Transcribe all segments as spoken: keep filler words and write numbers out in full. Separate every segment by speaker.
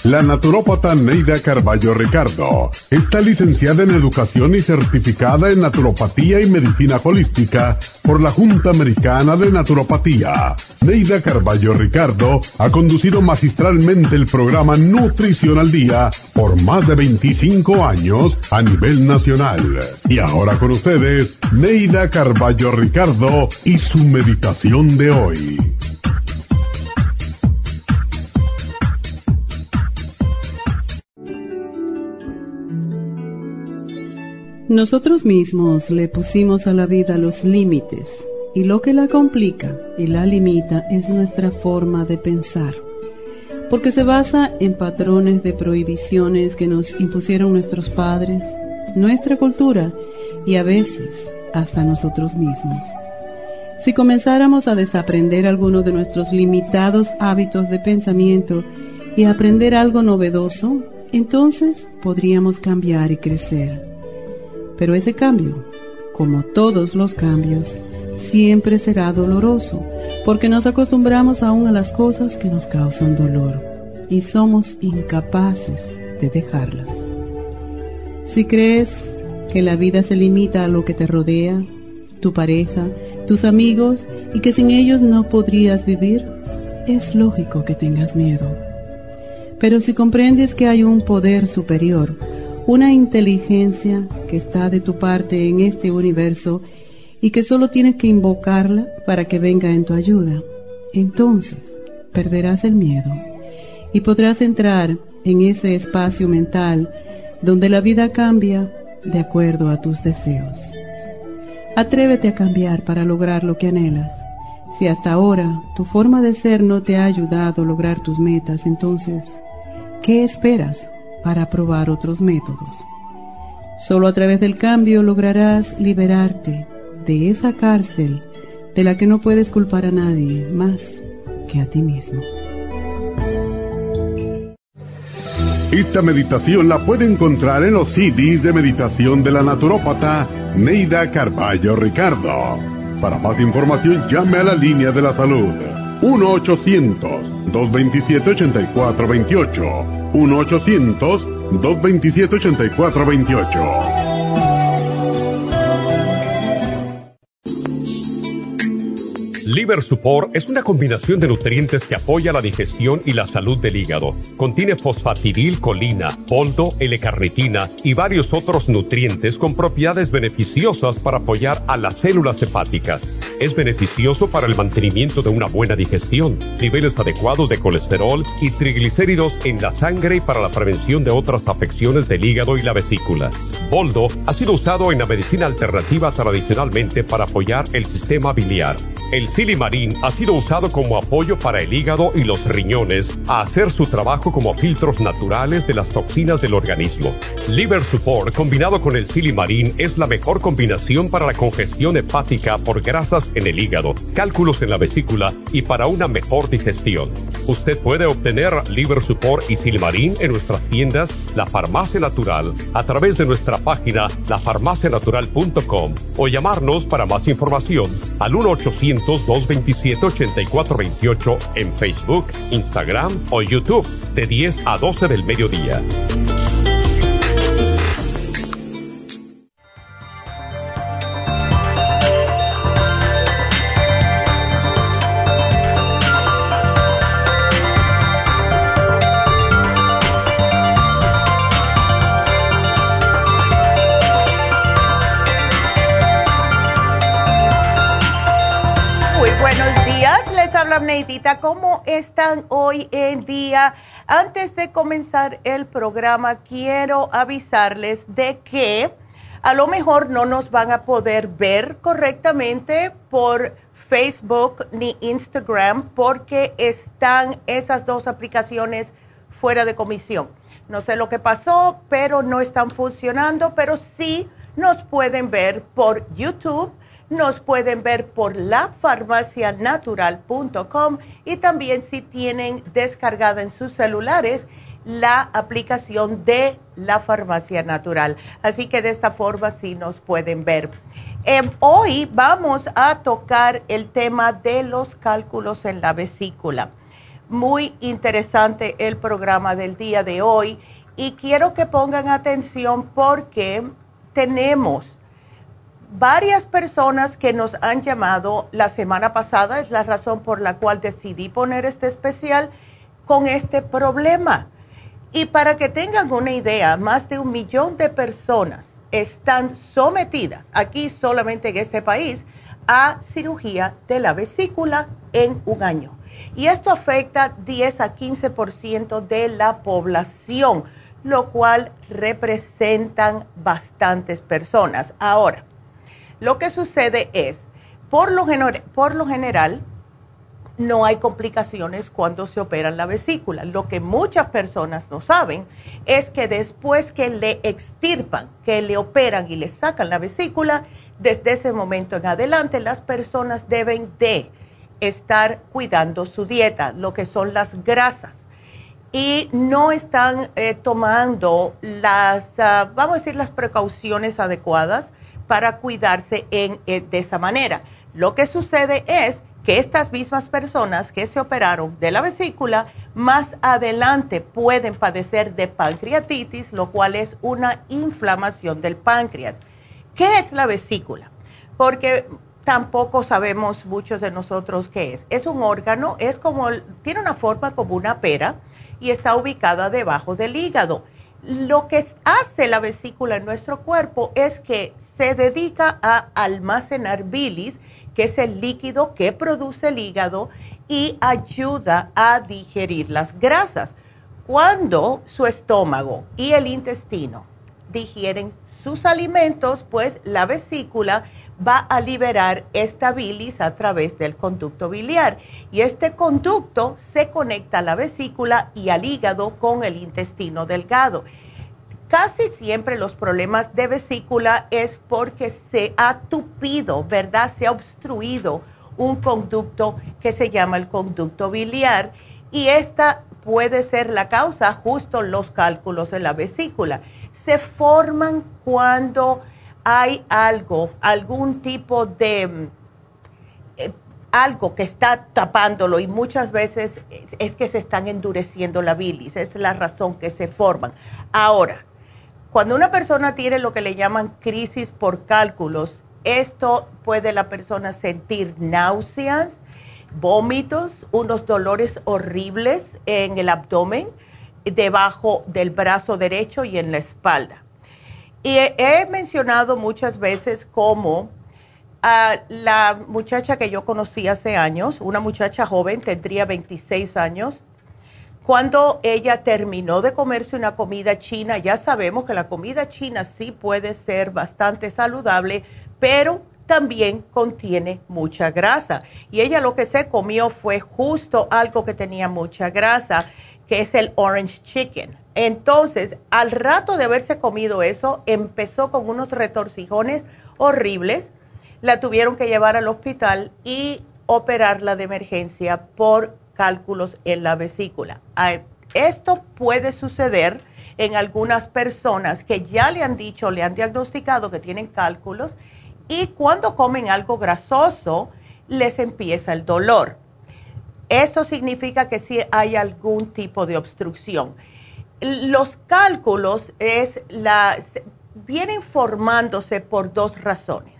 Speaker 1: La naturópata Neida Carballo Ricardo está licenciada en Educación y certificada en Naturopatía y Medicina Holística por la Junta Americana de Naturopatía. Neida Carballo Ricardo ha conducido magistralmente el programa Nutrición al Día por más de veinticinco años a nivel nacional. Y ahora con ustedes, Neida Carballo Ricardo y su meditación de hoy.
Speaker 2: Nosotros mismos le pusimos a la vida los límites, y lo que la complica y la limita es nuestra forma de pensar, porque se basa en patrones de prohibiciones que nos impusieron nuestros padres, nuestra cultura y a veces hasta nosotros mismos. Si comenzáramos a desaprender algunos de nuestros limitados hábitos de pensamiento y a aprender algo novedoso, entonces podríamos cambiar y crecer. Pero ese cambio, como todos los cambios, siempre será doloroso, porque nos acostumbramos aún a las cosas que nos causan dolor y somos incapaces de dejarlas. Si crees que la vida se limita a lo que te rodea, tu pareja, tus amigos, y que sin ellos no podrías vivir, es lógico que tengas miedo. Pero si comprendes que hay un poder superior, una inteligencia que está de tu parte en este universo y que solo tienes que invocarla para que venga en tu ayuda, entonces perderás el miedo y podrás entrar en ese espacio mental donde la vida cambia de acuerdo a tus deseos. Atrévete a cambiar para lograr lo que anhelas. Si hasta ahora tu forma de ser no te ha ayudado a lograr tus metas, entonces, ¿qué esperas para probar otros métodos? Solo a través del cambio lograrás liberarte de esa cárcel de la que no puedes culpar a nadie más que a ti mismo.
Speaker 1: Esta meditación la puede encontrar en los C Ds de meditación de la naturópata Neida Carballo Ricardo. Para más información, llame a la línea de la salud uno ochocientos, dos veintisiete, ochenta y cuatro veintiocho. uno ochocientos, dos veintisiete, ochenta y cuatro veintiocho.
Speaker 3: Liver Support es una combinación de nutrientes que apoya la digestión y la salud del hígado. Contiene fosfatidilcolina, boldo, L-carnitina y varios otros nutrientes con propiedades beneficiosas para apoyar a las células hepáticas. Es beneficioso para el mantenimiento de una buena digestión, niveles adecuados de colesterol y triglicéridos en la sangre y para la prevención de otras afecciones del hígado y la vesícula. Boldo ha sido usado en la medicina alternativa tradicionalmente para apoyar el sistema biliar. El silimarín ha sido usado como apoyo para el hígado y los riñones a hacer su trabajo como filtros naturales de las toxinas del organismo. Liver Support combinado con el silimarín es la mejor combinación para la congestión hepática por grasas en el hígado, cálculos en la vesícula y para una mejor digestión. Usted puede obtener Liver Support y Silimarín en nuestras tiendas La Farmacia Natural a través de nuestra página la farmacia natural punto com o llamarnos para más información al uno ochocientos, dos veintisiete, ochenta y cuatro veintiocho en Facebook, Instagram o YouTube de diez a doce del mediodía.
Speaker 4: Neidita, ¿cómo están hoy en día? Antes de comenzar el programa, quiero avisarles de que a lo mejor no nos van a poder ver correctamente por Facebook ni Instagram porque están esas dos aplicaciones fuera de comisión. No sé lo que pasó, pero no están funcionando, pero sí nos pueden ver por YouTube. Nos pueden ver por la farmacia natural punto com y también si tienen descargada en sus celulares la aplicación de la Farmacia Natural. Así que de esta forma sí nos pueden ver. Eh, hoy vamos a tocar el tema de los cálculos en la vesícula. muy interesante el programa del día de hoy y quiero que pongan atención porque tenemos varias personas que nos han llamado la semana pasada, es la razón por la cual decidí poner este especial con este problema. Y para que tengan una idea, más de un millón de personas están sometidas, aquí solamente en este país, a cirugía de la vesícula en un año. Y esto afecta diez a quince por ciento de la población, lo cual representan bastantes personas. Ahora, lo que sucede es, por lo, por lo general, no hay complicaciones cuando se operan la vesícula. Lo que muchas personas no saben es que después que le extirpan, que le operan y le sacan la vesícula, desde ese momento en adelante las personas deben de estar cuidando su dieta, lo que son las grasas. Y no están eh, tomando las, uh, vamos a decir, las precauciones adecuadas para cuidarse en, eh, de esa manera. Lo que sucede es que estas mismas personas que se operaron de la vesícula, más adelante pueden padecer de pancreatitis, lo cual es una inflamación del páncreas. ¿Qué es la vesícula? Porque tampoco sabemos muchos de nosotros qué es. Es un órgano, es como, tiene una forma como una pera y está ubicada debajo del hígado. Lo que hace la vesícula en nuestro cuerpo es que se dedica a almacenar bilis, que es el líquido que produce el hígado y ayuda a digerir las grasas. Cuando su estómago y el intestino digieren sus alimentos, pues la vesícula va a liberar esta bilis a través del conducto biliar. Y este conducto se conecta a la vesícula y al hígado con el intestino delgado. Casi siempre los problemas de vesícula es porque se ha tupido, ¿verdad? Se ha obstruido un conducto que se llama el conducto biliar y esta puede ser la causa, justo los cálculos en la vesícula. Se forman cuando hay algo, algún tipo de, eh, algo que está tapándolo y muchas veces es que se están endureciendo la bilis, es la razón que se forman. Ahora, cuando una persona tiene lo que le llaman crisis por cálculos, esto puede la persona sentir náuseas, vómitos, unos dolores horribles en el abdomen, debajo del brazo derecho y en la espalda. Y he, he mencionado muchas veces cómo a la muchacha que yo conocí hace años, una muchacha joven, tendría veintiséis años, cuando ella terminó de comerse una comida china, ya sabemos que la comida china sí puede ser bastante saludable, pero también contiene mucha grasa. Y ella lo que se comió fue justo algo que tenía mucha grasa, que es el orange chicken. Entonces, al rato de haberse comido eso, empezó con unos retorcijones horribles. La tuvieron que llevar al hospital y operarla de emergencia por cálculos en la vesícula. Esto puede suceder en algunas personas que ya le han dicho, le han diagnosticado que tienen cálculos y cuando comen algo grasoso les empieza el dolor. Esto significa que sí hay algún tipo de obstrucción. Los cálculos es la, vienen formándose por dos razones.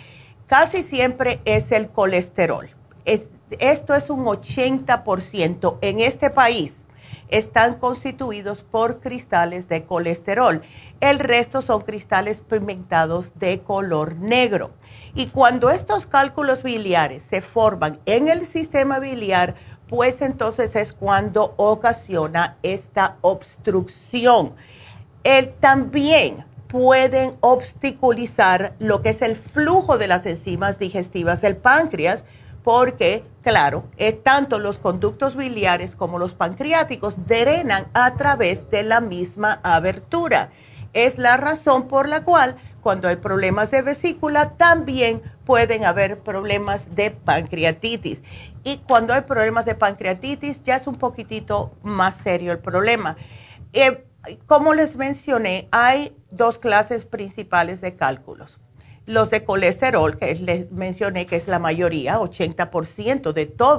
Speaker 4: Casi siempre es el colesterol. Es, Esto es un ochenta por ciento en este país. Están constituidos por cristales de colesterol. El resto son cristales pigmentados de color negro. Y cuando estos cálculos biliares se forman en el sistema biliar, pues entonces es cuando ocasiona esta obstrucción. El, también pueden obstaculizar lo que es el flujo de las enzimas digestivas del páncreas, porque, claro, es tanto los conductos biliares como los pancreáticos drenan a través de la misma abertura. Es la razón por la cual cuando hay problemas de vesícula también pueden haber problemas de pancreatitis. Y cuando hay problemas de pancreatitis ya es un poquitito más serio el problema. Eh, como les mencioné, hay dos clases principales de cálculos. Los de colesterol, que les mencioné que es la mayoría, ochenta por ciento de todos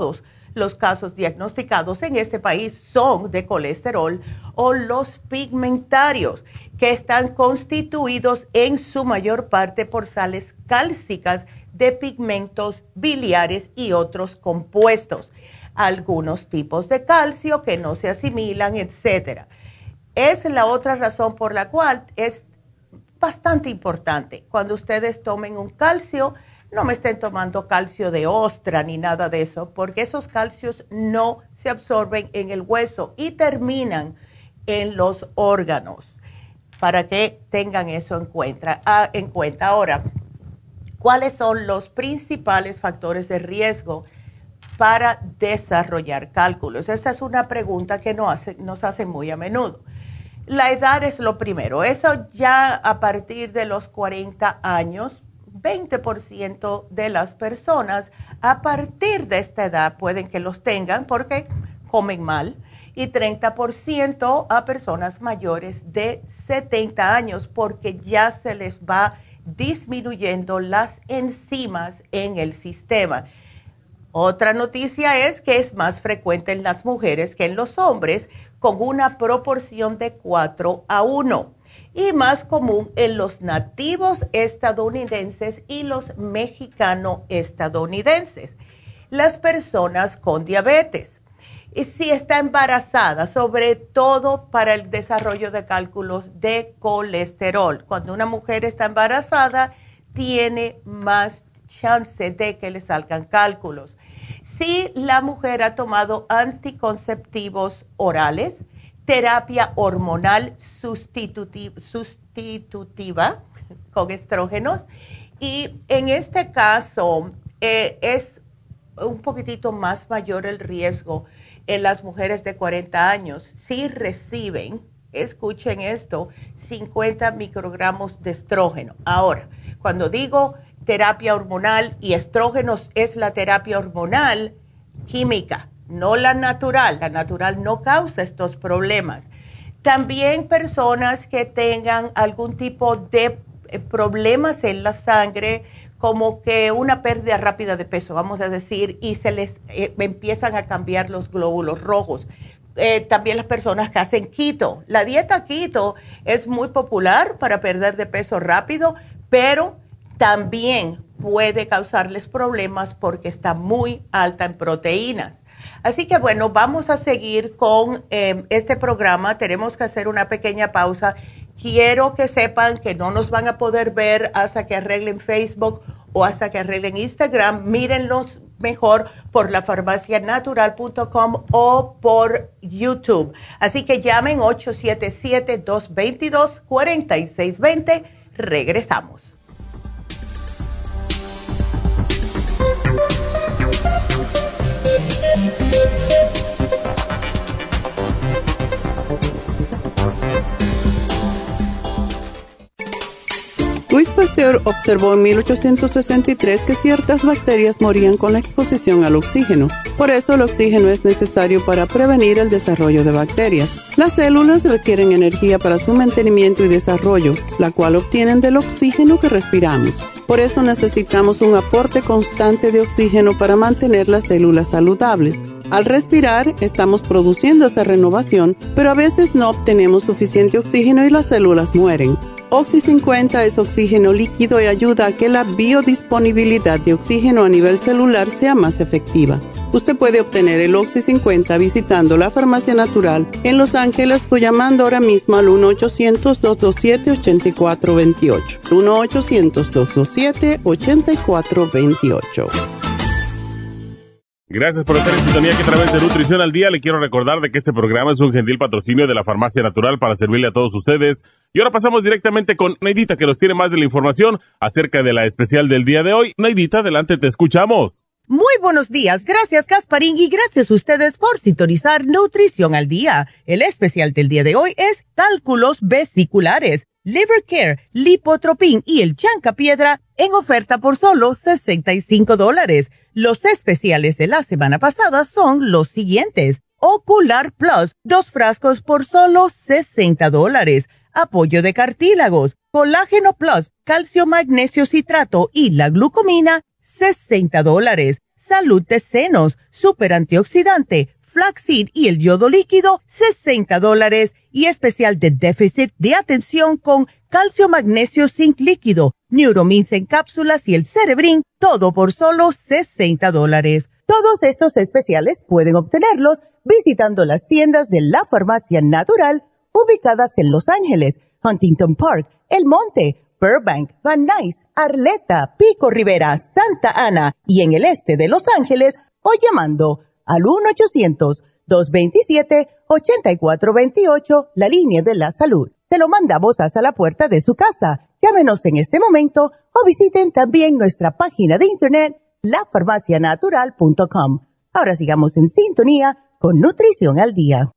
Speaker 4: los casos diagnosticados en este país son de colesterol o los pigmentarios, que están constituidos en su mayor parte por sales cálcicas de pigmentos biliares y otros compuestos, algunos tipos de calcio que no se asimilan, etcétera. Es la otra razón por la cual es bastante importante cuando ustedes tomen un calcio, no me estén tomando calcio de ostra ni nada de eso, porque esos calcios no se absorben en el hueso y terminan en los órganos, para que tengan eso en cuenta. Ah, en cuenta. Ahora, ¿cuáles son los principales factores de riesgo para desarrollar cálculos? Esta es una pregunta que nos hacen, nos hacen muy a menudo. La edad es lo primero. Eso ya a partir de los cuarenta años, veinte por ciento de las personas a partir de esta edad pueden que los tengan porque comen mal, y treinta por ciento a personas mayores de setenta años porque ya se les va disminuyendo las enzimas en el sistema. Otra noticia es que es más frecuente en las mujeres que en los hombres, con una proporción de cuatro a uno, y más común en los nativos estadounidenses y los mexicano-estadounidenses. Las personas con diabetes, y si está embarazada, sobre todo para el desarrollo de cálculos de colesterol. Cuando una mujer está embarazada, tiene más chance de que le salgan cálculos. Si la mujer ha tomado anticonceptivos orales, terapia hormonal sustitutiva, sustitutiva con estrógenos, y en este caso eh, es un poquitito más mayor el riesgo en las mujeres de cuarenta años si reciben, escuchen esto, cincuenta microgramos de estrógeno. Ahora, cuando digo terapia hormonal y estrógenos, es la terapia hormonal química, no la natural. La natural no causa estos problemas. También personas que tengan algún tipo de problemas en la sangre, como que una pérdida rápida de peso, vamos a decir, y se les eh, empiezan a cambiar los glóbulos rojos. Eh, también las personas que hacen keto. La dieta keto es muy popular para perder de peso rápido, pero también puede causarles problemas porque está muy alta en proteínas. Así que bueno, vamos a seguir con eh, este programa. Tenemos que hacer una pequeña pausa. Quiero que sepan que no nos van a poder ver hasta que arreglen Facebook o hasta que arreglen Instagram. Mírenlos mejor por la farmacia natural punto com o por YouTube. Así que llamen ocho siete siete, dos dos dos, cuatro seis dos cero. Regresamos.
Speaker 2: Louis Pasteur observó en mil ochocientos sesenta y tres que ciertas bacterias morían con la exposición al oxígeno. Por eso el oxígeno es necesario para prevenir el desarrollo de bacterias. Las células requieren energía para su mantenimiento y desarrollo, la cual obtienen del oxígeno que respiramos. Por eso necesitamos un aporte constante de oxígeno para mantener las células saludables. Al respirar, estamos produciendo esa renovación, pero a veces no obtenemos suficiente oxígeno y las células mueren. Oxy cincuenta es oxígeno líquido y ayuda a que la biodisponibilidad de oxígeno a nivel celular sea más efectiva. Usted puede obtener el Oxy cincuenta visitando la Farmacia Natural en Los Ángeles o llamando ahora mismo al uno ochocientos, dos dos siete, ocho cuatro dos ocho. uno ochocientos, dos dos siete, ocho cuatro dos ocho.
Speaker 5: Gracias por estar en sintonía que a través de Nutrición al Día le quiero recordar de que este programa es un gentil patrocinio de la Farmacia Natural para servirle a todos ustedes. Y ahora pasamos directamente con Neidita, que nos tiene más de la información acerca de la especial del día de hoy. Neidita, adelante, te escuchamos.
Speaker 4: Muy buenos días, gracias Gasparín y gracias a ustedes por sintonizar Nutrición al Día. El especial del día de hoy es cálculos vesiculares, Liver Care, Lipotropin y el Chancapiedra en oferta por solo sesenta y cinco dólares. Los especiales de la semana pasada son los siguientes. Ocular Plus, dos frascos por solo sesenta dólares. Apoyo de cartílagos, Colágeno Plus, calcio magnesio citrato y la glucomina, sesenta dólares. salud de senos, super antioxidante, flaxseed y el yodo líquido, sesenta dólares. Y especial de déficit de atención con calcio, magnesio, zinc líquido, Neuromins en cápsulas y el Cerebrin, todo por solo sesenta dólares. Todos estos especiales pueden obtenerlos visitando las tiendas de la Farmacia Natural ubicadas en Los Ángeles, Huntington Park, El Monte, Burbank, Van Nuys, Arleta, Pico Rivera, Santa Ana y en el este de Los Ángeles o llamando al uno ochocientos, dos veintisiete, ochenta y cuatro veintiocho, la línea de la salud. Te lo mandamos hasta la puerta de su casa. Llámenos en este momento o visiten también nuestra página de internet la farmacia natural punto com. Ahora sigamos en sintonía con Nutrición al Día.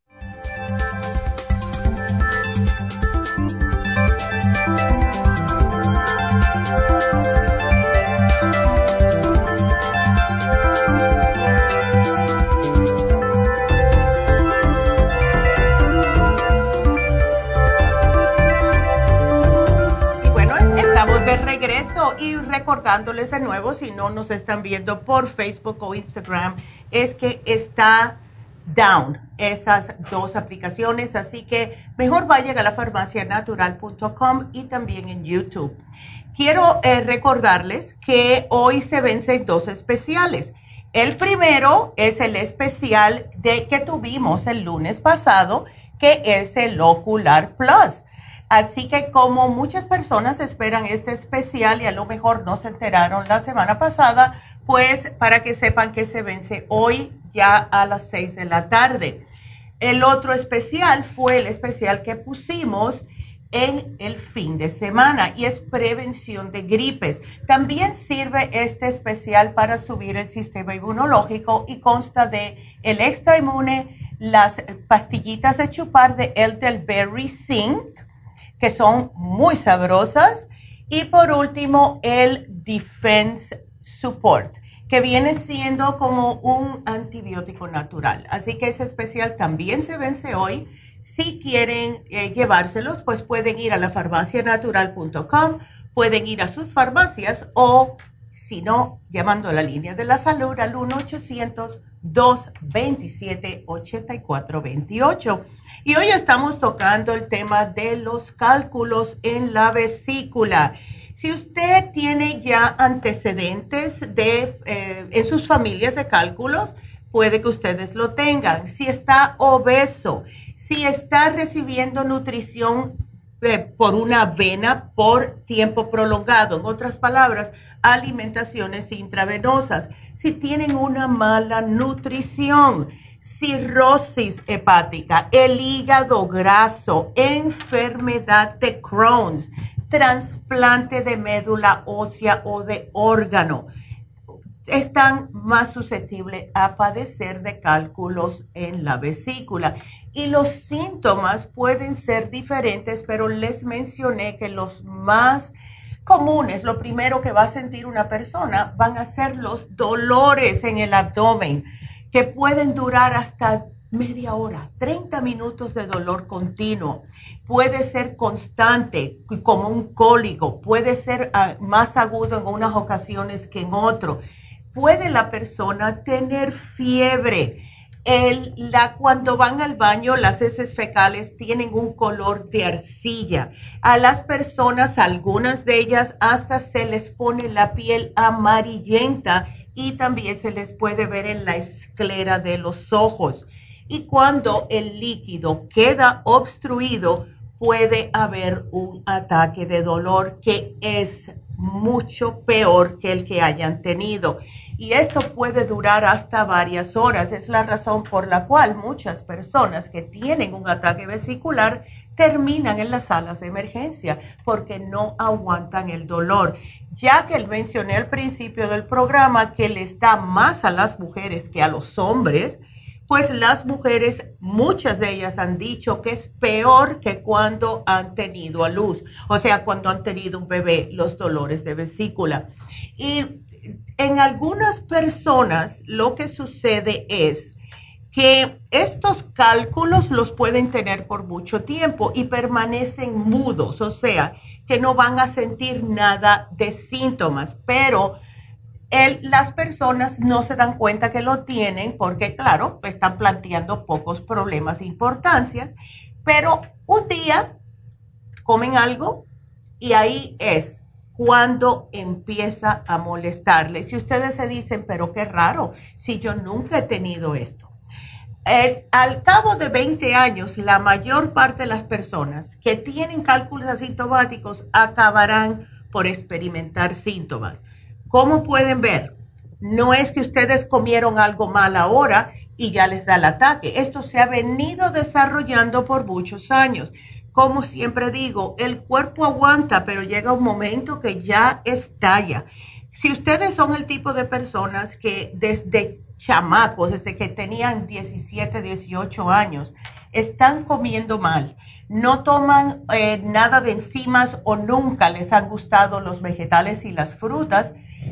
Speaker 4: Regreso y recordándoles de nuevo, si no nos están viendo por Facebook o Instagram, es que está down esas dos aplicaciones, así que mejor vayan a la farmacia natural punto com y también en YouTube. Quiero eh, recordarles que hoy se vencen dos especiales. El primero es el especial de que tuvimos el lunes pasado, que es el Ocular Plus. Así que como muchas personas esperan este especial y a lo mejor no se enteraron la semana pasada, pues para que sepan que se vence hoy ya a las seis de la tarde. El otro especial fue el especial que pusimos en el fin de semana y es prevención de gripes. También sirve este especial para subir el sistema inmunológico y consta de el extra inmune, las pastillitas de chupar de Elderberry Zinc, que son muy sabrosas, y por último el Defense Support, que viene siendo como un antibiótico natural. Así que ese especial también se vence hoy. Si quieren eh, llevárselos, pues pueden ir a la farmacia natural punto com, pueden ir a sus farmacias o, si no, llamando a la línea de la salud al uno ochocientos, dos veintisiete, ochenta y cuatro veintiocho. Y hoy estamos tocando el tema de los cálculos en la vesícula. Si usted tiene ya antecedentes de, eh, en sus familias de cálculos, puede que ustedes lo tengan. Si está obeso, si está recibiendo nutrición eh, por una vena por tiempo prolongado, en otras palabras, alimentaciones intravenosas, si tienen una mala nutrición, cirrosis hepática, el hígado graso, enfermedad de Crohn's, trasplante de médula ósea o de órgano, están más susceptibles a padecer de cálculos en la vesícula. Y los síntomas pueden ser diferentes, pero les mencioné que los más comunes, lo primero que va a sentir una persona van a ser los dolores en el abdomen, que pueden durar hasta media hora, treinta minutos de dolor continuo. Puede ser constante, como un cólico, puede ser uh, más agudo en unas ocasiones que en otro. Puede la persona tener fiebre. El, la, cuando van al baño, las heces fecales tienen un color de arcilla. A las personas, algunas de ellas, hasta se les pone la piel amarillenta y también se les puede ver en la esclera de los ojos. Y cuando el líquido queda obstruido, puede haber un ataque de dolor que es mucho peor que el que hayan tenido. Y esto puede durar hasta varias horas. Es la razón por la cual muchas personas que tienen un ataque vesicular terminan en las salas de emergencia porque no aguantan el dolor. Ya que mencioné al principio del programa que les da más a las mujeres que a los hombres, pues las mujeres, muchas de ellas han dicho que es peor que cuando han tenido a luz, o sea, cuando han tenido un bebé, los dolores de vesícula. Y en algunas personas lo que sucede es que estos cálculos los pueden tener por mucho tiempo y permanecen mudos, o sea, que no van a sentir nada de síntomas, pero el, las personas no se dan cuenta que lo tienen porque, claro, están planteando pocos problemas de importancia, pero un día comen algo y ahí es cuando empieza a molestarles. Y ustedes se dicen, pero qué raro, si yo nunca he tenido esto. El, al cabo de veinte años, la mayor parte de las personas que tienen cálculos asintomáticos acabarán por experimentar síntomas. ¿Cómo pueden ver? No es que ustedes comieron algo mal ahora y ya les da el ataque. Esto se ha venido desarrollando por muchos años. Como siempre digo, el cuerpo aguanta, pero llega un momento que ya estalla. Si ustedes son el tipo de personas que desde chamacos, desde que tenían diecisiete, dieciocho años, están comiendo mal, no toman eh, nada de enzimas o nunca les han gustado los vegetales y las frutas,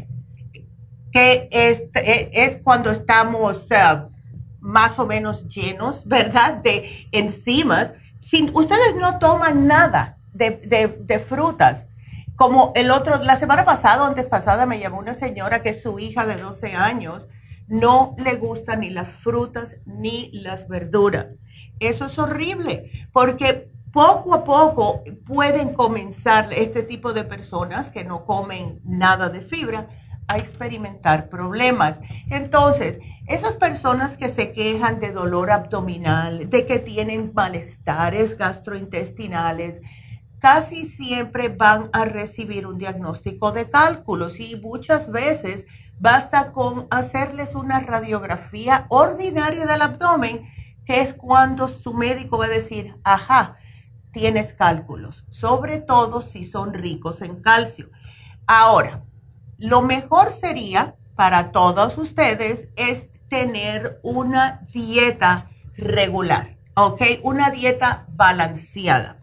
Speaker 4: que es, es cuando estamos uh, más o menos llenos, ¿verdad?, de enzimas. Si ustedes no toman nada de, de, de frutas, como el otro, la semana pasada o antes pasada me llamó una señora que su hija de doce años no le gustan ni las frutas ni las verduras. Eso es horrible, porque poco a poco pueden comenzar este tipo de personas que no comen nada de fibra a experimentar problemas. Entonces, esas personas que se quejan de dolor abdominal, de que tienen malestares gastrointestinales, casi siempre van a recibir un diagnóstico de cálculos y muchas veces basta con hacerles una radiografía ordinaria del abdomen, que es cuando su médico va a decir, ajá, tienes cálculos, sobre todo si son ricos en calcio. Ahora, lo mejor sería para todos ustedes es tener una dieta regular, ¿ok? Una dieta balanceada.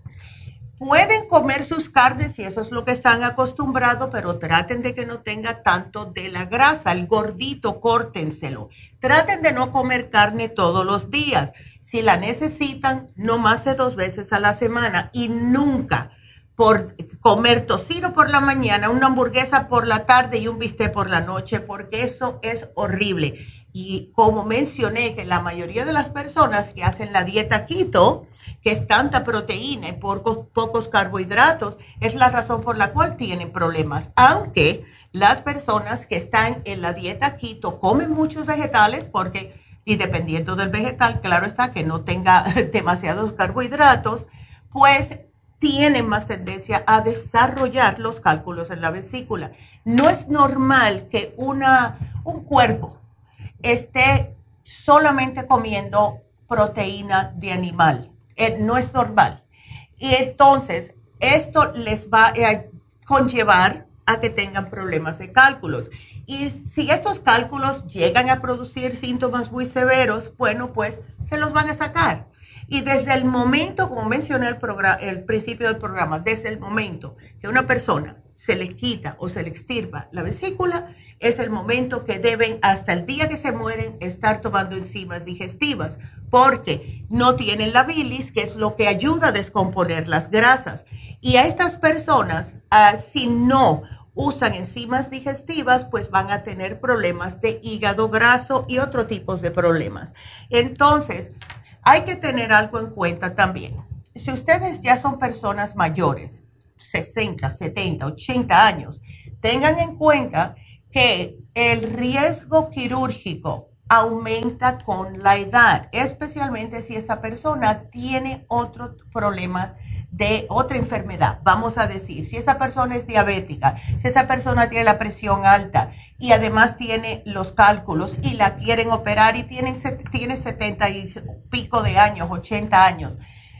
Speaker 4: Pueden comer sus carnes si eso es lo que están acostumbrados, pero traten de que no tenga tanto de la grasa. El gordito, córtenselo. Traten de no comer carne todos los días. Si la necesitan, no más de dos veces a la semana y nunca por comer tocino por la mañana, una hamburguesa por la tarde y un bistec por la noche, porque eso es horrible. Y como mencioné, que la mayoría de las personas que hacen la dieta keto, que es tanta proteína y pocos, pocos carbohidratos, es la razón por la cual tienen problemas. Aunque las personas que están en la dieta keto comen muchos vegetales, porque, y dependiendo del vegetal, claro está, que no tenga demasiados carbohidratos, pues tienen más tendencia a desarrollar los cálculos en la vesícula. No es normal que una, un cuerpo esté solamente comiendo proteína de animal. Eh, no es normal. Y entonces, esto les va a conllevar a que tengan problemas de cálculos. Y si estos cálculos llegan a producir síntomas muy severos, bueno, pues se los van a sacar. Y desde el momento, como mencioné el, el principio del programa, desde el momento que una persona se le quita o se le extirpa la vesícula, es el momento que deben, hasta el día que se mueren, estar tomando enzimas digestivas, porque no tienen la bilis, que es lo que ayuda a descomponer las grasas. Y a estas personas, uh, si no usan enzimas digestivas, pues van a tener problemas de hígado graso y otro tipo de problemas. Entonces, hay que tener algo en cuenta también. Si ustedes ya son personas mayores, sesenta, setenta, ochenta años, tengan en cuenta que el riesgo quirúrgico aumenta con la edad, especialmente si esta persona tiene otro problema de otra enfermedad. Vamos a decir, si esa persona es diabética, si esa persona tiene la presión alta y además tiene los cálculos y la quieren operar y tiene, tiene setenta y pico de años, ochenta años,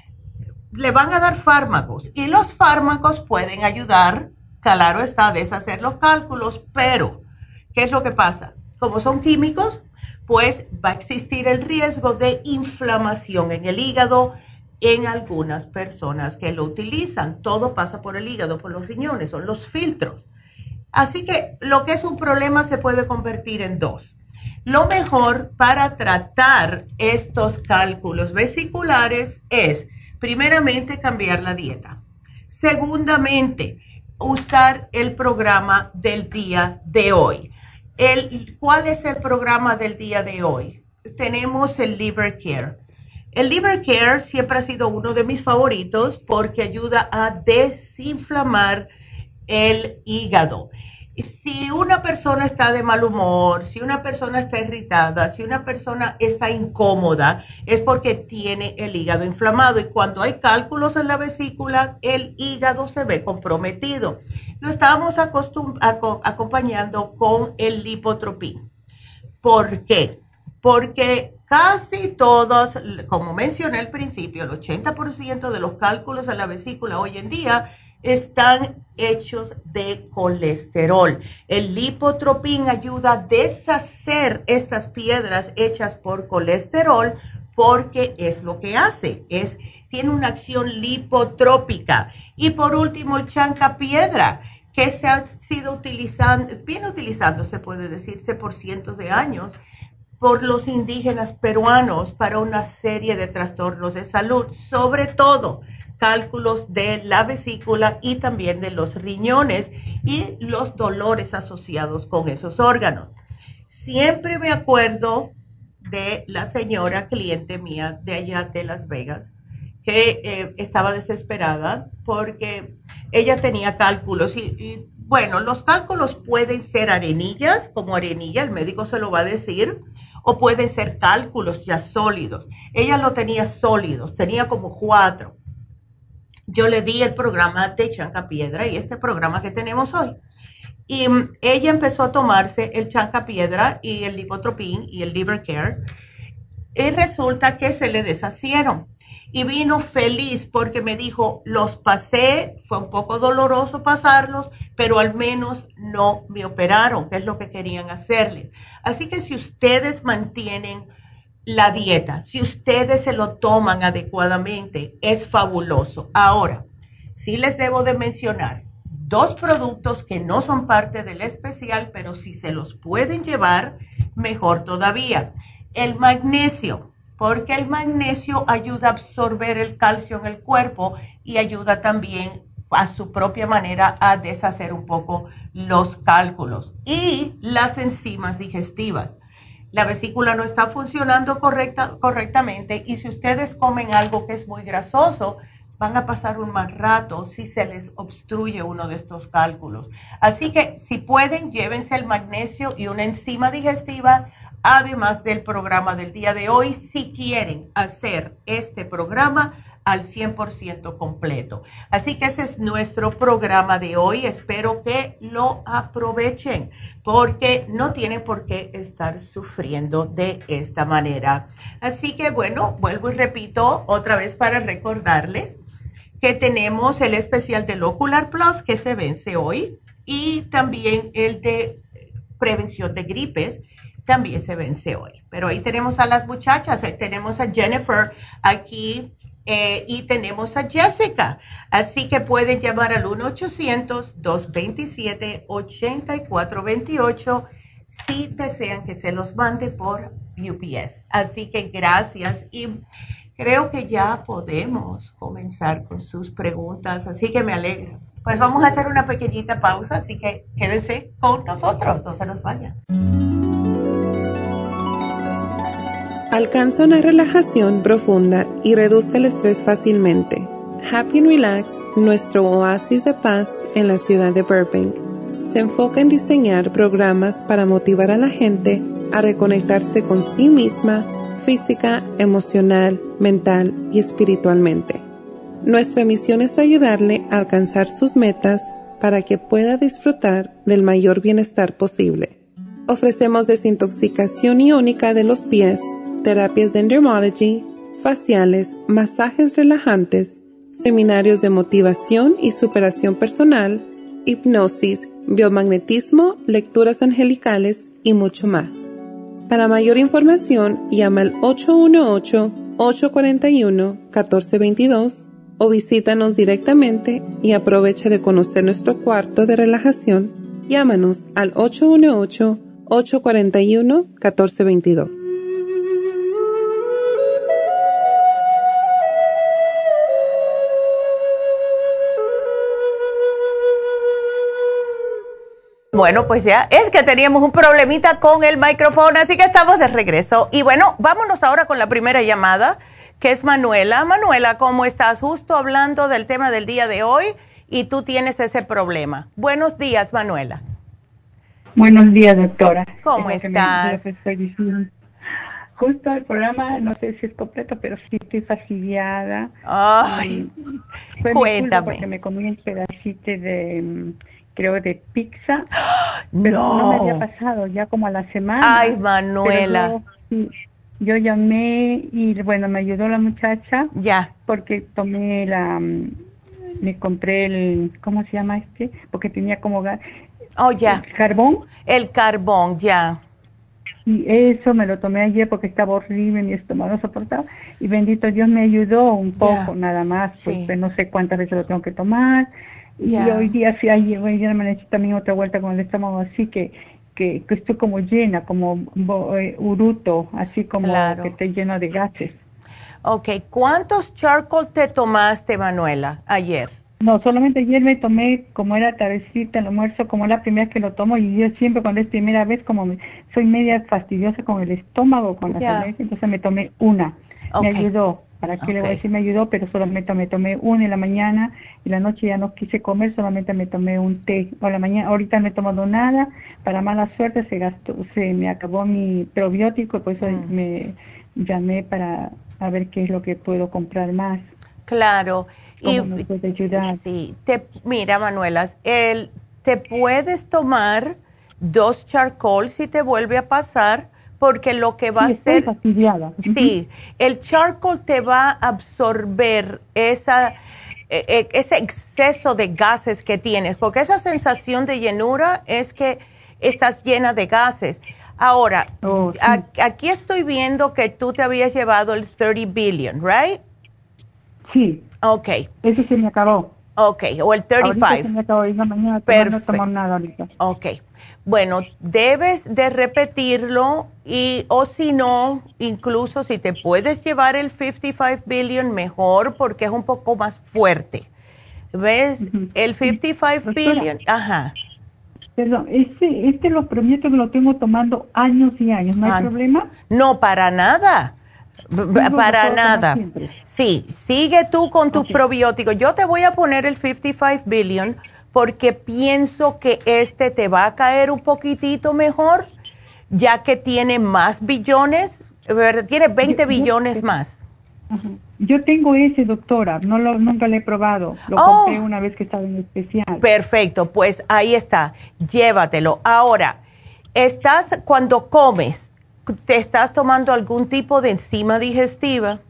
Speaker 4: le van a dar fármacos y los fármacos pueden ayudar, claro está, a deshacer los cálculos, pero ¿qué es lo que pasa? Como son químicos, pues va a existir el riesgo de inflamación en el hígado en algunas personas que lo utilizan. Todo pasa por el hígado, por los riñones, son los filtros. Así que lo que es un problema se puede convertir en dos. Lo mejor para tratar estos cálculos vesiculares es, primeramente, cambiar la dieta. Segundamente, usar el programa del día de hoy. El, ¿Cuál es el programa del día de hoy? Tenemos el Liver Care. El Liver Care siempre ha sido uno de mis favoritos porque ayuda a desinflamar el hígado. Si una persona está de mal humor, si una persona está irritada, si una persona está incómoda, es porque tiene el hígado inflamado. Y cuando hay cálculos en la vesícula, el hígado se ve comprometido. Lo estamos acostum- aco- acompañando con el lipotropín. ¿Por qué? Porque casi todos, como mencioné al principio, el ochenta por ciento de los cálculos en la vesícula hoy en día están hechos de colesterol. El lipotropín ayuda a deshacer estas piedras hechas por colesterol porque es lo que hace, es, tiene una acción lipotrópica. Y por último, el chancapiedra, que se ha sido utilizando, viene utilizando, se puede decirse, por cientos de años por los indígenas peruanos para una serie de trastornos de salud, sobre todo cálculos de la vesícula y también de los riñones y los dolores asociados con esos órganos. Siempre me acuerdo de la señora cliente mía de allá de Las Vegas que eh, estaba desesperada porque ella tenía cálculos y, y bueno, los cálculos pueden ser arenillas, como arenilla, el médico se lo va a decir, o pueden ser cálculos ya sólidos. Ella lo tenía sólidos, tenía como cuatro. Yo le di el programa de chancapiedra y este programa que tenemos hoy. Y um, ella empezó a tomarse el chancapiedra y el lipotropín y el Liver Care. Y resulta que se le deshacieron. Y vino feliz porque me dijo, los pasé, fue un poco doloroso pasarlos, pero al menos no me operaron, que es lo que querían hacerle. Así que si ustedes mantienen la dieta, si ustedes se lo toman adecuadamente, es fabuloso. Ahora, sí les debo de mencionar dos productos que no son parte del especial, pero si se los pueden llevar, mejor todavía. El magnesio, porque el magnesio ayuda a absorber el calcio en el cuerpo y ayuda también a su propia manera a deshacer un poco los cálculos. Y las enzimas digestivas. La vesícula no está funcionando correcta, correctamente y si ustedes comen algo que es muy grasoso, van a pasar un mal rato si se les obstruye uno de estos cálculos. Así que si pueden, llévense el magnesio y una enzima digestiva, además del programa del día de hoy, si quieren hacer este programa al cien por ciento completo. Así que ese es nuestro programa de hoy. Espero que lo aprovechen porque no tienen por qué estar sufriendo de esta manera. Así que bueno, vuelvo y repito otra vez para recordarles que tenemos el especial del Ocular Plus que se vence hoy y también el de prevención de gripes también se vence hoy. Pero ahí tenemos a las muchachas, ahí tenemos a Jennifer aquí. Eh, y tenemos a Jessica, así que pueden llamar al uno ochocientos, dos veintisiete, ochenta y cuatro veintiocho si desean que se los mande por U P S. Así que gracias y creo que ya podemos comenzar con sus preguntas, así que me alegra. Pues vamos a hacer una pequeñita pausa, así que quédense con nosotros, no se nos vayan.
Speaker 6: Alcanza una relajación profunda y reduzca el estrés fácilmente. Happy and Relax, nuestro oasis de paz en la ciudad de Burbank, se enfoca en diseñar programas para motivar a la gente a reconectarse con sí misma, física, emocional, mental y espiritualmente. Nuestra misión es ayudarle a alcanzar sus metas para que pueda disfrutar del mayor bienestar posible. Ofrecemos desintoxicación iónica de los pies, terapias de Endermology, faciales, masajes relajantes, seminarios de motivación y superación personal, hipnosis, biomagnetismo, lecturas angelicales y mucho más. Para mayor información, llama al ocho uno ocho, ocho cuatro uno, uno cuatro dos dos o visítanos directamente y aprovecha de conocer nuestro cuarto de relajación. Llámanos al ocho uno ocho, ocho cuatro uno, uno cuatro dos dos.
Speaker 4: Bueno, pues ya es que teníamos un problemita con el micrófono, así que estamos de regreso. Y bueno, vámonos ahora con la primera llamada, que es Manuela. Manuela, ¿cómo estás? Justo hablando del tema del día de hoy y tú tienes ese problema. Buenos días, Manuela.
Speaker 7: Buenos días, doctora.
Speaker 4: ¿Cómo es estás?
Speaker 7: Me, estoy diciendo. Justo el programa, no sé si es completo, pero sí estoy fastidiada.
Speaker 4: Ay,
Speaker 7: fue
Speaker 4: cuéntame.
Speaker 7: Porque me comí un pedacito de, creo, de pizza.
Speaker 4: No.
Speaker 7: Pero no me había pasado, ya como a la semana.
Speaker 4: Ay, Manuela.
Speaker 7: Yo, yo llamé y, bueno, me ayudó la muchacha.
Speaker 4: Ya.
Speaker 7: Porque tomé la, me compré el, ¿cómo se llama este? Porque tenía como,
Speaker 4: oh, ya.
Speaker 7: El carbón.
Speaker 4: El carbón, ya.
Speaker 7: Y eso me lo tomé ayer porque estaba horrible, mi estómago no soportaba. Y bendito Dios me ayudó un poco, yeah. nada más. Pues, sí. pues no sé cuántas veces lo tengo que tomar. Y yeah. hoy día sí, ayer, hoy día me he hecho también otra vuelta con el estómago así que, que, que estoy como llena, como eh, uruto, así como claro. que estoy lleno de gases.
Speaker 4: Ok, ¿cuántos charcoal te tomaste, Manuela, ayer?
Speaker 7: No, solamente ayer me tomé, como era tardecita, el almuerzo, como la primera vez que lo tomo, y yo siempre cuando es primera vez, como me, soy media fastidiosa con el estómago, con la yeah. cerveza, entonces me tomé una. Okay. Me ayudó, ¿para qué okay. le voy a decir? Me ayudó, pero solamente me tomé una en la mañana, y la noche ya no quise comer, solamente me tomé un té. O la mañana, ahorita no he tomado nada, para mala suerte se gastó, se me acabó mi probiótico, por eso mm. me llamé para a ver qué es lo que puedo comprar más.
Speaker 4: Claro.
Speaker 7: ¿Cómo me puede ayudar?
Speaker 4: Sí, te, mira, Manuela, el, te puedes tomar dos charcoal si te vuelve a pasar, porque lo que va
Speaker 7: sí,
Speaker 4: a hacer...
Speaker 7: fastidiada.
Speaker 4: Sí, el charcoal te va a absorber esa, eh, ese exceso de gases que tienes, porque esa sensación de llenura es que estás llena de gases. Ahora, oh, sí. a, aquí estoy viendo que tú te habías llevado el thirty billion, ¿right?
Speaker 7: Sí.
Speaker 4: Ok.
Speaker 7: Ese se me acabó.
Speaker 4: Ok, o el treinta y cinco.
Speaker 7: Ahorita se me acabó, y no, mañana no tomo nada ahorita.
Speaker 4: Ok. Bueno, debes de repetirlo y, o si no, incluso si te puedes llevar el cincuenta y cinco billion, mejor, porque es un poco más fuerte. ¿Ves? Uh-huh. El cincuenta y cinco billion, ajá.
Speaker 7: Perdón, este, este lo prometo que lo tengo tomando años y años, ¿no hay ah, problema?
Speaker 4: No, para nada. Para nada. Sí, sigue tú con tus okay. probióticos. Yo te voy a poner el cincuenta y cinco billion porque pienso que este te va a caer un poquitito mejor, ya que tiene más billones, tiene veinte yo, billones yo, más.
Speaker 7: Uh-huh. Yo tengo ese, doctora, no lo, nunca lo he probado. Lo oh, compré una vez que estaba en especial.
Speaker 4: Perfecto, pues ahí está, llévatelo. Ahora, estás cuando comes, ¿te estás tomando algún tipo de enzima digestiva?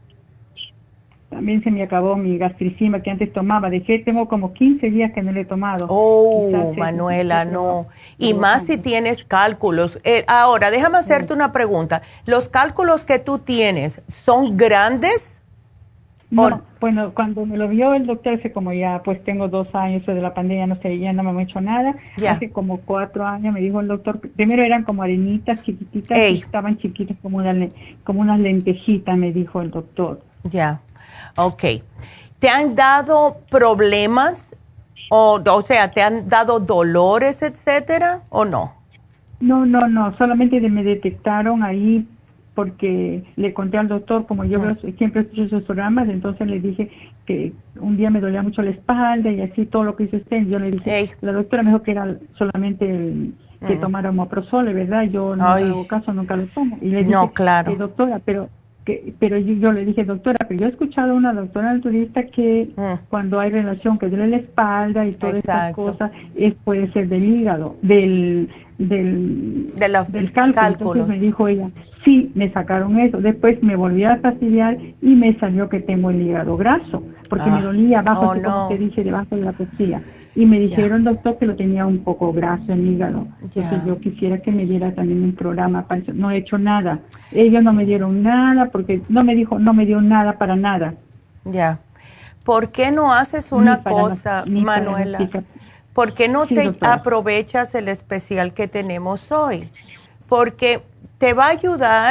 Speaker 7: También se me acabó mi gastricima que antes tomaba. Dejé, tengo como quince días que no le he tomado.
Speaker 4: Oh, Manuela, no. Y más si tienes cálculos. Eh, ahora, déjame hacerte una pregunta. ¿Los cálculos que tú tienes son grandes?
Speaker 7: No, o... bueno, cuando me lo vio el doctor, hace como ya, pues tengo dos años de la pandemia, no sé, ya no me he hecho nada. Ya. Hace como cuatro años me dijo el doctor, primero eran como arenitas chiquititas, y estaban chiquitas como, una, como unas lentejitas, me dijo el doctor.
Speaker 4: Ya, ok. ¿Te han dado problemas? O, o sea, ¿te han dado dolores, etcétera, o no?
Speaker 7: No, no, no, solamente me detectaron ahí porque le conté al doctor, como yo veo, siempre escucho sus programas, entonces le dije que un día me dolía mucho la espalda y así todo lo que hizo usted. Yo le dije, Ey. la doctora me dijo que era solamente el, que mm. tomara omeprazole, ¿verdad? Yo no Ay. hago caso, nunca lo tomo. Y le dije,
Speaker 4: no, claro.
Speaker 7: Eh, doctora, pero que, pero yo, yo le dije, doctora, pero yo he escuchado a una doctora naturista que mm. cuando hay relación que duele la espalda y todas estas cosas, es, puede ser del hígado, del... del,
Speaker 4: de los,
Speaker 7: del cálculo. Cálculos. Entonces me dijo ella, sí, me sacaron eso. Después me volví a fastidiar y me salió que tengo el hígado graso, porque ah. me dolía abajo, oh, así no. como te dije, debajo de la costilla. Y me dijeron, yeah. doctor, que lo tenía un poco graso el hígado. Yeah. Entonces yo quisiera que me diera también un programa para eso. No he hecho nada. Ellos no me dieron nada porque no me dijo, no me dio nada para nada.
Speaker 4: Ya. Yeah. ¿Por qué no haces una cosa, la, Manuela? ¿Por qué no sí, te doctora. aprovechas el especial que tenemos hoy? Porque te va a ayudar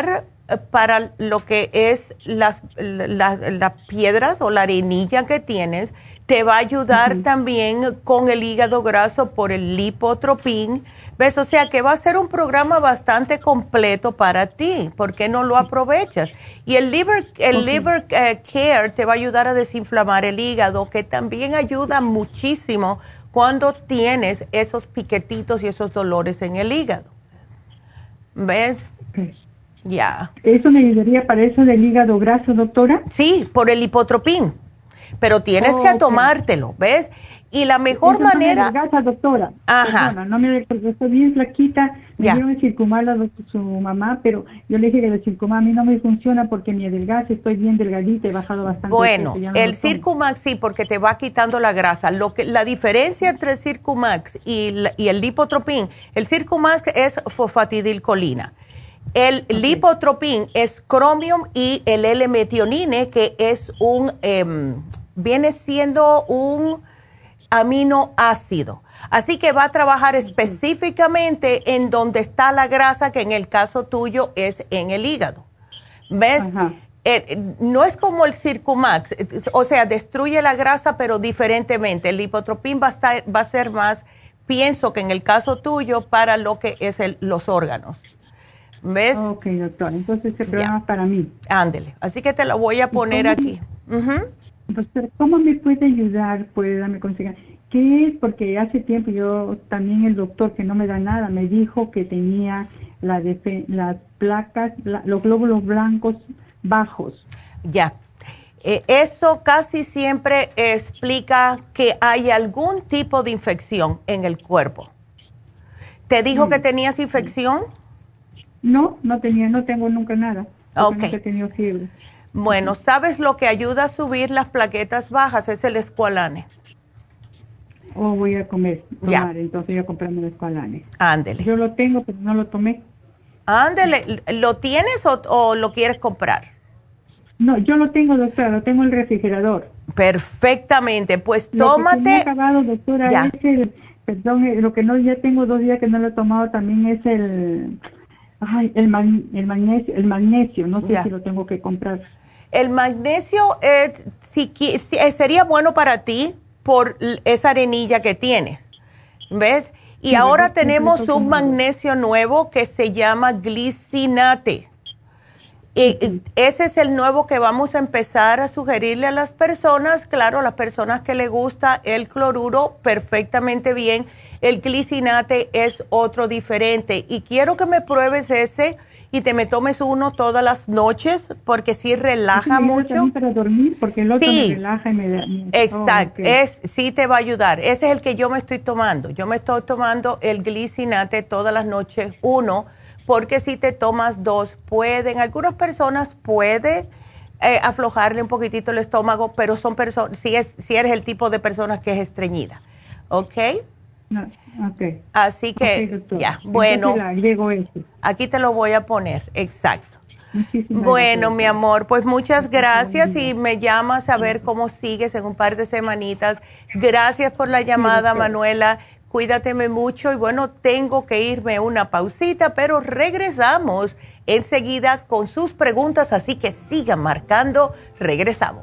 Speaker 4: para lo que es las, las, las piedras o la arenilla que tienes. Te va a ayudar uh-huh. también con el hígado graso por el lipotropin. ¿Ves? O sea que va a ser un programa bastante completo para ti. ¿Por qué no lo aprovechas? Y el Liver, el okay. liver uh, Care te va a ayudar a desinflamar el hígado, que también ayuda muchísimo cuando tienes esos piquetitos y esos dolores en el hígado. ¿Ves? Okay. Ya.
Speaker 7: ¿Eso me ayudaría para eso del hígado graso, doctora?
Speaker 4: Sí, por el lipotropin. Pero tienes oh, que okay. tomártelo, ¿ves? Y la mejor
Speaker 7: Entonces,
Speaker 4: manera...
Speaker 7: No me adelgaza, doctora.
Speaker 4: Ajá.
Speaker 7: Perdona, no me porque estoy bien flaquita. Me
Speaker 4: ya.
Speaker 7: dieron el Circumal a su mamá, pero yo le dije que el Circumal a mí no me funciona porque mi adelgaza, estoy bien delgadita, he bajado bastante.
Speaker 4: Bueno,
Speaker 7: peso, no
Speaker 4: el Circumax sí, porque te va quitando la grasa. Lo que La diferencia entre el Circumax y, la, y el lipotropin, el Circumax es fosfatidilcolina. El okay. lipotropin es cromium y el L-metionine, que es un... Eh, viene siendo un aminoácido. Así que va a trabajar específicamente en donde está la grasa, que en el caso tuyo es en el hígado. ¿Ves? Eh, no es como el Circumax, o sea, destruye la grasa, pero diferentemente. El lipotropin va a, estar, va a ser más, pienso que en el caso tuyo, para lo que es el, los órganos. ¿Ves?
Speaker 7: Ok, doctor. Entonces, este programa es para mí.
Speaker 4: Ándele. Así que te lo voy a poner aquí. Uh-huh.
Speaker 7: Doctor, ¿cómo me puede ayudar? Puede darme consejo. ¿Qué es? Porque hace tiempo yo, también el doctor que no me da nada, me dijo que tenía la defe- las placas, la, los glóbulos blancos bajos.
Speaker 4: Ya. Eh, eso casi siempre explica que hay algún tipo de infección en el cuerpo. ¿Te dijo sí. que tenías infección?
Speaker 7: No, no tenía, no tengo nunca nada.
Speaker 4: Ok.
Speaker 7: Nunca he tenido fiebre.
Speaker 4: Bueno, ¿sabes lo que ayuda a subir las plaquetas bajas? Es el Esqualane.
Speaker 7: Oh, voy a comer, tomar,
Speaker 4: ya.
Speaker 7: entonces voy a comprarme el Esqualane.
Speaker 4: Ándele.
Speaker 7: Yo lo tengo, pero no lo tomé.
Speaker 4: Ándele, ¿lo tienes o, o lo quieres comprar?
Speaker 7: No, yo lo tengo, doctora, lo tengo en el refrigerador.
Speaker 4: Perfectamente, pues
Speaker 7: lo
Speaker 4: tómate.
Speaker 7: Lo que he acabado, doctora,
Speaker 4: ya.
Speaker 7: es el, perdón, lo que no, ya tengo dos días que no lo he tomado también es el, ay, el, mag, el magnesio, el magnesio, no sé ya. si lo tengo que comprar.
Speaker 4: El magnesio eh, si, si, sería bueno para ti por esa arenilla que tienes, ¿ves? Y sí, ahora tenemos un magnesio nuevo que se llama glicinate. Y sí. ese es el nuevo que vamos a empezar a sugerirle a las personas. Claro, a las personas que les gusta el cloruro, perfectamente bien. El glicinate es otro diferente. Y quiero que me pruebes ese y te me tomes uno todas las noches, porque sí relaja
Speaker 7: ¿Sí
Speaker 4: mucho.
Speaker 7: Para dormir, porque el otro
Speaker 4: sí,
Speaker 7: me relaja y me da.
Speaker 4: Exacto,
Speaker 7: oh, okay.
Speaker 4: es, sí te va a ayudar. Ese es el que yo me estoy tomando. Yo me estoy tomando el glicinate todas las noches, uno, porque si te tomas dos, pueden, algunas personas puede eh, aflojarle un poquitito el estómago, pero son personas, si, es, si eres el tipo de personas que es estreñida, ¿ok?
Speaker 7: No, okay.
Speaker 4: Así que, okay, ya, bueno,
Speaker 7: este.
Speaker 4: aquí te lo voy a poner, exacto.
Speaker 7: Muchísimas
Speaker 4: bueno,
Speaker 7: gracias.
Speaker 4: mi amor, pues muchas gracias y me llamas a ver cómo sigues en un par de semanitas. Gracias por la llamada, sí, Manuela. Cuídateme mucho y bueno, tengo que irme a una pausita, pero regresamos enseguida con sus preguntas, así que sigan marcando. Regresamos.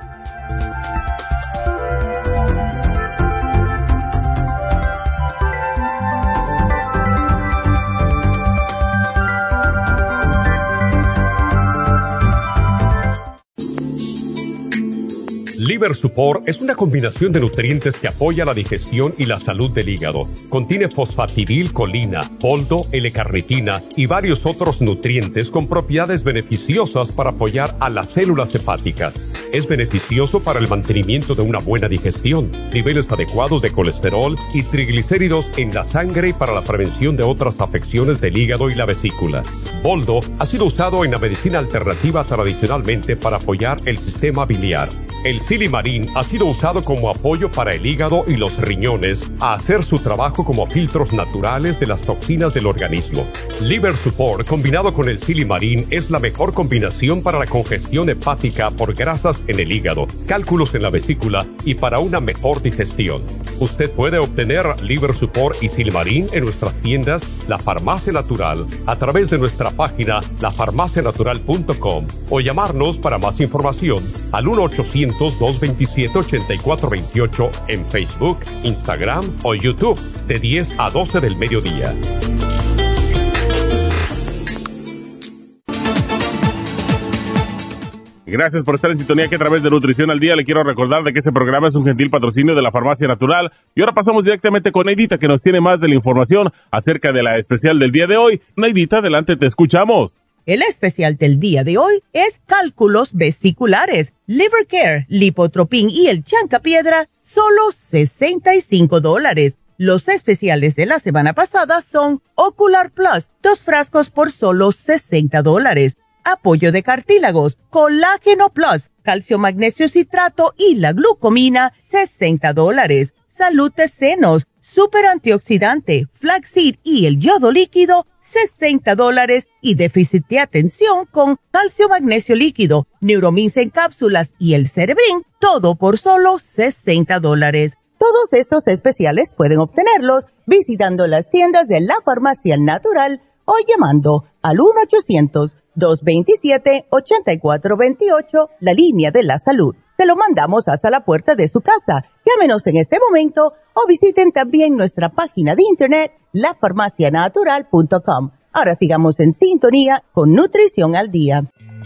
Speaker 3: Liver Support es una combinación de nutrientes que apoya la digestión y la salud del hígado. Contiene fosfatidilcolina, boldo, L-carnitina y varios otros nutrientes con propiedades beneficiosas para apoyar a las células hepáticas. Es beneficioso para el mantenimiento de una buena digestión, niveles adecuados de colesterol y triglicéridos en la sangre y para la prevención de otras afecciones del hígado y la vesícula. Boldo ha sido usado en la medicina alternativa tradicionalmente para apoyar el sistema biliar. El Silimarín ha sido usado como apoyo para el hígado y los riñones a hacer su trabajo como filtros naturales de las toxinas del organismo. Liver Support combinado con el Silimarín es la mejor combinación para la congestión hepática por grasas en el hígado, cálculos en la vesícula y para una mejor digestión. Usted puede obtener Liver Support y Silmarín en nuestras tiendas La Farmacia Natural a través de nuestra página la farmacia natural punto com o llamarnos para más información al uno ochocientos, dos veintisiete, ochenta y cuatro veintiocho en Facebook, Instagram o YouTube de diez a doce del mediodía.
Speaker 5: Gracias por estar en sintonía que a través de Nutrición al Día le quiero recordar de que este programa es un gentil patrocinio de la Farmacia Natural. Y ahora pasamos directamente con Neidita, que nos tiene más de la información acerca de la especial del día de hoy. Neidita, adelante, te escuchamos.
Speaker 8: El especial del día de hoy es cálculos vesiculares, Liver Care, Lipotropin y el Chancapiedra, solo sesenta y cinco dólares. Los especiales de la semana pasada son Ocular Plus, dos frascos por solo sesenta dólares. Apoyo de cartílagos, Colágeno Plus, calcio magnesio citrato y la glucomina, sesenta dólares. Salud de senos, super antioxidante, flaxseed y el yodo líquido, sesenta dólares. Y déficit de atención con calcio magnesio líquido, Neuromins en cápsulas y el Cerebrin, todo por solo sesenta dólares. Todos estos especiales pueden obtenerlos visitando las tiendas de la Farmacia Natural o llamando al uno ochocientos, dos veintisiete, ochenta y cuatro veintiocho, la línea de la salud. Te lo mandamos hasta la puerta de su casa. Llámenos en este momento o visiten también nuestra página de internet, la farmacia natural punto com. Ahora sigamos en sintonía con Nutrición al Día.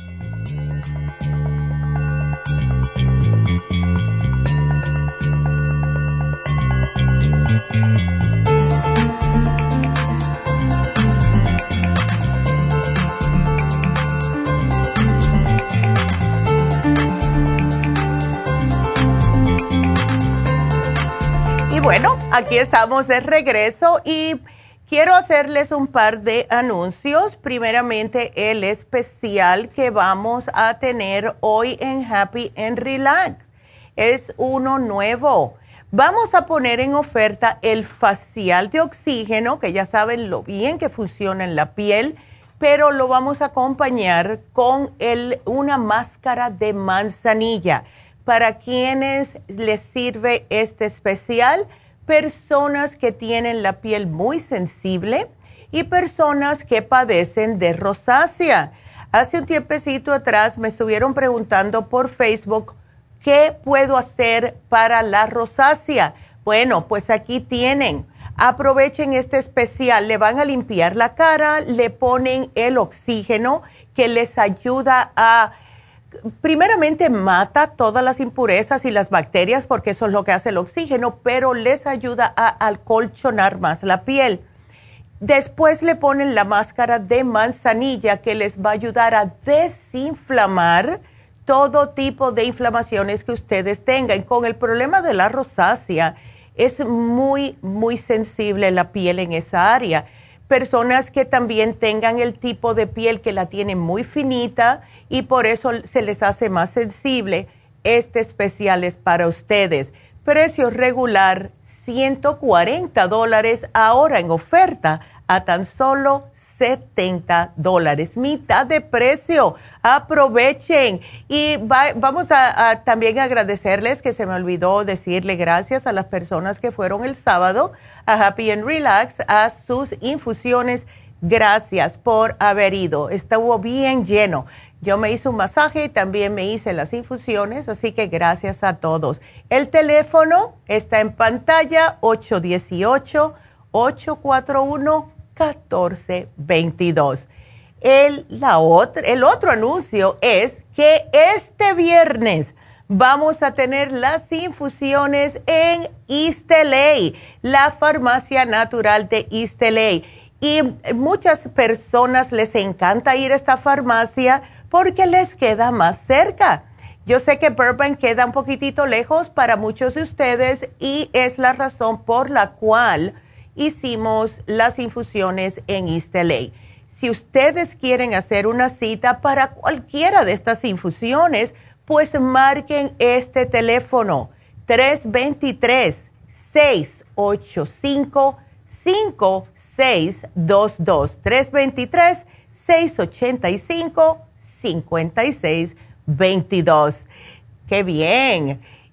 Speaker 4: Bueno, aquí estamos de regreso y quiero hacerles un par de anuncios. Primeramente, el especial que vamos a tener hoy en Happy and Relax. Es uno nuevo. Vamos a poner en oferta el facial de oxígeno, que ya saben lo bien que funciona en la piel, pero lo vamos a acompañar con el, una máscara de manzanilla. Para quienes les sirve este especial, personas que tienen la piel muy sensible y personas que padecen de rosácea. Hace un tiempecito atrás me estuvieron preguntando por Facebook, ¿qué puedo hacer para la rosácea? Bueno, pues aquí tienen. Aprovechen este especial, le van a limpiar la cara, le ponen el oxígeno que les ayuda a... Primeramente mata todas las impurezas y las bacterias porque eso es lo que hace el oxígeno, pero les ayuda a acolchonar más la piel. Después le ponen la máscara de manzanilla que les va a ayudar a desinflamar todo tipo de inflamaciones que ustedes tengan. Con el problema de la rosácea es muy, muy sensible la piel en esa área. Personas que también tengan el tipo de piel que la tienen muy finita y por eso se les hace más sensible, este especial es para ustedes. Precio regular, ciento cuarenta dólares, ahora en oferta a tan solo setenta dólares, mitad de precio. Aprovechen. Y va, vamos a, a también agradecerles, que se me olvidó decirle gracias a las personas que fueron el sábado a Happy and Relax a sus infusiones. Gracias por haber ido. Estuvo bien lleno. Yo me hice un masaje y también me hice las infusiones, así que gracias a todos. El teléfono está en pantalla, ocho uno ocho, ocho cuatro uno, uno cuatro dos dos. El, la otra, el otro anuncio es que este viernes vamos a tener las infusiones en East L A, la farmacia natural de East L A. Y muchas personas les encanta ir a esta farmacia porque les queda más cerca. Yo sé que Burbank queda un poquitito lejos para muchos de ustedes y es la razón por la cual hicimos las infusiones en East L A. Si ustedes quieren hacer una cita para cualquiera de estas infusiones, pues marquen este teléfono tres dos tres, seis ocho cinco, cinco seis dos dos. tres dos tres, seis ocho cinco, cinco seis dos dos. ¡Qué bien!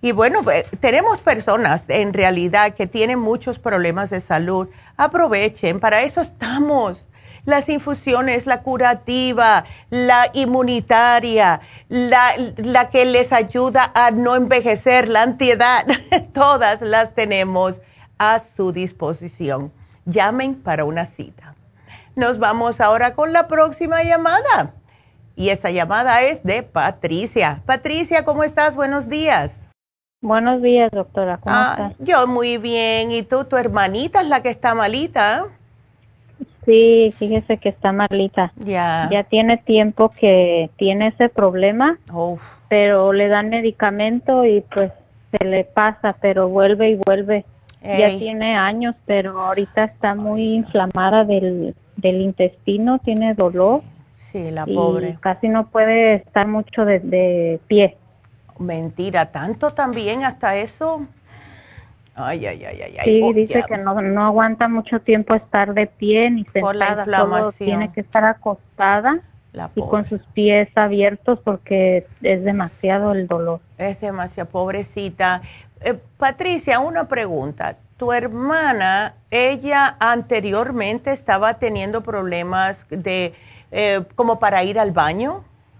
Speaker 4: Y bueno, pues, tenemos personas en realidad que tienen muchos problemas de salud. Aprovechen, para eso estamos. Las infusiones, la curativa, la inmunitaria, la, la que les ayuda a no envejecer, la antiedad, todas las tenemos a su disposición. Llamen para una cita. Nos vamos ahora con la próxima llamada. Y esa llamada es de Patricia. Patricia, ¿cómo estás? Buenos días.
Speaker 9: Buenos días, doctora. ¿Cómo
Speaker 4: ah,
Speaker 9: estás?
Speaker 4: Yo muy bien. ¿Y tú? ¿Tu hermanita es la que está malita?
Speaker 9: Sí, fíjese que está malita.
Speaker 4: Ya.
Speaker 9: Ya tiene tiempo que tiene ese problema,
Speaker 4: Uf.
Speaker 9: pero le dan medicamento y pues se le pasa, pero vuelve y vuelve.
Speaker 4: Ey.
Speaker 9: Ya tiene años, pero ahorita está muy inflamada del, del intestino, tiene dolor.
Speaker 4: Sí, la
Speaker 9: y
Speaker 4: pobre.
Speaker 9: Casi no puede estar mucho de, de pie.
Speaker 4: Mentira, ¿tanto también hasta eso? Ay, ay, ay, ay.
Speaker 9: Sí,
Speaker 4: oh,
Speaker 9: dice
Speaker 4: ya.
Speaker 9: que no, no aguanta mucho tiempo estar de pie ni sentada.
Speaker 4: Por la inflamación.
Speaker 9: Solo tiene que estar acostada
Speaker 4: La
Speaker 9: y
Speaker 4: pobre.
Speaker 9: con sus pies abiertos porque es demasiado el dolor.
Speaker 4: Es demasiado, pobrecita. Eh, Patricia, una pregunta. ¿Tu hermana, ella anteriormente estaba teniendo problemas de eh, como para ir al baño?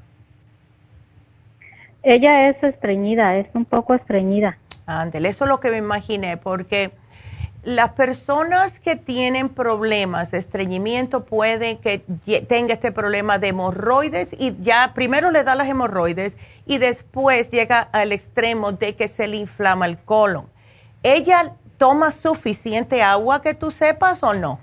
Speaker 9: Ella es estreñida, es un poco estreñida.
Speaker 4: Ándele, eso es lo que me imaginé, porque las personas que tienen problemas de estreñimiento pueden que tenga este problema de hemorroides y ya primero le da las hemorroides y después llega al extremo de que se le inflama el colon. ¿Ella toma suficiente agua que tú sepas o no?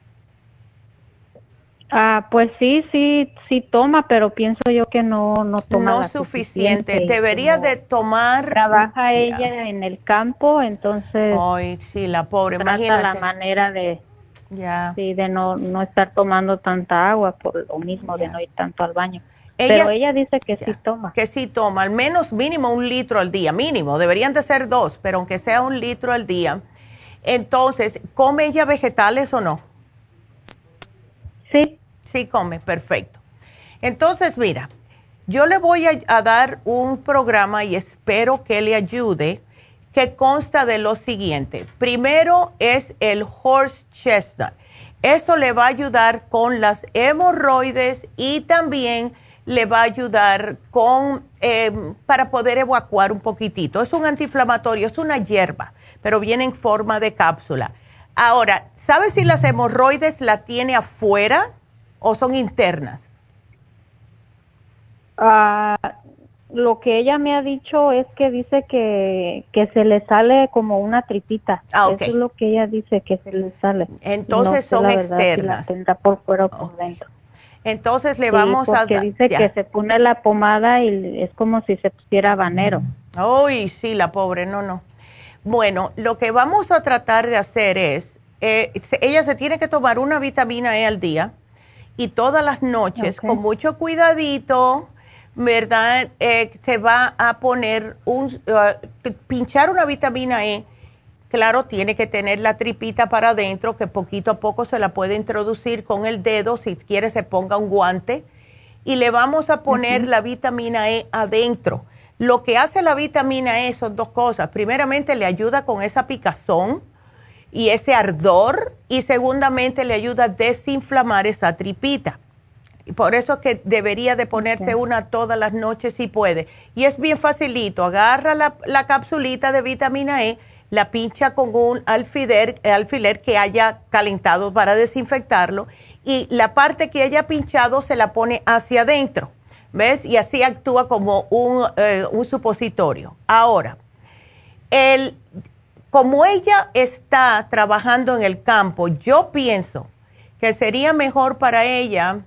Speaker 9: Ah, pues sí, sí, sí toma, pero pienso yo que no, no toma
Speaker 4: No
Speaker 9: la
Speaker 4: suficiente.
Speaker 9: suficiente.
Speaker 4: Debería
Speaker 9: Como
Speaker 4: de tomar.
Speaker 9: Trabaja
Speaker 4: Ya.
Speaker 9: ella en el campo, entonces
Speaker 4: Ay, sí, la pobre,
Speaker 9: trata
Speaker 4: imagínate.
Speaker 9: la manera de,
Speaker 4: Ya.
Speaker 9: sí, de no, no estar tomando tanta agua por lo mismo
Speaker 4: Ya.
Speaker 9: de no ir tanto al baño.
Speaker 4: Ella-
Speaker 9: Pero ella dice que
Speaker 4: Ya.
Speaker 9: sí toma.
Speaker 4: Que sí toma, al menos mínimo un litro al día, mínimo, deberían de ser dos, pero aunque sea un litro al día. Entonces, ¿come ella vegetales o no?
Speaker 9: Sí.
Speaker 4: Sí, come, perfecto. Entonces, mira, yo le voy a, a dar un programa y espero que le ayude, que consta de lo siguiente. Primero es el horse chestnut. Esto le va a ayudar con las hemorroides y también le va a ayudar con eh, para poder evacuar un poquitito. Es un antiinflamatorio, es una hierba, pero viene en forma de cápsula. Ahora, ¿sabes si las hemorroides la tiene afuera o son internas?
Speaker 9: Ah, lo que ella me ha dicho es que dice que, que se le sale como una tripita.
Speaker 4: Ah, ok.
Speaker 9: Eso es lo que ella dice, que se le sale.
Speaker 4: Entonces
Speaker 9: No sé
Speaker 4: son
Speaker 9: la verdad si
Speaker 4: externas.
Speaker 9: la tendrá por fuera o por
Speaker 4: Ok.
Speaker 9: dentro.
Speaker 4: Entonces le
Speaker 9: Sí,
Speaker 4: vamos a
Speaker 9: porque
Speaker 4: dar.
Speaker 9: dice
Speaker 4: ya.
Speaker 9: que se pone la pomada y es como si se pusiera habanero.
Speaker 4: Ay, sí, la pobre, no, no. Bueno, lo que vamos a tratar de hacer es, eh, se- ella se tiene que tomar una vitamina E al día y todas las noches,
Speaker 9: Ok.
Speaker 4: con mucho cuidadito, ¿verdad? Eh, se va a poner un, uh, pinchar una vitamina E. Claro, tiene que tener la tripita para adentro, que poquito a poco se la puede introducir con el dedo, si quiere se ponga un guante, y le vamos a poner uh-huh. la vitamina E adentro. Lo que hace la vitamina E son dos cosas. Primeramente, le ayuda con esa picazón y ese ardor, y segundamente le ayuda a desinflamar esa tripita. Y por eso es que debería de ponerse okay. una todas las noches si puede. Y es bien facilito, agarra la, la capsulita de vitamina E, la pincha con un alfiler, alfiler que haya calentado para desinfectarlo, y la parte que haya pinchado se la pone hacia adentro, ¿ves? Y así actúa como un, eh, un supositorio. Ahora, el, como ella está trabajando en el campo, yo pienso que sería mejor para ella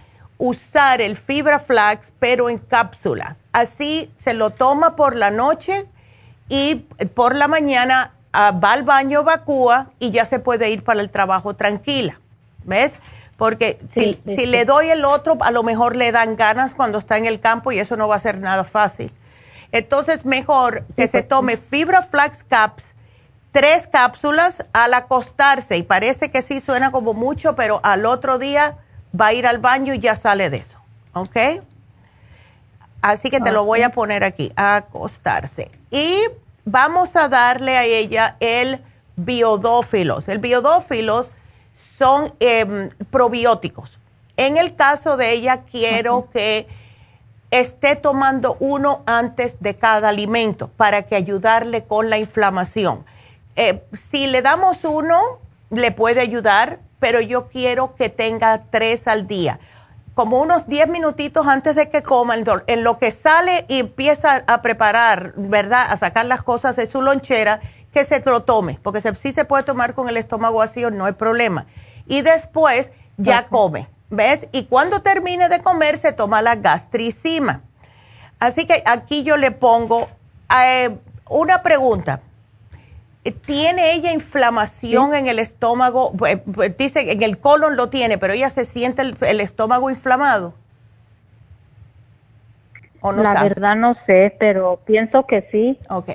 Speaker 4: usar el fibra flax, pero en cápsulas. Así se lo toma por la noche y por la mañana uh, va al baño, evacúa y ya se puede ir para el trabajo tranquila. ¿Ves? Porque
Speaker 9: sí,
Speaker 4: si,
Speaker 9: sí,
Speaker 4: si
Speaker 9: sí.
Speaker 4: le doy el otro, a lo mejor le dan ganas cuando está en el campo y eso no va a ser nada fácil. Entonces, mejor que sí, se pues, tome fibra flax caps, tres cápsulas al acostarse. Y parece que sí suena como mucho, pero al otro día va a ir al baño y ya sale de eso. ¿Ok? Así que te okay. lo voy a poner aquí, a acostarse. Y vamos a darle a ella el biodófilos. El biodófilos son eh, probióticos. En el caso de ella, quiero uh-huh. que esté tomando uno antes de cada alimento para que ayudarle con la inflamación. Eh, si le damos uno, le puede ayudar, pero yo quiero que tenga tres al día. Como unos diez minutitos antes de que coma, en lo que sale y empieza a preparar, ¿verdad? A sacar las cosas de su lonchera, que se lo tome, porque se, sí se puede tomar con el estómago vacío, no hay problema. Y después ya come, ¿ves? Y cuando termine de comer, se toma la gastricima. Así que aquí yo le pongo eh, una pregunta. ¿Tiene ella inflamación ¿Sí? en el estómago? Pues, pues, dice en el colon lo tiene, pero ella se siente el, el estómago inflamado. ¿O no
Speaker 9: La
Speaker 4: sabe?
Speaker 9: verdad no sé, pero pienso que sí.
Speaker 4: Ok.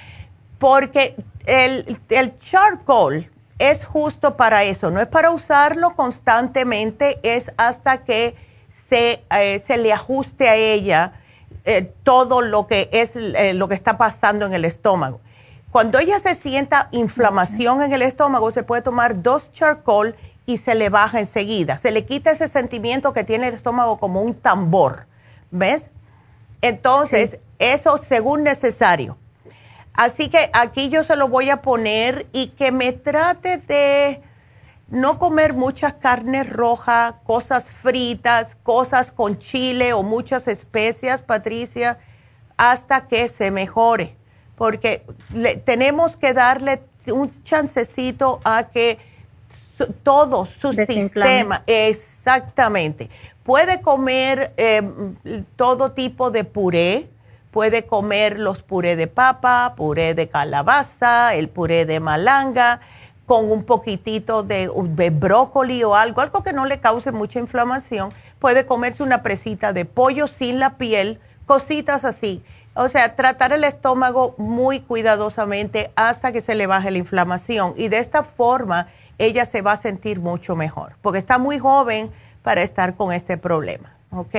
Speaker 4: Porque el, el charcoal es justo para eso, no es para usarlo constantemente, es hasta que se, eh, se le ajuste a ella eh, todo lo que es eh, lo que está pasando en el estómago. Cuando ella se sienta inflamación en el estómago, se puede tomar dos charcoal y se le baja enseguida. Se le quita ese sentimiento que tiene el estómago como un tambor, ¿ves? Entonces, sí. eso según necesario. Así que aquí yo se lo voy a poner y que me trate de no comer muchas carnes rojas, cosas fritas, cosas con chile o muchas especias, Patricia, hasta que se mejore. Porque le, tenemos que darle un chancecito a que su, todo su sistema, exactamente. Puede comer eh, todo tipo de puré, puede comer los puré de papa, puré de calabaza, el puré de malanga, con un poquitito de, de brócoli o algo, algo que no le cause mucha inflamación. Puede comerse una presita de pollo sin la piel, cositas así. O sea, tratar el estómago muy cuidadosamente hasta que se le baje la inflamación. Y de esta forma, ella se va a sentir mucho mejor, porque está muy joven para estar con este problema, ¿ok?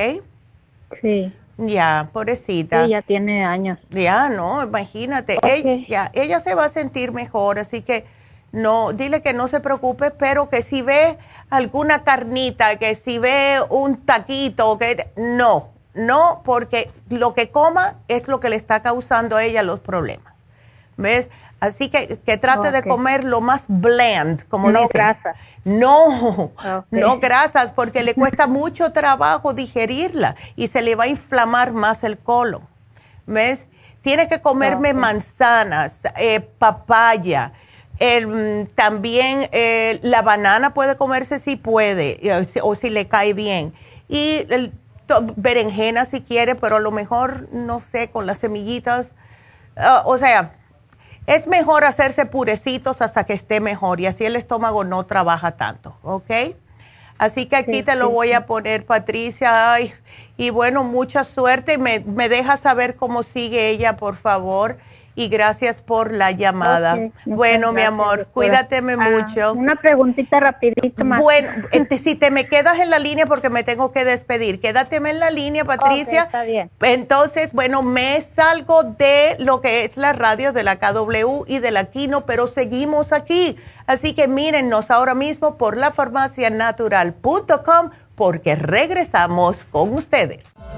Speaker 9: Sí.
Speaker 4: Ya, pobrecita.
Speaker 9: Sí, ya tiene años.
Speaker 4: Ya, no, imagínate.
Speaker 9: Okay.
Speaker 4: Ella, ella se va a sentir mejor, así que no, dile que no se preocupe, pero que si ve alguna carnita, que si ve un taquito, que no. No, porque lo que coma es lo que le está causando a ella los problemas. ¿Ves? Así que, que trate okay. de comer lo más bland, como
Speaker 9: no
Speaker 4: dicen.
Speaker 9: Grasas.
Speaker 4: No, okay. no grasas, porque le cuesta mucho trabajo digerirla y se le va a inflamar más el colon. ¿Ves? Tiene que comerme okay. manzanas, eh, papaya. El, también eh, la banana puede comerse si puede, o, o si le cae bien. Y el berenjena si quiere, pero a lo mejor, no sé, con las semillitas. Uh, o sea, es mejor hacerse purecitos hasta que esté mejor y así el estómago no trabaja tanto, ¿ok? Así que aquí sí, te lo sí, voy sí. a poner, Patricia. Ay, y bueno, mucha suerte. Me, me deja saber cómo sigue ella, por favor. Y gracias por la llamada. Okay, bueno, mi amor, doctora. Cuídateme ah, mucho.
Speaker 9: Una preguntita rapidito más.
Speaker 4: Bueno, si te me quedas en la línea porque me tengo que despedir, quédateme en la línea, Patricia.
Speaker 9: Okay, está bien.
Speaker 4: Entonces, bueno, me salgo de lo que es la radio de la K W y de la Quino, pero seguimos aquí. Así que mírennos ahora mismo por la farmacia natural punto com porque regresamos con ustedes.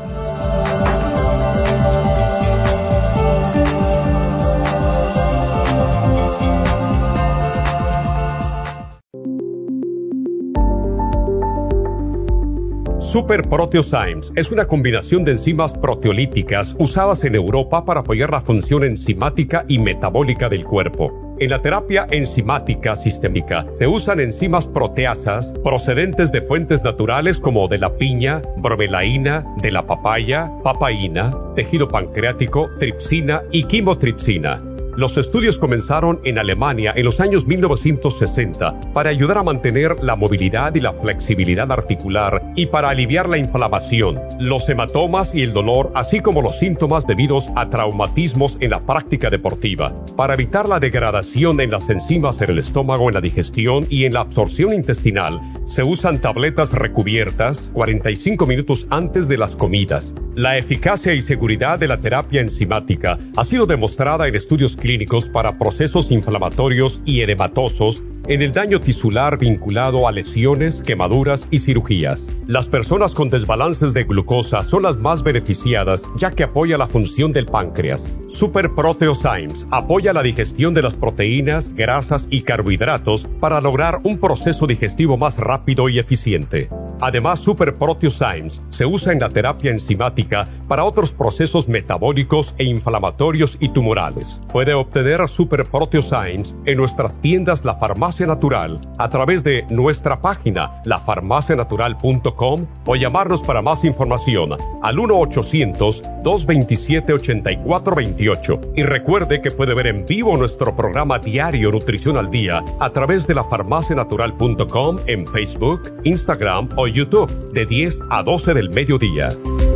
Speaker 3: Super Proteosymes es una combinación de enzimas proteolíticas usadas en Europa para apoyar la función enzimática y metabólica del cuerpo. En la terapia enzimática sistémica se usan enzimas proteasas procedentes de fuentes naturales como de la piña, bromelaína, de la papaya, papaína, tejido pancreático, tripsina y quimotripsina. Los estudios comenzaron en Alemania en los años mil novecientos sesenta para ayudar a mantener la movilidad y la flexibilidad articular y para aliviar la inflamación, los hematomas y el dolor, así como los síntomas debidos a traumatismos en la práctica deportiva. Para evitar la degradación en las enzimas en el estómago, en la digestión y en la absorción intestinal, se usan tabletas recubiertas cuarenta y cinco minutos antes de las comidas. La eficacia y seguridad de la terapia enzimática ha sido demostrada en estudios clínicos para procesos inflamatorios y edematosos en el daño tisular vinculado a lesiones, quemaduras y cirugías. Las personas con desbalances de glucosa son las más beneficiadas, ya que apoya la función del páncreas. Super Proteosymes apoya la digestión de las proteínas, grasas y carbohidratos para lograr un proceso digestivo más rápido y eficiente. Además, Super Proteosymes se usa en la terapia enzimática para otros procesos metabólicos e inflamatorios y tumorales. Puede obtener Super Proteosymes en nuestras tiendas La Farmacia Natural a través de nuestra página la farmacia natural punto com o llamarnos para más información al uno ochocientos, dos veintisiete, ochenta y cuatro veintiocho. Y recuerde que puede ver en vivo nuestro programa diario Nutrición al Día a través de la farmacia natural punto com en Facebook, Instagram o YouTube de diez a doce del mediodía.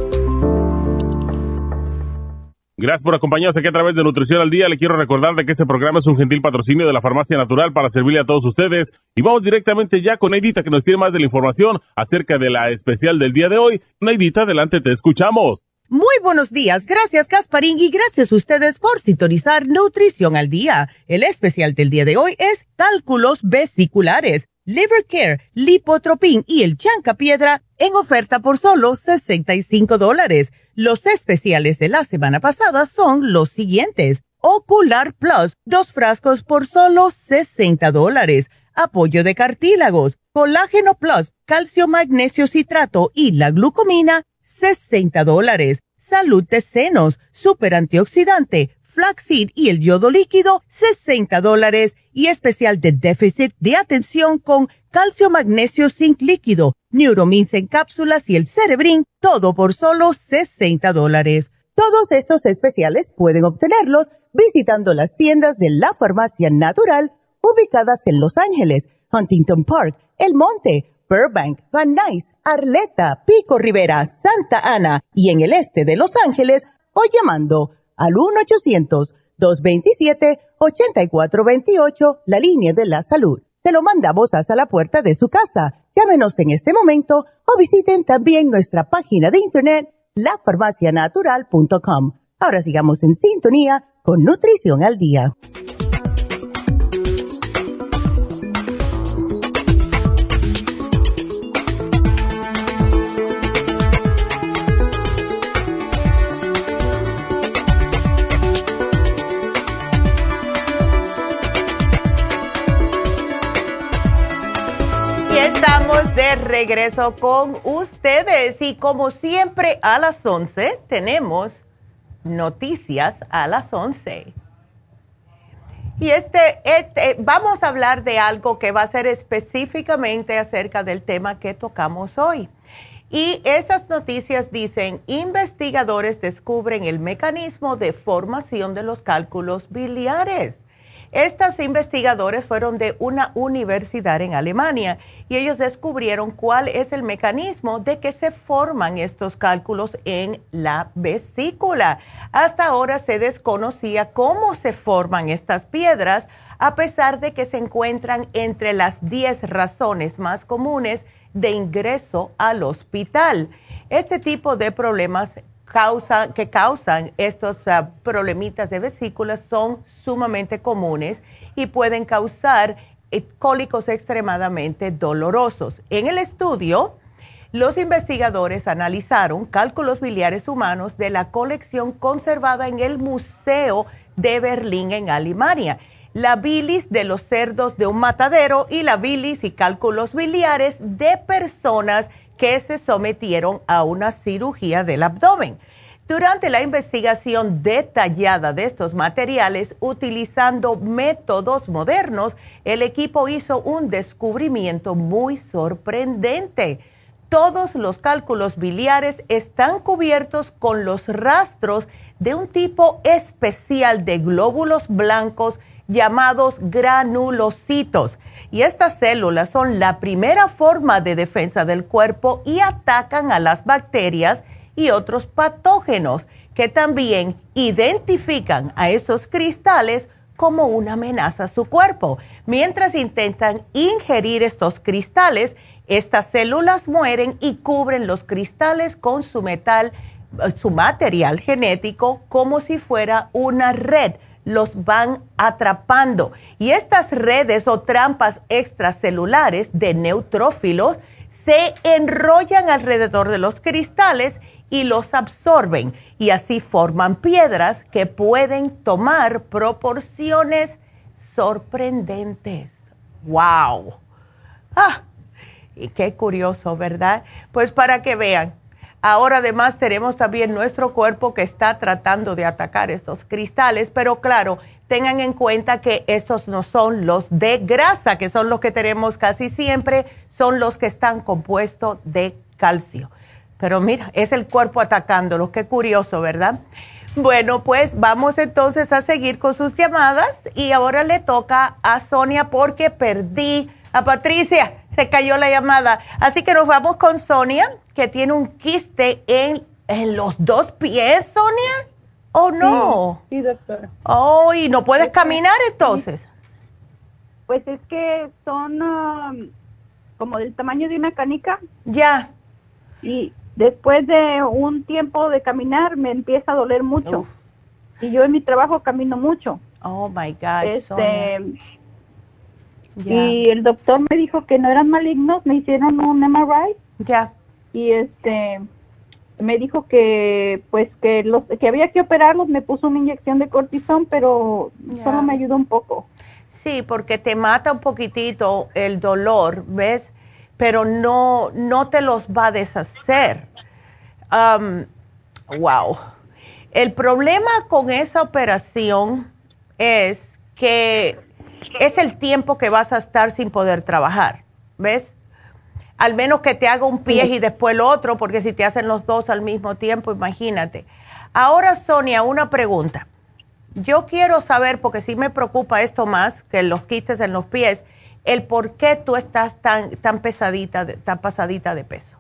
Speaker 5: Gracias por acompañarnos aquí a través de Nutrición al Día. Le quiero recordar de que este programa es un gentil patrocinio de la Farmacia Natural para servirle a todos ustedes. Y vamos directamente ya con Neidita, que nos tiene más de la información acerca de la especial del día de hoy. Neidita, adelante, te escuchamos.
Speaker 8: Muy buenos días, gracias Gasparín y gracias a ustedes por sintonizar Nutrición al Día. El especial del día de hoy es cálculos vesiculares, Liver Care, Lipotropin y el Chancapiedra en oferta por solo sesenta y cinco dólares. Los especiales de la semana pasada son los siguientes. Ocular Plus, dos frascos por solo sesenta dólares. Apoyo de cartílagos, Colágeno Plus, calcio, magnesio citrato y la glucomina, sesenta dólares. Salud de senos, super antioxidante, flaxseed y el yodo líquido, sesenta dólares. Y especial de déficit de atención con calcio, magnesio, zinc líquido, Neuromins en cápsulas y el Cerebrin, todo por solo sesenta dólares. Todos estos especiales pueden obtenerlos visitando las tiendas de la Farmacia Natural ubicadas en Los Ángeles, Huntington Park, El Monte, Burbank, Van Nuys, Arleta, Pico Rivera, Santa Ana y en el este de Los Ángeles o llamando al uno ochocientos, dos veintisiete, ochenta y cuatro veintiocho, la línea de la salud. Te lo mandamos hasta la puerta de su casa. Llámenos en este momento o visiten también nuestra página de internet la farmacia natural punto com. Ahora sigamos en sintonía con Nutrición al Día.
Speaker 4: Estamos de regreso con ustedes y como siempre a las once tenemos noticias a las once. Y este, este, vamos a hablar de algo que va a ser específicamente acerca del tema que tocamos hoy. Y esas noticias dicen, investigadores descubren el mecanismo de formación de los cálculos biliares. Estos investigadores fueron de una universidad en Alemania y ellos descubrieron cuál es el mecanismo de que se forman estos cálculos en la vesícula. Hasta ahora se desconocía cómo se forman estas piedras, a pesar de que se encuentran entre las diez razones más comunes de ingreso al hospital. Este tipo de problemas Causa, que causan estos uh, problemitas de vesículas son sumamente comunes y pueden causar eh, cólicos extremadamente dolorosos. En el estudio, los investigadores analizaron cálculos biliares humanos de la colección conservada en el Museo de Berlín en Alemania, la bilis de los cerdos de un matadero y la bilis y cálculos biliares de personas que se sometieron a una cirugía del abdomen. Durante la investigación detallada de estos materiales, utilizando métodos modernos, el equipo hizo un descubrimiento muy sorprendente. Todos los cálculos biliares están cubiertos con los rastros de un tipo especial de glóbulos blancos llamados granulocitos. Y estas células son la primera forma de defensa del cuerpo y atacan a las bacterias y otros patógenos que también identifican a esos cristales como una amenaza a su cuerpo. Mientras intentan ingerir estos cristales, estas células mueren y cubren los cristales con su metal su material genético como si fuera una red. Los van atrapando. Y estas redes o trampas extracelulares de neutrófilos se enrollan alrededor de los cristales y los absorben. Y así forman piedras que pueden tomar proporciones sorprendentes. ¡Wow! ¡Ah! Y qué curioso, ¿verdad? Pues para que vean. Ahora además tenemos también nuestro cuerpo que está tratando de atacar estos cristales, pero claro, tengan en cuenta que estos no son los de grasa, que son los que tenemos casi siempre, son los que están compuestos de calcio. Pero mira, es el cuerpo atacándolo, qué curioso, ¿verdad? Bueno, pues vamos entonces a seguir con sus llamadas y ahora le toca a Sonia porque perdí a Patricia, se cayó la llamada. Así que nos vamos con Sonia, que tiene un quiste en, en los dos pies, Sonia. ¿Oh, no?
Speaker 10: Sí, sí, doctora.
Speaker 4: Oh, ¿y no puedes es caminar que, entonces?
Speaker 10: Pues es que son um, como del tamaño de una canica.
Speaker 4: Ya.
Speaker 10: Y después de un tiempo de caminar me empieza a doler mucho. Uf. Y yo en mi trabajo camino mucho.
Speaker 4: Oh, my God,
Speaker 10: este,
Speaker 4: Sonia.
Speaker 10: Yeah. Y el doctor me dijo que no eran malignos, me hicieron un M R I.
Speaker 4: Ya. Yeah.
Speaker 10: Y este me dijo que pues que los que había que operarlos, me puso una inyección de cortisón, pero yeah. solo me ayudó un poco.
Speaker 4: Sí, porque te mata un poquitito el dolor, ¿ves? Pero no no te los va a deshacer. Um, wow. El problema con esa operación es que es el tiempo que vas a estar sin poder trabajar, ¿ves? Al menos que te haga un pie y después el otro, porque si te hacen los dos al mismo tiempo, imagínate. Ahora, Sonia, una pregunta. Yo quiero saber, porque sí me preocupa esto más que los quistes en los pies, el por qué tú estás tan tan pesadita, tan pasadita de peso.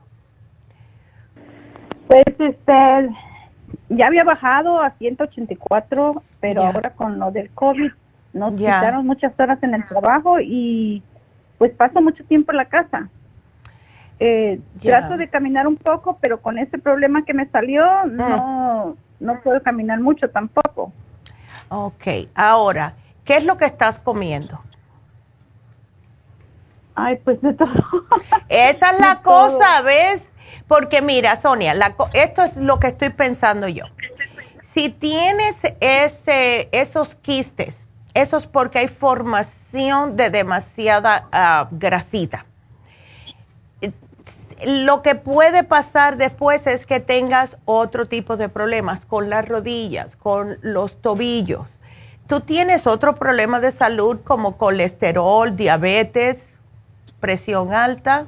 Speaker 10: Pues, este, ya había bajado a ciento ochenta y cuatro, pero yeah. ahora con lo del COVID nos yeah. quitaron muchas horas en el trabajo y pues paso mucho tiempo en la casa. Eh, yeah. Trato de caminar un poco, pero con ese problema que me salió, mm. no, no puedo caminar mucho tampoco.
Speaker 4: Ok, ahora, ¿qué es lo que estás comiendo?
Speaker 10: Ay, pues de todo.
Speaker 4: Esa es la
Speaker 10: de
Speaker 4: cosa,
Speaker 10: todo.
Speaker 4: ¿ves? Porque mira, Sonia, la, esto es lo que estoy pensando yo. Si tienes ese, esos quistes, eso es porque hay formación de demasiada uh, grasita. Lo que puede pasar después es que tengas otro tipo de problemas con las rodillas, con los tobillos. ¿Tú tienes otro problema de salud como colesterol, diabetes, presión alta?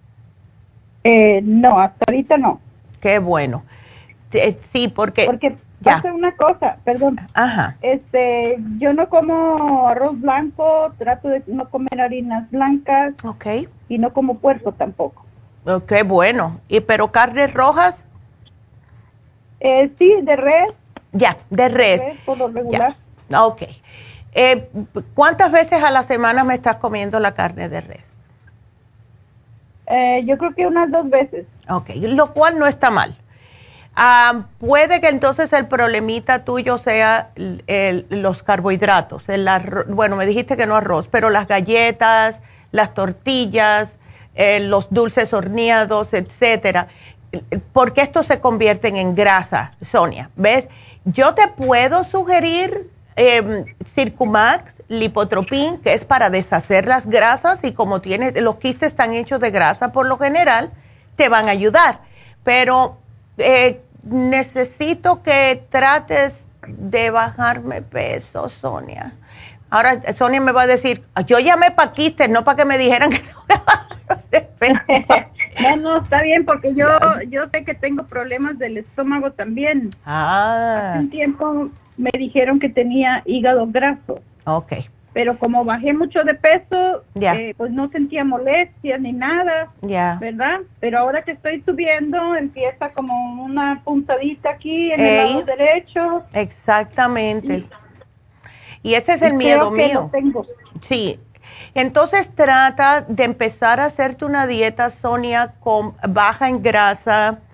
Speaker 10: Eh, no, hasta ahorita no.
Speaker 4: Qué bueno. Sí, porque...
Speaker 10: Porque pasa una cosa, perdón.
Speaker 4: Ajá.
Speaker 10: Este, yo no como arroz blanco, trato de no comer harinas blancas.
Speaker 4: Ok.
Speaker 10: Y no como puerco tampoco.
Speaker 4: Oh, qué bueno. ¿Y pero carnes rojas?
Speaker 10: Eh, sí, de res.
Speaker 4: Ya, de res.
Speaker 10: De res por lo regular.
Speaker 4: Ya. Ok. Eh, ¿Cuántas veces a la semana me estás comiendo la carne de res?
Speaker 10: Eh, yo creo que unas dos veces.
Speaker 4: Ok, lo cual no está mal. Ah, puede que entonces el problemita tuyo sea el, el, los carbohidratos. El arroz, bueno, me dijiste que no arroz, pero las galletas, las tortillas, eh, los dulces horneados, etcétera. Porque estos se convierten en grasa, Sonia. ¿Ves? Yo te puedo sugerir eh, Circumax, Lipotropin, que es para deshacer las grasas y como tienes, los quistes están hechos de grasa por lo general, te van a ayudar. Pero eh, necesito que trates de bajarme peso, Sonia. Ahora Sonia me va a decir, yo llamé para quistes, no para que me dijeran que tengo que bajar de peso.
Speaker 10: No, no, está bien, porque yo yo sé que tengo problemas del estómago también.
Speaker 4: Ah.
Speaker 10: Hace un tiempo me dijeron que tenía hígado graso.
Speaker 4: Ok.
Speaker 10: Pero como bajé mucho de peso,
Speaker 4: yeah.
Speaker 10: eh, pues no sentía molestias ni nada,
Speaker 4: yeah.
Speaker 10: ¿verdad? Pero ahora que estoy subiendo, empieza como una puntadita aquí en Ey. el lado derecho.
Speaker 4: Exactamente. Y, y ese es el
Speaker 10: y
Speaker 4: miedo
Speaker 10: creo que
Speaker 4: mío.
Speaker 10: Lo tengo.
Speaker 4: Sí. Entonces trata de empezar a hacerte una dieta, Sonia, con baja en grasa,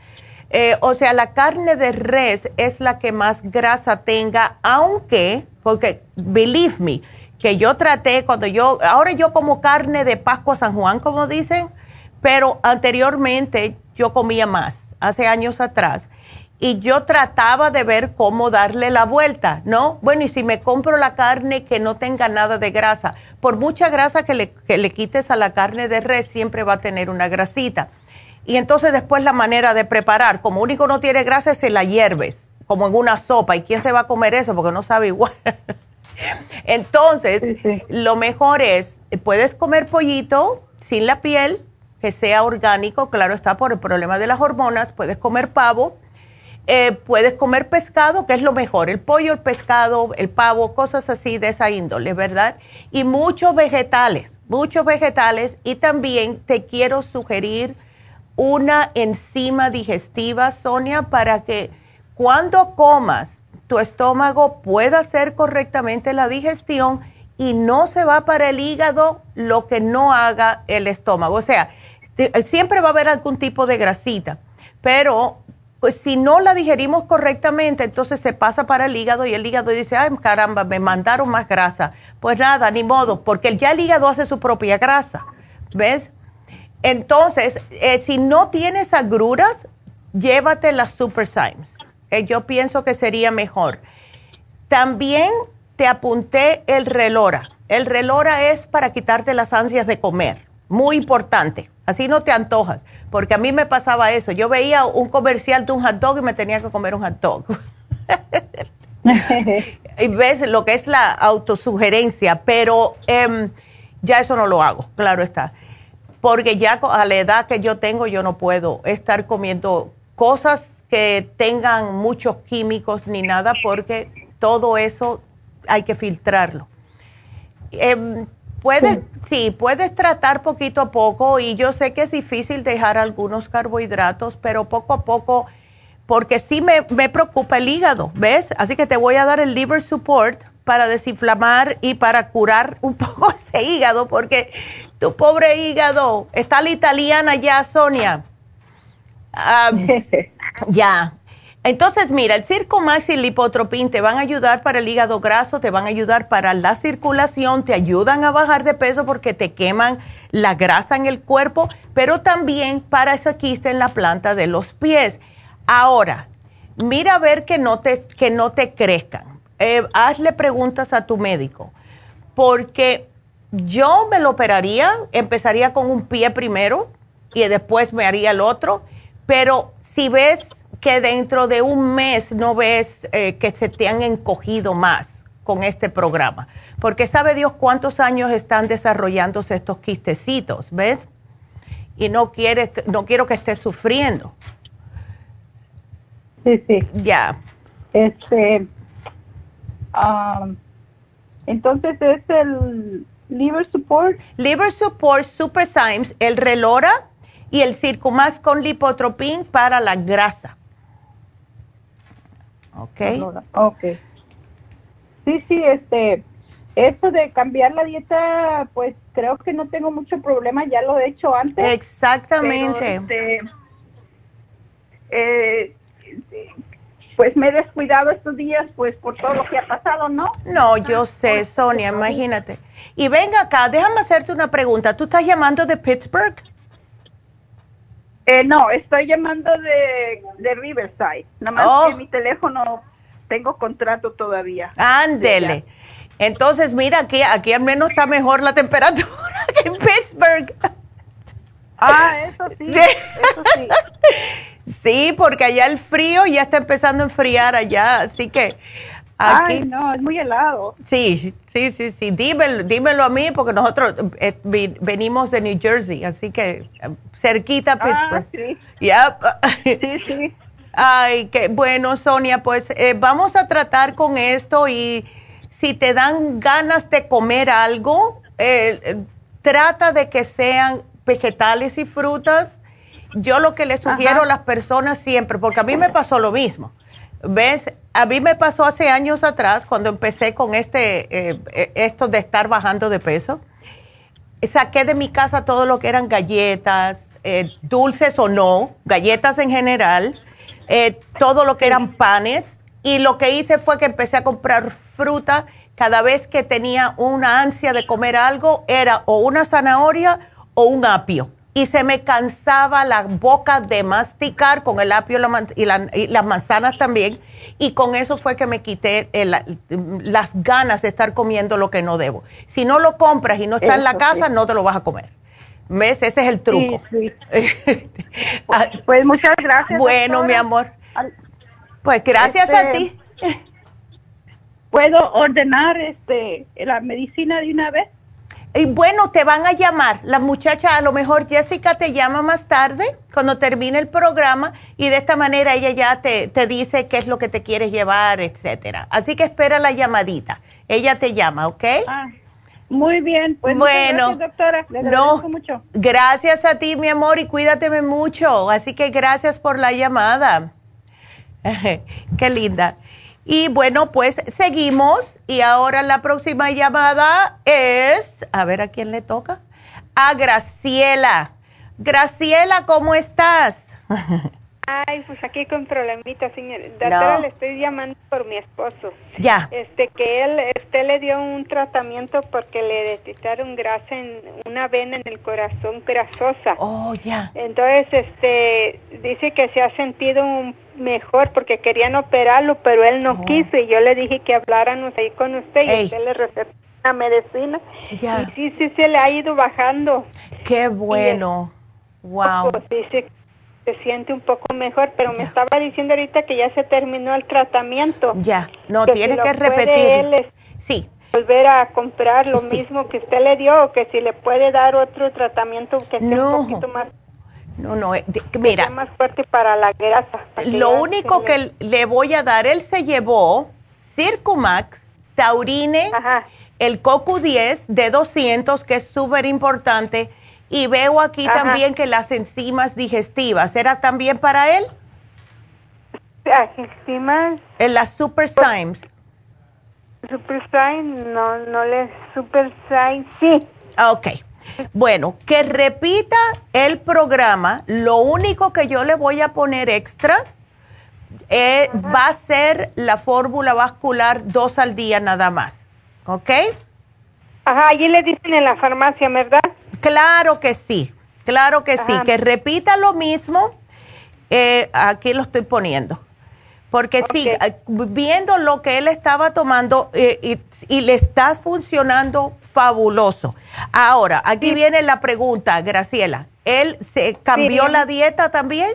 Speaker 4: Eh, o sea, la carne de res es la que más grasa tenga, aunque, porque, believe me, que yo traté cuando yo, ahora yo como carne de Pascua San Juan, como dicen, pero anteriormente yo comía más, hace años atrás, y yo trataba de ver cómo darle la vuelta, ¿no? Bueno, y si me compro la carne que no tenga nada de grasa, por mucha grasa que le, que le quites a la carne de res, siempre va a tener una grasita. Y entonces después la manera de preparar, como único no tiene grasa, se la hierves, como en una sopa. ¿Y quién se va a comer eso? Porque no sabe igual. Entonces, sí, sí. Lo mejor es, puedes comer pollito sin la piel, que sea orgánico, claro está, por el problema de las hormonas. Puedes comer pavo, eh, puedes comer pescado, que es lo mejor, el pollo, el pescado, el pavo, cosas así de esa índole, ¿verdad? Y muchos vegetales, muchos vegetales. Y también te quiero sugerir una enzima digestiva, Sonia, para que cuando comas tu estómago pueda hacer correctamente la digestión y no se va para el hígado lo que no haga el estómago. O sea, te, siempre va a haber algún tipo de grasita, pero pues si no la digerimos correctamente, entonces se pasa para el hígado y el hígado dice, ay, caramba, me mandaron más grasa. Pues nada, ni modo, porque ya el hígado hace su propia grasa, ¿ves? Entonces, eh, si no tienes agruras, llévate las Super Symes. Eh, yo pienso que sería mejor. También te apunté el Relora. El Relora es para quitarte las ansias de comer. Muy importante. Así no te antojas. Porque a mí me pasaba eso. Yo veía un comercial de un hot dog y me tenía que comer un hot dog. Y ves lo que es la autosugerencia. Pero eh, ya eso no lo hago, claro está. Porque ya a la edad que yo tengo, yo no puedo estar comiendo cosas que tengan muchos químicos ni nada, porque todo eso hay que filtrarlo. Eh, puedes, sí. sí, puedes tratar poquito a poco, y yo sé que es difícil dejar algunos carbohidratos, pero poco a poco, porque sí me, me preocupa el hígado, ¿ves? Así que te voy a dar el Liver Support para desinflamar y para curar un poco ese hígado, porque tu pobre hígado, está la italiana ya, Sonia. Um, ya. Entonces, mira, el Circumax y el Lipotropin te van a ayudar para el hígado graso, te van a ayudar para la circulación, te ayudan a bajar de peso porque te queman la grasa en el cuerpo, pero también para esa quiste en la planta de los pies. Ahora, mira a ver que no te, que no te crezcan. Eh, hazle preguntas a tu médico, porque yo me lo operaría, empezaría con un pie primero y después me haría el otro, pero si ves que dentro de un mes no ves eh, que se te han encogido más con este programa, porque sabe Dios cuántos años están desarrollándose estos quistecitos, ¿ves? Y no, quiere, no quiero que estés sufriendo.
Speaker 10: Sí, sí.
Speaker 4: Ya.
Speaker 10: Este, um, entonces es el Liver Support.
Speaker 4: Liver Support, Super Symes, el Relora y el Circumax con Lipotropin para la grasa. Ok.
Speaker 10: Relora. Ok. Sí, sí, este, eso de cambiar la dieta, pues creo que no tengo mucho problema, ya lo he hecho antes.
Speaker 4: Exactamente.
Speaker 10: Pero, este, eh, pues me he descuidado estos días, pues por todo lo que ha pasado, ¿no?
Speaker 4: No, yo sé, Sonia, imagínate. Y venga acá, déjame hacerte una pregunta. ¿Tú estás llamando de Pittsburgh?
Speaker 10: Eh, no, estoy llamando de, de Riverside. Nada más oh. que mi teléfono tengo contrato todavía.
Speaker 4: Ándele. Entonces, mira, aquí, aquí al menos está mejor la temperatura que en Pittsburgh.
Speaker 10: Ah, eso sí, sí. Eso sí.
Speaker 4: Sí, porque allá el frío ya está empezando a enfriar allá, así que aquí...
Speaker 10: Ay, no, es muy helado.
Speaker 4: Sí, sí, sí, sí, dímelo, dímelo a mí, porque nosotros eh, venimos de New Jersey, así que cerquita a Pittsburgh.
Speaker 10: Ah, sí.
Speaker 4: Yep.
Speaker 10: Sí, sí.
Speaker 4: Ay, qué bueno, Sonia, pues eh, vamos a tratar con esto, y si te dan ganas de comer algo, eh, eh, trata de que sean vegetales y frutas. Yo lo que le sugiero Ajá. a las personas siempre, porque a mí me pasó lo mismo, ¿ves? A mí me pasó hace años atrás, cuando empecé con este, eh, esto de estar bajando de peso, saqué de mi casa todo lo que eran galletas, eh, dulces o no, galletas en general, eh, todo lo que eran panes, y lo que hice fue que empecé a comprar fruta. Cada vez que tenía una ansia de comer algo, era o una zanahoria o un apio. Y se me cansaba la boca de masticar con el apio y, la, y, la, y las manzanas también. Y con eso fue que me quité el, las ganas de estar comiendo lo que no debo. Si no lo compras y no está eso, en la casa, sí. no te lo vas a comer. ¿Ves? Ese es el truco.
Speaker 10: Sí, sí. Pues muchas gracias.
Speaker 4: Bueno, doctora. Mi amor. Pues gracias este... a ti.
Speaker 10: ¿Puedo ordenar este la medicina de una vez?
Speaker 4: Y bueno, te van a llamar. Las muchachas, a lo mejor Jessica te llama más tarde, cuando termine el programa, y de esta manera ella ya te, te dice qué es lo que te quieres llevar, etcétera. Así que espera la llamadita. Ella te llama, ¿ok?
Speaker 10: Ah, muy bien. Pues
Speaker 4: bueno,
Speaker 10: muchas gracias, doctora. Le
Speaker 4: no,
Speaker 10: agradezco mucho.
Speaker 4: Gracias a ti, mi amor, y cuídateme mucho. Así que gracias por la llamada. Qué linda. Y bueno, pues seguimos y ahora la próxima llamada es, a ver a quién le toca, a Graciela. Graciela, ¿cómo estás?
Speaker 11: Ay, pues aquí con problemitas, señor. Doctora,
Speaker 4: no.
Speaker 11: le estoy llamando por mi esposo.
Speaker 4: Ya.
Speaker 11: Este, que él, usted le dio un tratamiento porque le detectaron grasa en una vena en el corazón, grasosa.
Speaker 4: Oh, ya.
Speaker 11: Entonces, este, dice que se ha sentido un mejor porque querían operarlo, pero él no oh. quiso, y yo le dije que habláramos ahí con usted y
Speaker 4: Ey.
Speaker 11: usted le recetó una medicina.
Speaker 4: Ya.
Speaker 11: Y sí, sí, se le ha ido bajando.
Speaker 4: Qué bueno.
Speaker 11: Y,
Speaker 4: wow.
Speaker 11: Pues, dice se siente un poco mejor, pero ya. me estaba diciendo ahorita que ya se terminó el tratamiento.
Speaker 4: Ya, no,
Speaker 11: que
Speaker 4: tiene
Speaker 11: si
Speaker 4: que repetir.
Speaker 11: Él
Speaker 4: sí.
Speaker 11: Volver a comprar lo
Speaker 4: sí.
Speaker 11: mismo que usted le dio, o que si le puede dar otro tratamiento que sea
Speaker 4: no.
Speaker 11: un poquito más.
Speaker 4: No, no, de, mira.
Speaker 11: Que sea más fuerte para la grasa. Para
Speaker 4: lo único que le... le voy a dar, él se llevó Circumax, Taurine, Ajá. el Cocu diez de doscientos, que es súper importante. Y veo aquí Ajá. también que las enzimas digestivas, ¿era también para él?
Speaker 11: ¿Las enzimas?
Speaker 4: En las Super Symes.
Speaker 11: Super Symes, no, no le Super Symes, sí.
Speaker 4: Ok. Bueno, que repita el programa. Lo único que yo le voy a poner extra eh, va a ser la fórmula vascular dos al día nada más. ¿Ok?
Speaker 11: Ajá, allí le dicen en la farmacia, ¿verdad?
Speaker 4: Claro que sí, claro que Ajá. sí, que repita lo mismo, eh, aquí lo estoy poniendo, porque okay. sí, viendo lo que él estaba tomando eh, y, y le está funcionando fabuloso. Ahora, aquí sí. viene la pregunta, Graciela, ¿él se cambió sí. la dieta también?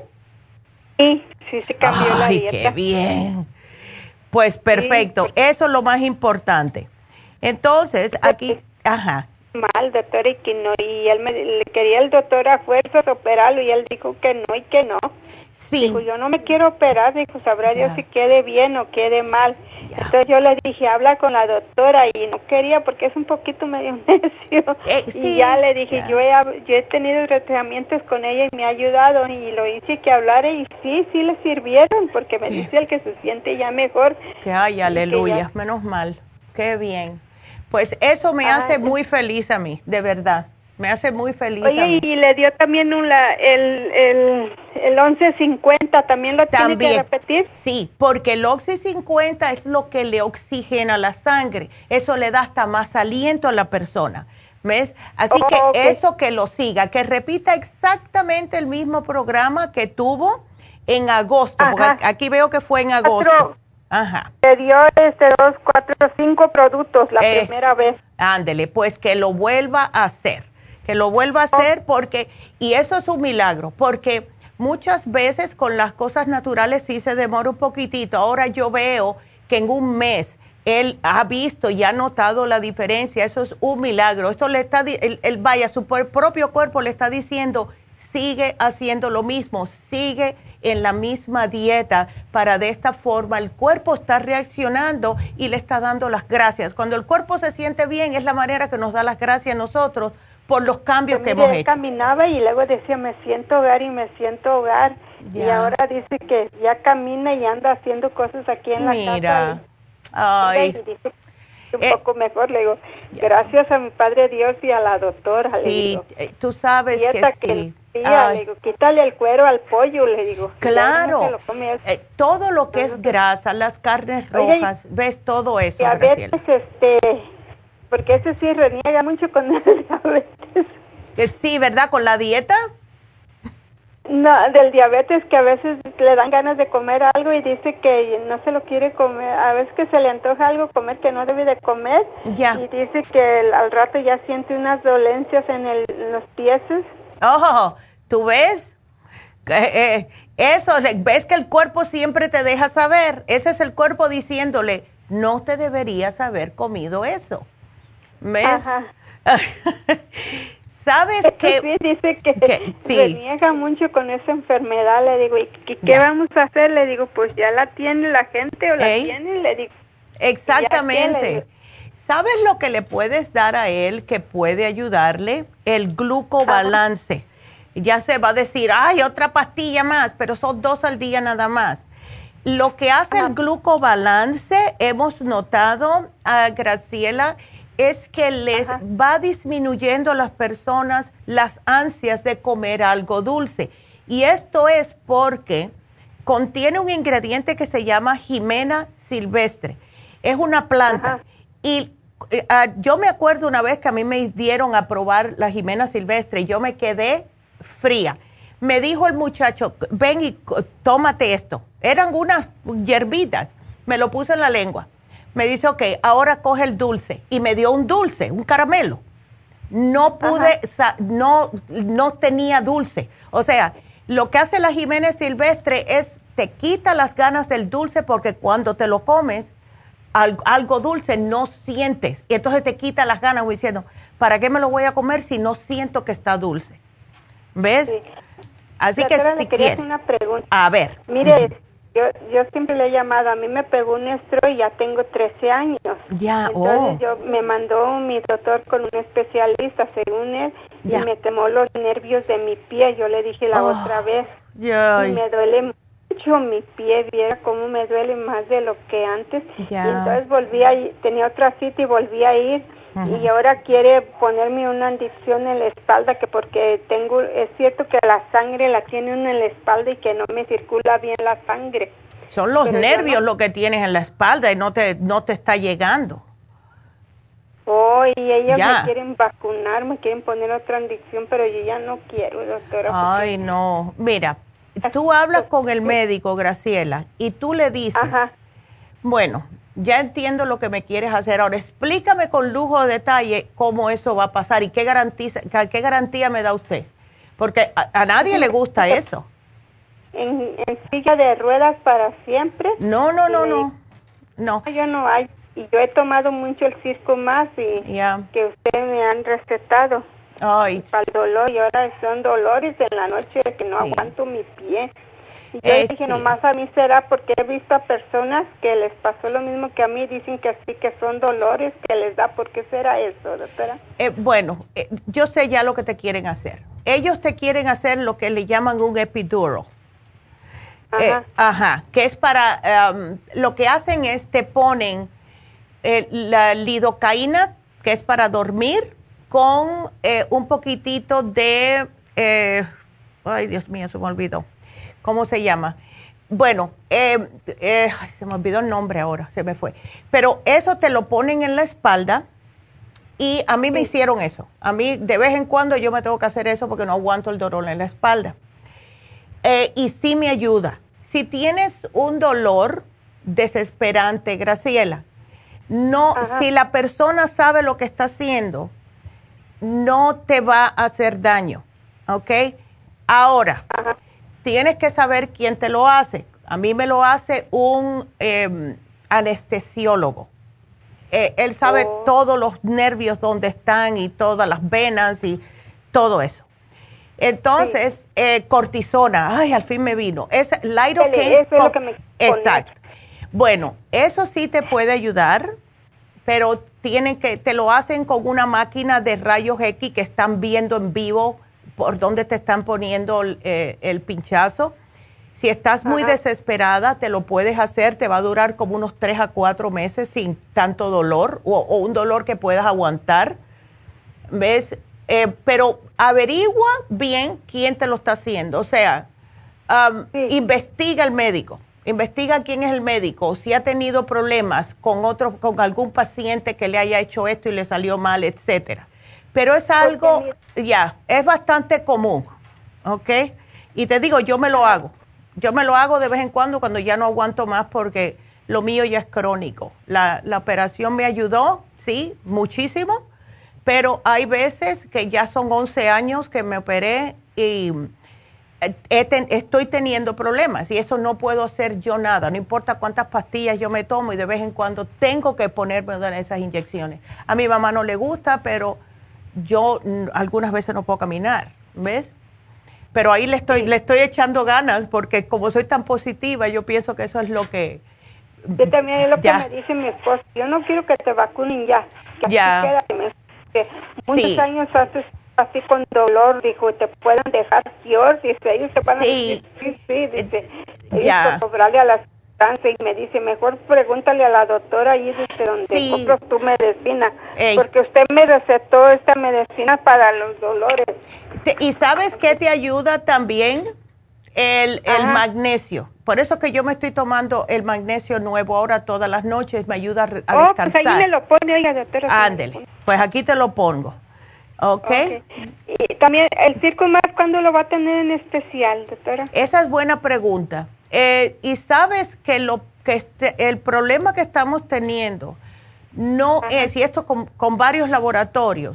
Speaker 11: Sí, sí se cambió
Speaker 4: Ay,
Speaker 11: la dieta.
Speaker 4: ¡Qué bien! Pues perfecto, sí. eso es lo más importante. Entonces, aquí, ajá.
Speaker 11: Mal, doctor, y que no, y él me le quería el doctor a fuerzas operarlo, y él dijo que no y que no.
Speaker 4: Sí.
Speaker 11: Dijo, yo no me quiero operar, dijo, sabrá Dios
Speaker 4: ya.
Speaker 11: si quede bien o quede mal.
Speaker 4: Ya.
Speaker 11: Entonces yo le dije, habla con la doctora, y no quería porque es un poquito medio necio.
Speaker 4: Eh, sí.
Speaker 11: Y ya le dije,
Speaker 4: ya.
Speaker 11: yo he, yo he tenido tratamientos con ella y me ha ayudado, y lo hice que hablara, y sí, sí le sirvieron, porque me ¿Qué? dice el que se siente ya mejor.
Speaker 4: Que ay, aleluya, que ya... menos mal, qué bien. Pues eso me Ay, hace muy feliz a mí, de verdad. Me hace muy feliz
Speaker 11: Oye,
Speaker 4: a mí.
Speaker 11: y le dio también un, la, el, el, el once cincuenta, ¿también lo
Speaker 4: también,
Speaker 11: tiene que repetir?
Speaker 4: Sí, porque el Oxy cincuenta es lo que le oxigena la sangre. Eso le da hasta más aliento a la persona. ¿Ves? Así oh, que okay. eso que lo siga, que repita exactamente el mismo programa que tuvo en agosto. Ajá. Porque aquí veo que fue en agosto. Otro. Ajá.
Speaker 11: Le dio este dos, cuatro, cinco productos la eh, primera vez.
Speaker 4: Ándele, pues que lo vuelva a hacer, que lo vuelva a hacer porque, y eso es un milagro, porque muchas veces con las cosas naturales sí se demora un poquitito. Ahora yo veo que en un mes él ha visto y ha notado la diferencia, eso es un milagro. Esto le está, él, él vaya, su propio cuerpo le está diciendo, sigue haciendo lo mismo, sigue en la misma dieta, para de esta forma el cuerpo está reaccionando y le está dando las gracias. Cuando el cuerpo se siente bien es la manera que nos da las gracias a nosotros por los cambios
Speaker 11: pues
Speaker 4: que
Speaker 11: mire,
Speaker 4: hemos
Speaker 11: él
Speaker 4: hecho.
Speaker 11: Caminaba y luego decía me siento hogar y me siento hogar ya. Y ahora dice que ya camina y anda haciendo cosas aquí en
Speaker 4: Mira.
Speaker 11: la casa.
Speaker 4: Ay.
Speaker 11: Y dice un eh, poco mejor, le digo, yeah. gracias a mi Padre Dios y a la doctora.
Speaker 4: Sí,
Speaker 11: le digo.
Speaker 4: tú sabes
Speaker 11: y
Speaker 4: que,
Speaker 11: que
Speaker 4: sí.
Speaker 11: Sí, le digo, quítale el cuero al pollo, le digo.
Speaker 4: Claro,
Speaker 11: no lo come,
Speaker 4: eh, todo lo que es grasa, las carnes rojas, Oye, ves todo eso,
Speaker 11: a veces, este, porque ese sí reniega mucho con el diabetes.
Speaker 4: Que sí, ¿verdad? ¿Con la dieta?
Speaker 11: No, del diabetes, que a veces le dan ganas de comer algo y dice que no se lo quiere comer. A veces que se le antoja algo comer que no debe de comer.
Speaker 4: Ya.
Speaker 11: Y dice que el, al rato ya siente unas dolencias en, el, en los pies.
Speaker 4: Oh, ¿tú ves? Eh, eh, eso, ves que el cuerpo siempre te deja saber. Ese es el cuerpo diciéndole, no te deberías haber comido eso. ¿Ves?
Speaker 11: Ajá.
Speaker 4: ¿Sabes qué?
Speaker 11: Sí, dice que, que sí. reniega mucho con esa enfermedad. Le digo, ¿y qué, qué vamos a hacer? Le digo, pues ya la tiene la gente o la
Speaker 4: ¿Ey?
Speaker 11: tiene. Le digo,
Speaker 4: exactamente. ¿Sabes lo que le puedes dar a él que puede ayudarle? El glucobalance. Ajá. Ya se va a decir, ay, otra pastilla más, pero son dos al día nada más. Lo que hace Ajá. el glucobalance, hemos notado, a Graciela, es que les Ajá. va disminuyendo a las personas las ansias de comer algo dulce. Y esto es porque contiene un ingrediente que se llama Jimena silvestre. Es una planta. Ajá. Y uh, yo me acuerdo una vez que a mí me dieron a probar la Jimena silvestre y yo me quedé fría. Me dijo el muchacho, ven y tómate esto. Eran unas hierbitas. Me lo puse en la lengua. Me dice, ok, ahora coge el dulce. Y me dio un dulce, un caramelo. No pude, no, no tenía dulce. O sea, lo que hace la Jimena silvestre es, te quita las ganas del dulce porque cuando te lo comes, algo, algo dulce no sientes. Y entonces te quita las ganas diciendo, ¿para qué me lo voy a comer si no siento que está dulce? ¿Ves? Sí. Así que
Speaker 11: si quieres una pregunta.
Speaker 4: A ver.
Speaker 11: Mire, yo, yo siempre le he llamado, a mí me pegó un estro y ya tengo trece años.
Speaker 4: Ya,
Speaker 11: Entonces
Speaker 4: oh.
Speaker 11: yo me mandó mi doctor con un especialista, según él, ya. y me temó los nervios de mi pie. Yo le dije la oh. otra vez.
Speaker 4: Ya.
Speaker 11: Y me duele mucho mi pie, viera cómo me duele más de lo que antes.
Speaker 4: Ya.
Speaker 11: Y entonces volví a ir, tenía otra cita y volví a ir. Uh-huh. Y ahora quiere ponerme una inyección en la espalda, que porque tengo, es cierto que la sangre la tiene uno en la espalda y que no me circula bien la sangre.
Speaker 4: Son los
Speaker 11: Pero
Speaker 4: nervios
Speaker 11: no,
Speaker 4: lo que tienes en la espalda y no te, no te está llegando.
Speaker 11: Oh, y ellas
Speaker 4: ya.
Speaker 11: me quieren vacunar, me quieren poner otra inyección, pero yo ya no quiero, doctora.
Speaker 4: Ay, porque... no. Mira, tú hablas con el médico, Graciela, y tú le dices,
Speaker 11: Ajá.
Speaker 4: bueno, ya entiendo lo que me quieres hacer. Ahora, explícame con lujo de detalle cómo eso va a pasar y qué garantía, qué garantía me da usted. Porque a, a nadie le gusta eso.
Speaker 11: En, en silla de ruedas para siempre.
Speaker 4: No, no, no, no. No.
Speaker 11: Yo no hay. Y yo he tomado mucho el Circo Más y
Speaker 4: yeah.
Speaker 11: que ustedes me han recetado.
Speaker 4: Ay.
Speaker 11: Para el dolor. Y ahora son dolores en la noche que no sí. aguanto mi pie. Y yo
Speaker 4: eh,
Speaker 11: dije,
Speaker 4: sí.
Speaker 11: nomás a mí será porque he visto a personas que les pasó lo mismo que a mí, dicen que sí, que son dolores que les da. ¿Por qué será eso, doctora?
Speaker 4: Eh, bueno, eh, yo sé ya lo que te quieren hacer. Ellos te quieren hacer lo que le llaman un epidural.
Speaker 11: Ajá.
Speaker 4: Eh, ajá, que es para, um, lo que hacen es te ponen eh, la lidocaína, que es para dormir, con eh, un poquitito de, eh, ay Dios mío, se me olvidó. ¿Cómo se llama? Bueno, eh, eh, se me olvidó el nombre ahora, se me fue. Pero eso te lo ponen en la espalda y a mí sí. me hicieron eso. A mí de vez en cuando yo me tengo que hacer eso porque no aguanto el dolor en la espalda. Eh, y sí me ayuda. Si tienes un dolor desesperante, Graciela, no, Ajá. si la persona sabe lo que está haciendo, no te va a hacer daño, ¿ok? Ahora,
Speaker 11: Ajá.
Speaker 4: tienes que saber quién te lo hace. A mí me lo hace un eh, anestesiólogo. Eh, él sabe oh. todos los nervios donde están y todas las venas y todo eso. Entonces, sí. eh, cortisona, ay, al fin me vino. Es lidocaine.
Speaker 11: Eso es lo que me
Speaker 4: Exacto. Bueno, eso sí te puede ayudar, pero tienen que, te lo hacen con una máquina de rayos X que están viendo en vivo por dónde te están poniendo el, eh, el pinchazo. Si estás muy Ajá. desesperada, te lo puedes hacer, te va a durar como unos tres a cuatro meses sin tanto dolor o, o un dolor que puedas aguantar. ¿Ves? eh, pero averigua bien quién te lo está haciendo. O sea, um, sí. investiga el médico. Investiga quién es el médico, si ha tenido problemas con otro, con algún paciente que le haya hecho esto y le salió mal, etcétera. Pero es algo, ya, yeah, es bastante común, ¿ok? Y te digo, yo me lo hago. Yo me lo hago de vez en cuando cuando ya no aguanto más porque lo mío ya es crónico. La, la operación me ayudó, sí, muchísimo, pero hay veces que ya son once años que me operé y He ten, estoy teniendo problemas y eso no puedo hacer yo nada, no importa cuántas pastillas yo me tomo y de vez en cuando tengo que ponerme esas inyecciones. A mi mamá no le gusta, pero yo algunas veces no puedo caminar, ¿ves? Pero ahí le estoy, le estoy echando ganas porque como soy tan positiva, yo pienso que eso es lo que...
Speaker 11: Yo también es lo ya. que me dice mi esposo, yo no quiero que te vacunen ya, que
Speaker 4: ya.
Speaker 11: Queda, que me, que muchos
Speaker 4: sí.
Speaker 11: años haces así con dolor, dijo, te pueden dejar peor, dice, ellos te van a
Speaker 4: sí.
Speaker 11: decir, sí, sí, dice,
Speaker 4: ya.
Speaker 11: ellos cobrarle a la sustancia y me dice, mejor pregúntale a la doctora ahí dice, donde
Speaker 4: sí.
Speaker 11: compras tu medicina,
Speaker 4: Ey.
Speaker 11: porque usted me recetó esta medicina para los dolores.
Speaker 4: Te, ¿Y sabes qué te ayuda también? El, el magnesio. Por eso que yo me estoy tomando el magnesio nuevo ahora todas las noches, me ayuda a, a
Speaker 11: oh,
Speaker 4: descansar.
Speaker 11: Pues ahí me lo pone, oiga, doctora.
Speaker 4: Ándele, pues aquí te lo pongo. Okay.
Speaker 11: ok. Y también, ¿el Circumax cuándo lo va a tener en especial, doctora?
Speaker 4: Esa es buena pregunta. Eh, y sabes que, lo, que este, el problema que estamos teniendo no Ajá. es, y esto con, con varios laboratorios,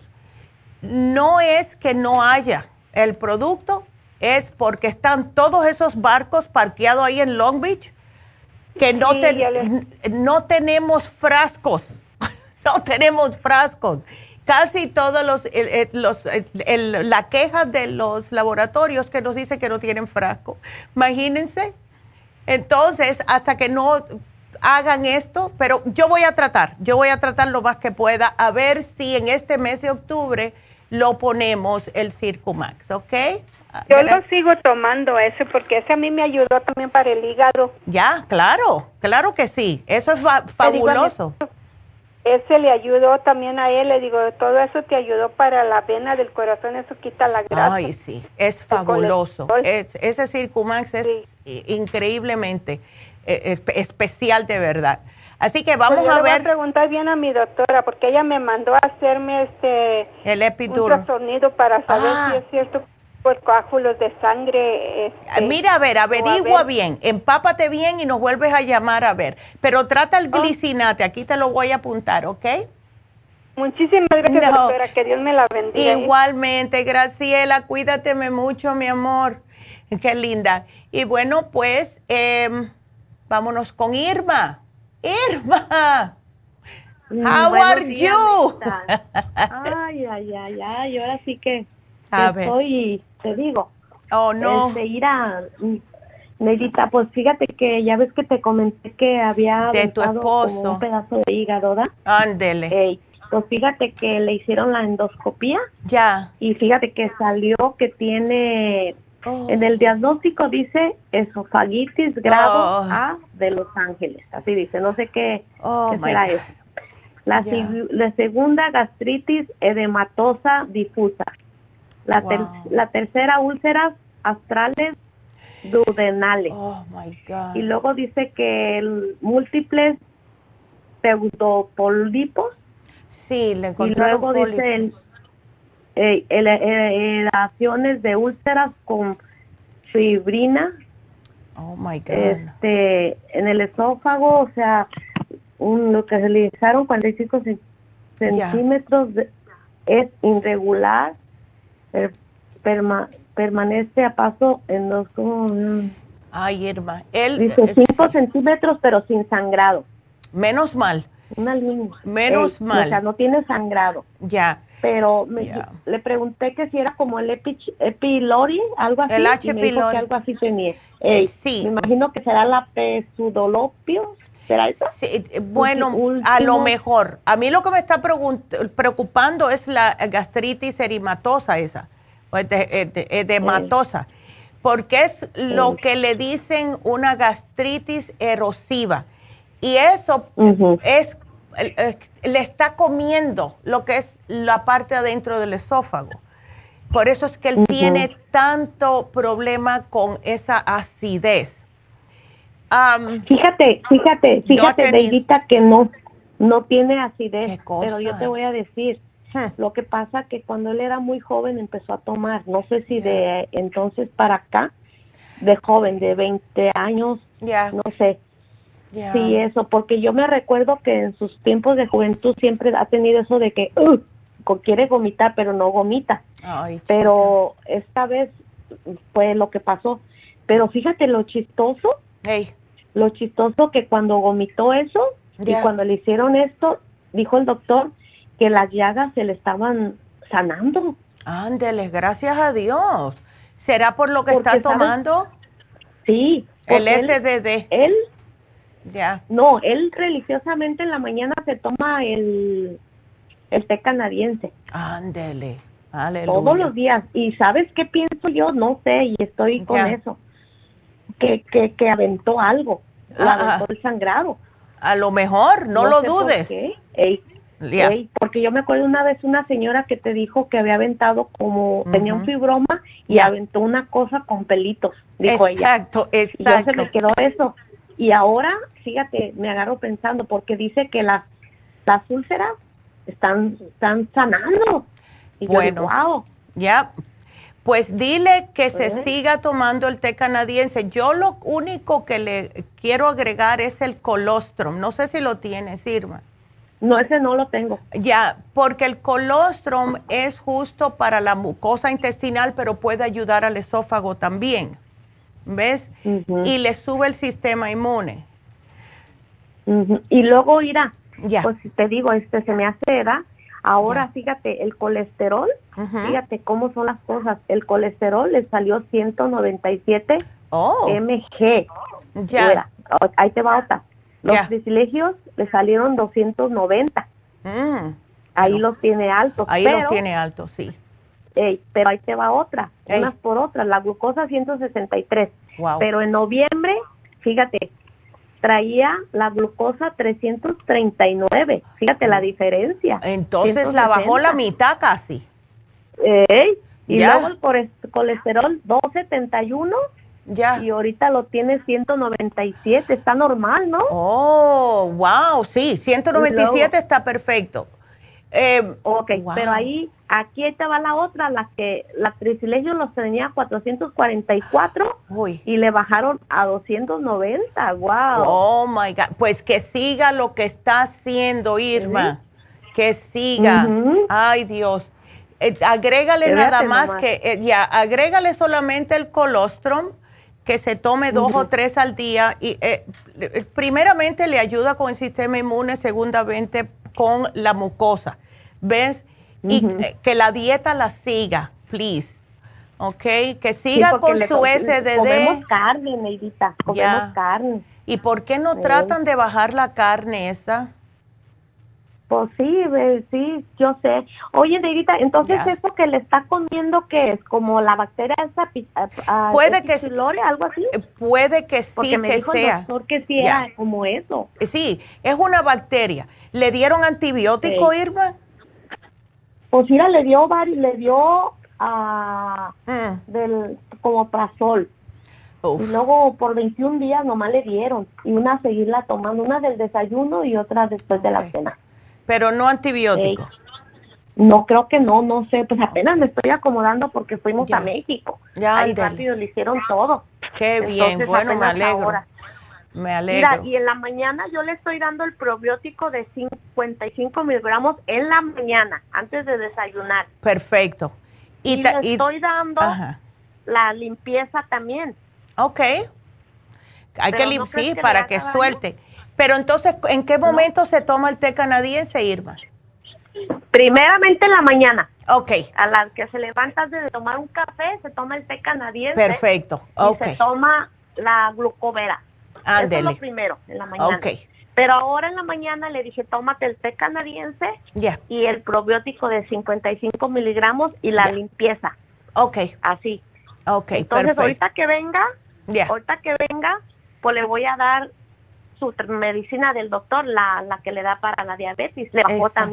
Speaker 4: no es que no haya el producto, es porque están todos esos barcos parqueados ahí en Long Beach, que no,
Speaker 11: sí,
Speaker 4: te,
Speaker 11: les...
Speaker 4: no tenemos frascos, no tenemos frascos. Casi todos los, el, el, los el, el, la queja de los laboratorios que nos dice que no tienen frasco. Imagínense. Entonces, hasta que no hagan esto, pero yo voy a tratar, yo voy a tratar lo más que pueda, a ver si en este mes de octubre lo ponemos el Circumax, ¿ok?
Speaker 11: Yo lo sigo tomando ese porque ese a mí me ayudó también para el hígado.
Speaker 4: Ya, claro, claro que sí, eso es fa fabuloso.
Speaker 11: Ese le ayudó también a él, le digo, todo eso te ayudó para la vena del corazón, eso quita la grasa.
Speaker 4: Ay, sí, es fabuloso. Es, ese Circumax es sí. increíblemente eh, especial de verdad. Así que vamos
Speaker 11: pues yo
Speaker 4: a
Speaker 11: le
Speaker 4: ver.
Speaker 11: Voy a preguntar bien a mi doctora, porque ella me mandó a hacerme este
Speaker 4: el epidural.
Speaker 11: Un trastornido para saber
Speaker 4: ah.
Speaker 11: si es cierto por coágulos de sangre. Este,
Speaker 4: Mira, a ver, averigua a ver. bien, empápate bien y nos vuelves a llamar a ver. Pero trata el glicinate, aquí te lo voy a apuntar, ¿ok?
Speaker 11: Muchísimas gracias, no. doctora, que Dios me la bendiga.
Speaker 4: Igualmente, ¿eh? Graciela, cuídateme mucho, mi amor. Qué linda. Y bueno, pues, eh, vámonos con Irma. Irma, how
Speaker 12: Buenos
Speaker 4: are
Speaker 12: días,
Speaker 4: you?
Speaker 12: Ay, ay, ay, ay, ahora sí que
Speaker 4: a
Speaker 12: estoy, ver. te digo.
Speaker 4: Oh, no.
Speaker 12: Este, ir a, Neidita, pues fíjate que ya ves que te comenté que había
Speaker 4: de tu esposo
Speaker 12: como un pedazo de hígado, ¿verdad?
Speaker 4: Ándele.
Speaker 12: Hey, pues fíjate que le hicieron la endoscopía.
Speaker 4: Ya.
Speaker 12: Y fíjate que salió que tiene, oh. en el diagnóstico dice esofagitis grado oh. A de Los Ángeles, así dice, no sé qué,
Speaker 4: oh,
Speaker 12: qué será eso. La, yeah. la segunda gastritis edematosa difusa. La, wow. ter la tercera úlceras astrales duodenales.
Speaker 4: Oh, my God.
Speaker 12: Y luego dice que el, múltiples pseudopólipos.
Speaker 4: Sí, le encontraron.
Speaker 12: Y luego pólipos. dice el, eh, el, eh, relaciones de úlceras con fibrina.
Speaker 4: Oh, my God.
Speaker 12: Este, en el esófago, o sea, un, lo que realizaron cuarenta y cinco centímetros yeah. de, es irregular. Per, perma, permanece a paso en dos como,
Speaker 4: ay, Irma, él
Speaker 12: dice cinco centímetros pero sin sangrado.
Speaker 4: Menos mal.
Speaker 12: Una línea.
Speaker 4: Menos
Speaker 12: Ey,
Speaker 4: mal.
Speaker 12: O sea, no tiene sangrado.
Speaker 4: Ya.
Speaker 12: Pero me,
Speaker 4: ya.
Speaker 12: le pregunté que si era como el epi, epilori, algo así.
Speaker 4: El H.
Speaker 12: y me dijo que algo así tenía. Ey,
Speaker 4: sí.
Speaker 12: Me imagino que será la pseudolopio. ¿Será eso?
Speaker 4: Sí, bueno, Último. a lo mejor. A mí lo que me está preocupando es la gastritis erimatosa esa, o edematosa, porque es lo sí. que le dicen una gastritis erosiva. Y eso uh-huh. es, le está comiendo lo que es la parte adentro del esófago. Por eso es que él uh-huh. tiene tanto problema con esa acidez.
Speaker 12: Um, fíjate, fíjate, fíjate, no Deidita, que no, no tiene acidez, pero yo te voy a decir, huh. lo que pasa que cuando él era muy joven empezó a tomar, no sé si yeah. de entonces para acá, de joven, de veinte años, yeah. no sé, yeah. sí eso, porque yo me recuerdo que en sus tiempos de juventud siempre ha tenido eso de que uh, quiere vomitar, pero no vomita, Ay, pero chica. esta vez fue lo que pasó, pero fíjate lo chistoso, Hey. Lo chistoso que cuando vomitó eso yeah. y cuando le hicieron esto, dijo el doctor que las llagas se le estaban sanando.
Speaker 4: Ándele, gracias a Dios. ¿Será por lo que porque, está tomando?
Speaker 12: ¿sabes? Sí.
Speaker 4: El S D D.
Speaker 12: Él,
Speaker 4: ya. Yeah.
Speaker 12: No, él religiosamente en la mañana se toma el, el té canadiense.
Speaker 4: Ándele, aleluya.
Speaker 12: Todos los días. ¿Y sabes qué pienso yo? No sé, y estoy con yeah. eso. Que, que, que aventó algo, ah, aventó el sangrado.
Speaker 4: A lo mejor, no, no lo dudes.
Speaker 12: Por qué. Ey, yeah. ey, porque yo me acuerdo una vez una señora que te dijo que había aventado como, uh-huh. tenía un fibroma y yeah. aventó una cosa con pelitos, dijo
Speaker 4: exacto,
Speaker 12: ella.
Speaker 4: Exacto, exacto.
Speaker 12: Y ya se me quedó eso. Y ahora, fíjate, me agarro pensando, porque dice que las, las úlceras están, están sanando. Y
Speaker 4: bueno,
Speaker 12: yo digo, wow.
Speaker 4: Ya. Yeah. Pues dile que se ¿Eh? siga tomando el té canadiense. Yo lo único que le quiero agregar es el colostrum. No sé si lo tienes, Irma.
Speaker 12: No, ese no lo tengo.
Speaker 4: Ya, porque el colostrum es justo para la mucosa intestinal, pero puede ayudar al esófago también. ¿Ves? Uh-huh. Y le sube el sistema inmune.
Speaker 12: Uh-huh. Y luego irá.
Speaker 4: Ya.
Speaker 12: Pues te digo, este se me hace edad. Ahora, yeah. fíjate, el colesterol, uh-huh. fíjate cómo son las cosas. El colesterol le salió ciento noventa y siete
Speaker 4: oh.
Speaker 12: miligramos.
Speaker 4: Ya.
Speaker 12: Yeah. Ahí te va otra. Los yeah. triglicéridos le salieron doscientos noventa.
Speaker 4: Mm.
Speaker 12: Ahí
Speaker 4: bueno.
Speaker 12: los tiene altos.
Speaker 4: Ahí
Speaker 12: pero,
Speaker 4: los tiene altos, sí.
Speaker 12: Ey, pero ahí te va otra.
Speaker 4: Ey.
Speaker 12: Unas por otras. La glucosa ciento sesenta y tres.
Speaker 4: Wow.
Speaker 12: Pero en noviembre, fíjate, traía la glucosa trescientos treinta y nueve. Fíjate la diferencia.
Speaker 4: Entonces
Speaker 12: ciento sesenta.
Speaker 4: La bajó la mitad casi.
Speaker 12: ¿Eh? Y
Speaker 4: ya.
Speaker 12: luego el colesterol doscientos setenta y uno.
Speaker 4: Ya.
Speaker 12: Y ahorita lo tiene ciento noventa y siete. Está normal, ¿no?
Speaker 4: Oh, wow, sí, ciento noventa y siete luego, está perfecto. Eh,
Speaker 12: ok, wow. Pero ahí, aquí te va la otra, la que la triglicéridos los tenía cuatrocientos cuarenta y cuatro.
Speaker 4: Uy.
Speaker 12: Y le bajaron a doscientos noventa, wow.
Speaker 4: Oh, my God, pues que siga lo que está haciendo, Irma, ¿sí? Que siga, uh-huh. Ay, Dios, eh, agrégale Fíjate nada más nomás. que, eh, ya, agrégale solamente el colostrum, que se tome dos uh-huh. o tres al día, y eh, primeramente le ayuda con el sistema inmune, segundamente con la mucosa, ¿ves? Y uh-huh. eh, que la dieta la siga, please, ¿ok? Que siga sí, con su S D D.
Speaker 12: Comemos carne, Neidita, comemos ya. carne.
Speaker 4: ¿Y por qué no sí. tratan de bajar la carne esa?
Speaker 12: Pues sí, sí, yo sé. Oye, Neidita, entonces ya. eso que le está comiendo, ¿qué es? ¿Como la bacteria esa? Uh,
Speaker 4: puede que sí.
Speaker 12: ¿Algo así?
Speaker 4: Puede que sí,
Speaker 12: Porque me
Speaker 4: que
Speaker 12: dijo
Speaker 4: sea.
Speaker 12: el doctor que sí ya. era como eso.
Speaker 4: Sí, es una bacteria. ¿Le dieron antibiótico, sí. Irma?
Speaker 12: Pues mira, le dio le dio uh, mm. del como prazol. Uf. Y luego por veintiún días nomás le dieron. Y una seguirla tomando, una del desayuno y otra después okay. de la cena.
Speaker 4: Pero no antibiótico.
Speaker 12: Ey. No, creo que no, no sé. Pues apenas me estoy acomodando porque fuimos
Speaker 4: ya.
Speaker 12: a México.
Speaker 4: Ya,
Speaker 12: ahí rápido le hicieron todo.
Speaker 4: Qué
Speaker 12: Entonces,
Speaker 4: bien, bueno, me alegro.
Speaker 12: Ahora.
Speaker 4: Me alegro.
Speaker 12: Mira, y en la mañana yo le estoy dando el probiótico de cincuenta y cinco miligramos en la mañana, antes de desayunar.
Speaker 4: Perfecto.
Speaker 12: Y, y le y, estoy dando ajá. la limpieza también.
Speaker 4: Ok. Hay Pero que limpiar no para que suelte. Daño. Pero entonces, ¿en qué momento no. se toma el té canadiense, Irma?
Speaker 12: Primeramente en la mañana.
Speaker 4: Ok.
Speaker 12: A la que se levanta antes de tomar un café, se toma el té canadiense.
Speaker 4: Perfecto. Ok.
Speaker 12: Y se toma la glucovera.
Speaker 4: Ándele.
Speaker 12: Eso es lo primero, en la mañana.
Speaker 4: Ok.
Speaker 12: Pero ahora en la mañana le dije, tómate el té canadiense
Speaker 4: yeah.
Speaker 12: y el probiótico de cincuenta y cinco miligramos y la yeah. limpieza.
Speaker 4: Ok.
Speaker 12: Así.
Speaker 4: Ok,
Speaker 12: Entonces,
Speaker 4: perfecto.
Speaker 12: ahorita que venga,
Speaker 4: yeah.
Speaker 12: ahorita que venga, pues le voy a dar su medicina del doctor, la, la que le da para la diabetes. Le bajó
Speaker 4: Esa.
Speaker 12: también.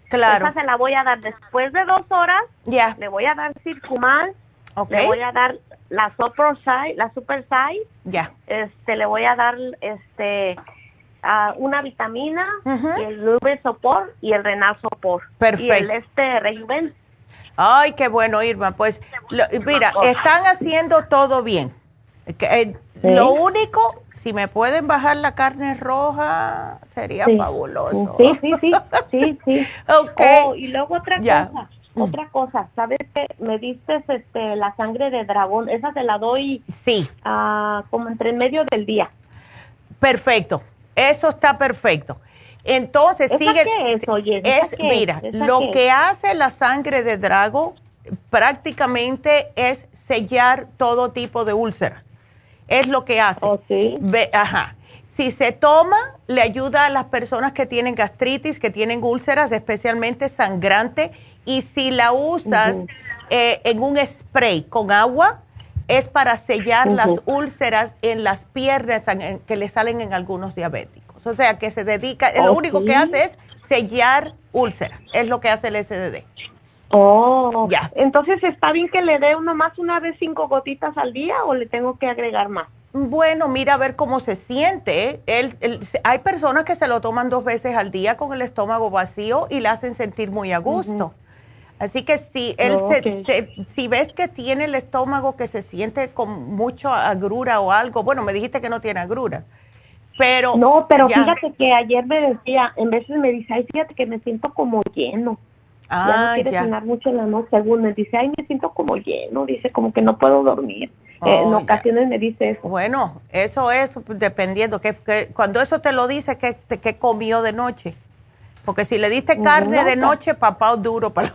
Speaker 4: Claro.
Speaker 12: Esa se la voy a dar después de dos horas.
Speaker 4: Ya. Yeah.
Speaker 12: Le voy a dar Circumax.
Speaker 4: Okay.
Speaker 12: Le voy a dar la Super Size, la Super Size.
Speaker 4: Ya. Yeah.
Speaker 12: Este, le voy a dar este uh, una vitamina,
Speaker 4: uh-huh.
Speaker 12: y el Ruben Sopor y el Renal Sopor.
Speaker 4: Perfecto.
Speaker 12: Y el este Rejuven.
Speaker 4: Ay, qué bueno, Irma. Pues, lo, mira, están haciendo todo bien. Eh, ¿Sí? Lo único, si me pueden bajar la carne roja, sería sí. fabuloso.
Speaker 12: Sí, sí, sí, sí, sí.
Speaker 4: Okay.
Speaker 12: Oh, y luego otra ya. cosa, mm. otra cosa, ¿sabes qué? Me diste este, la sangre de dragón, esa te la doy
Speaker 4: sí.
Speaker 12: uh, como entre el medio del día.
Speaker 4: Perfecto, eso está perfecto. Entonces,
Speaker 12: ¿Esa
Speaker 4: sigue.
Speaker 12: Qué es, oye?
Speaker 4: Es,
Speaker 12: qué
Speaker 4: mira,
Speaker 12: es?
Speaker 4: lo
Speaker 12: qué
Speaker 4: que
Speaker 12: es?
Speaker 4: hace la sangre de dragón prácticamente es sellar todo tipo de úlceras. Es lo que hace.
Speaker 12: Oh, ¿sí?
Speaker 4: Ve, ajá. Si se toma, le ayuda a las personas que tienen gastritis, que tienen úlceras, especialmente sangrante. Y si la usas uh-huh. eh, en un spray con agua, es para sellar uh-huh. las úlceras en las piernas que le salen en algunos diabéticos. O sea, que se dedica, oh, lo único ¿sí? que hace es sellar úlceras. Es lo que hace el S D D.
Speaker 12: Oh,
Speaker 4: ya.
Speaker 12: Entonces, ¿está bien que le dé uno más una vez cinco gotitas al día o le tengo que agregar más?
Speaker 4: Bueno, mira a ver cómo se siente. Él, él, hay personas que se lo toman dos veces al día con el estómago vacío y le hacen sentir muy a gusto. Uh-huh. Así que si él
Speaker 12: oh,
Speaker 4: se,
Speaker 12: okay.
Speaker 4: te, si ves que tiene el estómago que se siente con mucho agrura o algo, bueno, me dijiste que no tiene agrura, pero...
Speaker 12: No, pero
Speaker 4: ya.
Speaker 12: Fíjate que ayer me decía, en veces me dice, ay, fíjate que me siento como lleno.
Speaker 4: Ah,
Speaker 12: ya no quiere
Speaker 4: ya.
Speaker 12: cenar mucho en la noche, según me dice, ay, me siento como lleno, dice, como que no puedo dormir. Oh, eh, en ocasiones ya. me dice eso.
Speaker 4: Bueno, eso es dependiendo, que, que cuando eso te lo dice, ¿qué, qué comió de noche? Porque si le diste carne no, de noche, papá duro para...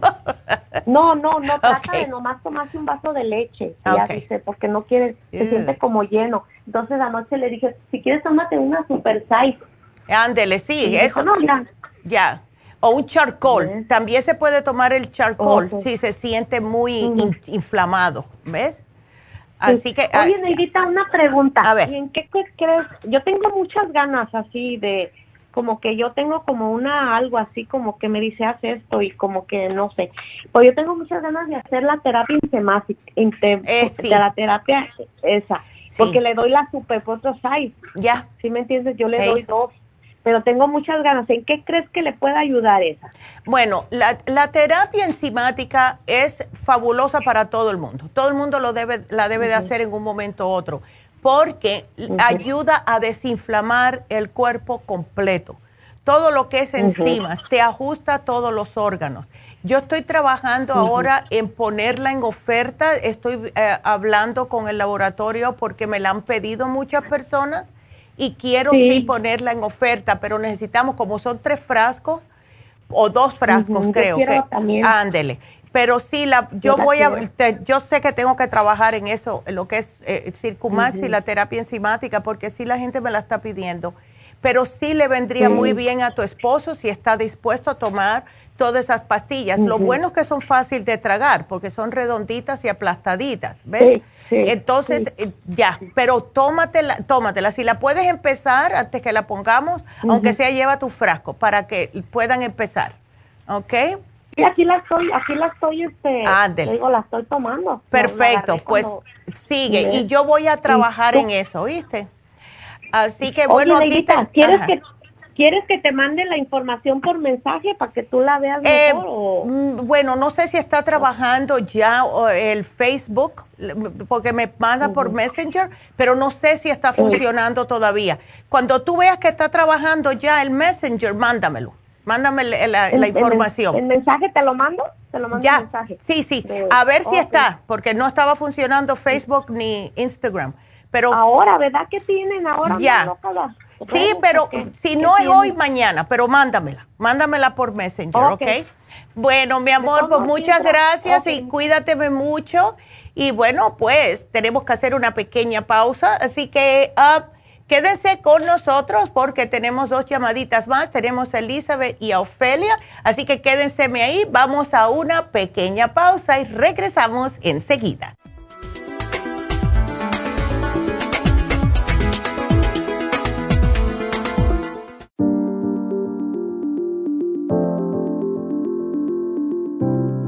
Speaker 12: No, no, no, trata okay. de nomás tomarse un vaso de leche, okay. ya dice, porque no quiere, se yeah. siente como lleno. Entonces anoche le dije, si quieres tómate una super size.
Speaker 4: Ándele, sí,
Speaker 12: y
Speaker 4: eso.
Speaker 12: Dijo, no, ya.
Speaker 4: ya. O un charcoal.
Speaker 12: ¿Ves?
Speaker 4: También se puede tomar el charcoal
Speaker 12: okay.
Speaker 4: si se siente muy uh-huh. in, inflamado, ¿ves?
Speaker 12: Así
Speaker 4: sí. que...
Speaker 12: Oye, Neidita, una pregunta.
Speaker 4: A ver.
Speaker 12: ¿Y en qué crees? Yo tengo muchas ganas así de, como que yo tengo como una, algo así como que me dice, haz esto y como que no sé. Pues yo tengo muchas ganas de hacer la terapia enzimática,
Speaker 4: eh, sí.
Speaker 12: de la terapia esa,
Speaker 4: sí.
Speaker 12: porque le doy la Super Potro Size.
Speaker 4: Ya.
Speaker 12: ¿Sí me entiendes? Yo le
Speaker 4: hey.
Speaker 12: doy dos. Pero tengo muchas ganas. ¿En qué crees que le pueda ayudar esa?
Speaker 4: Bueno, la, la terapia enzimática es fabulosa para todo el mundo. Todo el mundo lo debe, la debe uh-huh. de hacer en un momento u otro, porque uh-huh. ayuda a desinflamar el cuerpo completo. Todo lo que es enzimas, uh-huh. te ajusta todos los órganos. Yo estoy trabajando uh-huh. ahora en ponerla en oferta. Estoy eh, hablando con el laboratorio porque me la han pedido muchas personas. Y quiero sí. sí ponerla en oferta, pero necesitamos, como son tres frascos, o dos frascos, uh-huh, creo que.
Speaker 12: También.
Speaker 4: Ándele. Pero sí, la, yo voy a, te, yo sé que tengo que trabajar en eso, en lo que es eh, Circumax uh-huh. y la terapia enzimática, porque sí la gente me la está pidiendo. Pero sí le vendría sí. muy bien a tu esposo si está dispuesto a tomar todas esas pastillas. Uh-huh. Lo bueno es que son fáciles de tragar, porque son redonditas y aplastaditas, ¿ves?
Speaker 12: Sí. Sí,
Speaker 4: Entonces,
Speaker 12: sí.
Speaker 4: ya, pero tómatela, tómatela. Si la puedes empezar antes que la pongamos, uh-huh. aunque sea lleva tu frasco para que puedan empezar, ¿ok?
Speaker 12: Sí, aquí la estoy, aquí la estoy, este,
Speaker 4: Ándele.
Speaker 12: digo, la estoy tomando.
Speaker 4: Perfecto, pues cuando... sigue sí. y yo voy a trabajar en eso, ¿oíste? Así que bueno,
Speaker 12: Oye,
Speaker 4: aquí
Speaker 12: Neidita,
Speaker 4: te...
Speaker 12: ¿quieres que ¿Quieres que te mande la información por mensaje para que tú la veas
Speaker 4: eh,
Speaker 12: mejor? O?
Speaker 4: Bueno, no sé si está trabajando ya el Facebook, porque me manda uh-huh. por Messenger, pero no sé si está funcionando uh-huh. todavía. Cuando tú veas que está trabajando ya el Messenger, mándamelo. Mándame la, la,
Speaker 12: ¿El,
Speaker 4: la información.
Speaker 12: El, ¿El mensaje te lo mando? Te lo mando
Speaker 4: ya.
Speaker 12: el mensaje.
Speaker 4: Sí, sí.
Speaker 12: De,
Speaker 4: a ver si
Speaker 12: okay.
Speaker 4: está, porque no estaba funcionando Facebook ni Instagram. Pero
Speaker 12: ahora, ¿verdad que tienen? Ahora
Speaker 4: ya.
Speaker 12: No, no,
Speaker 4: sí, pero si no es hoy, mañana, pero mándamela. Mándamela por Messenger, ¿ok? okay? Bueno, mi amor, pues muchas gracias okay. y cuídateme mucho. Y bueno, pues tenemos que hacer una pequeña pausa, así que uh, quédense con nosotros porque tenemos dos llamaditas más. Tenemos a Elizabeth y a Ofelia, así que quédense ahí. Vamos a una pequeña pausa y regresamos enseguida.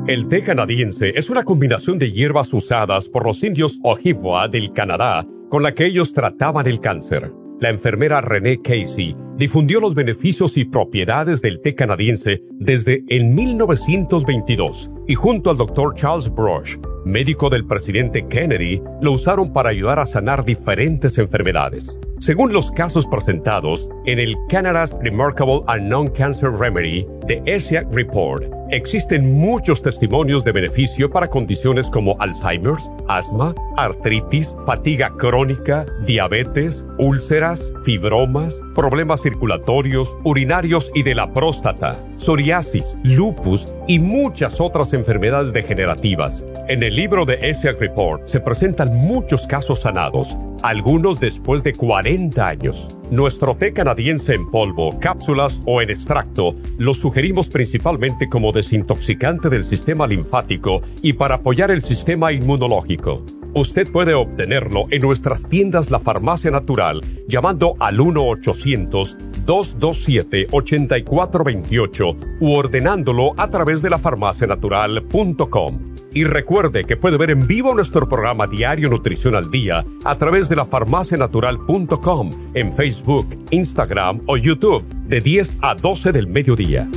Speaker 3: El té canadiense es una combinación de hierbas usadas por los indios Ojibwa del Canadá con la que ellos trataban el cáncer. La enfermera Renee Casey difundió los beneficios y propiedades del té canadiense desde el mil novecientos veintidós y junto al doctor Charles Brush, médico del presidente Kennedy, lo usaron para ayudar a sanar diferentes enfermedades. Según los casos presentados en el Canada's Remarkable and Non-Cancer Remedy de E S I A C Report, existen muchos testimonios de beneficio para condiciones como Alzheimer's, asma, artritis, fatiga crónica, diabetes, úlceras, fibromas, problemas circulatorios, urinarios y de la próstata, psoriasis, lupus y muchas otras enfermedades degenerativas. En el libro de E S I A C Report se presentan muchos casos sanados, algunos después de cuarenta años. Nuestro té canadiense en polvo, cápsulas o en extracto lo sugerimos principalmente como desintoxicante del sistema linfático y para apoyar el sistema inmunológico. Usted puede obtenerlo en nuestras tiendas La Farmacia Natural llamando al uno ochocientos, dos dos siete, ocho cuatro dos ocho u ordenándolo a través de la farmacia natural punto com. Y recuerde que puede ver en vivo nuestro programa Diario Nutrición al Día a través de la farmacia natural punto com en Facebook, Instagram o YouTube de diez a doce del mediodía.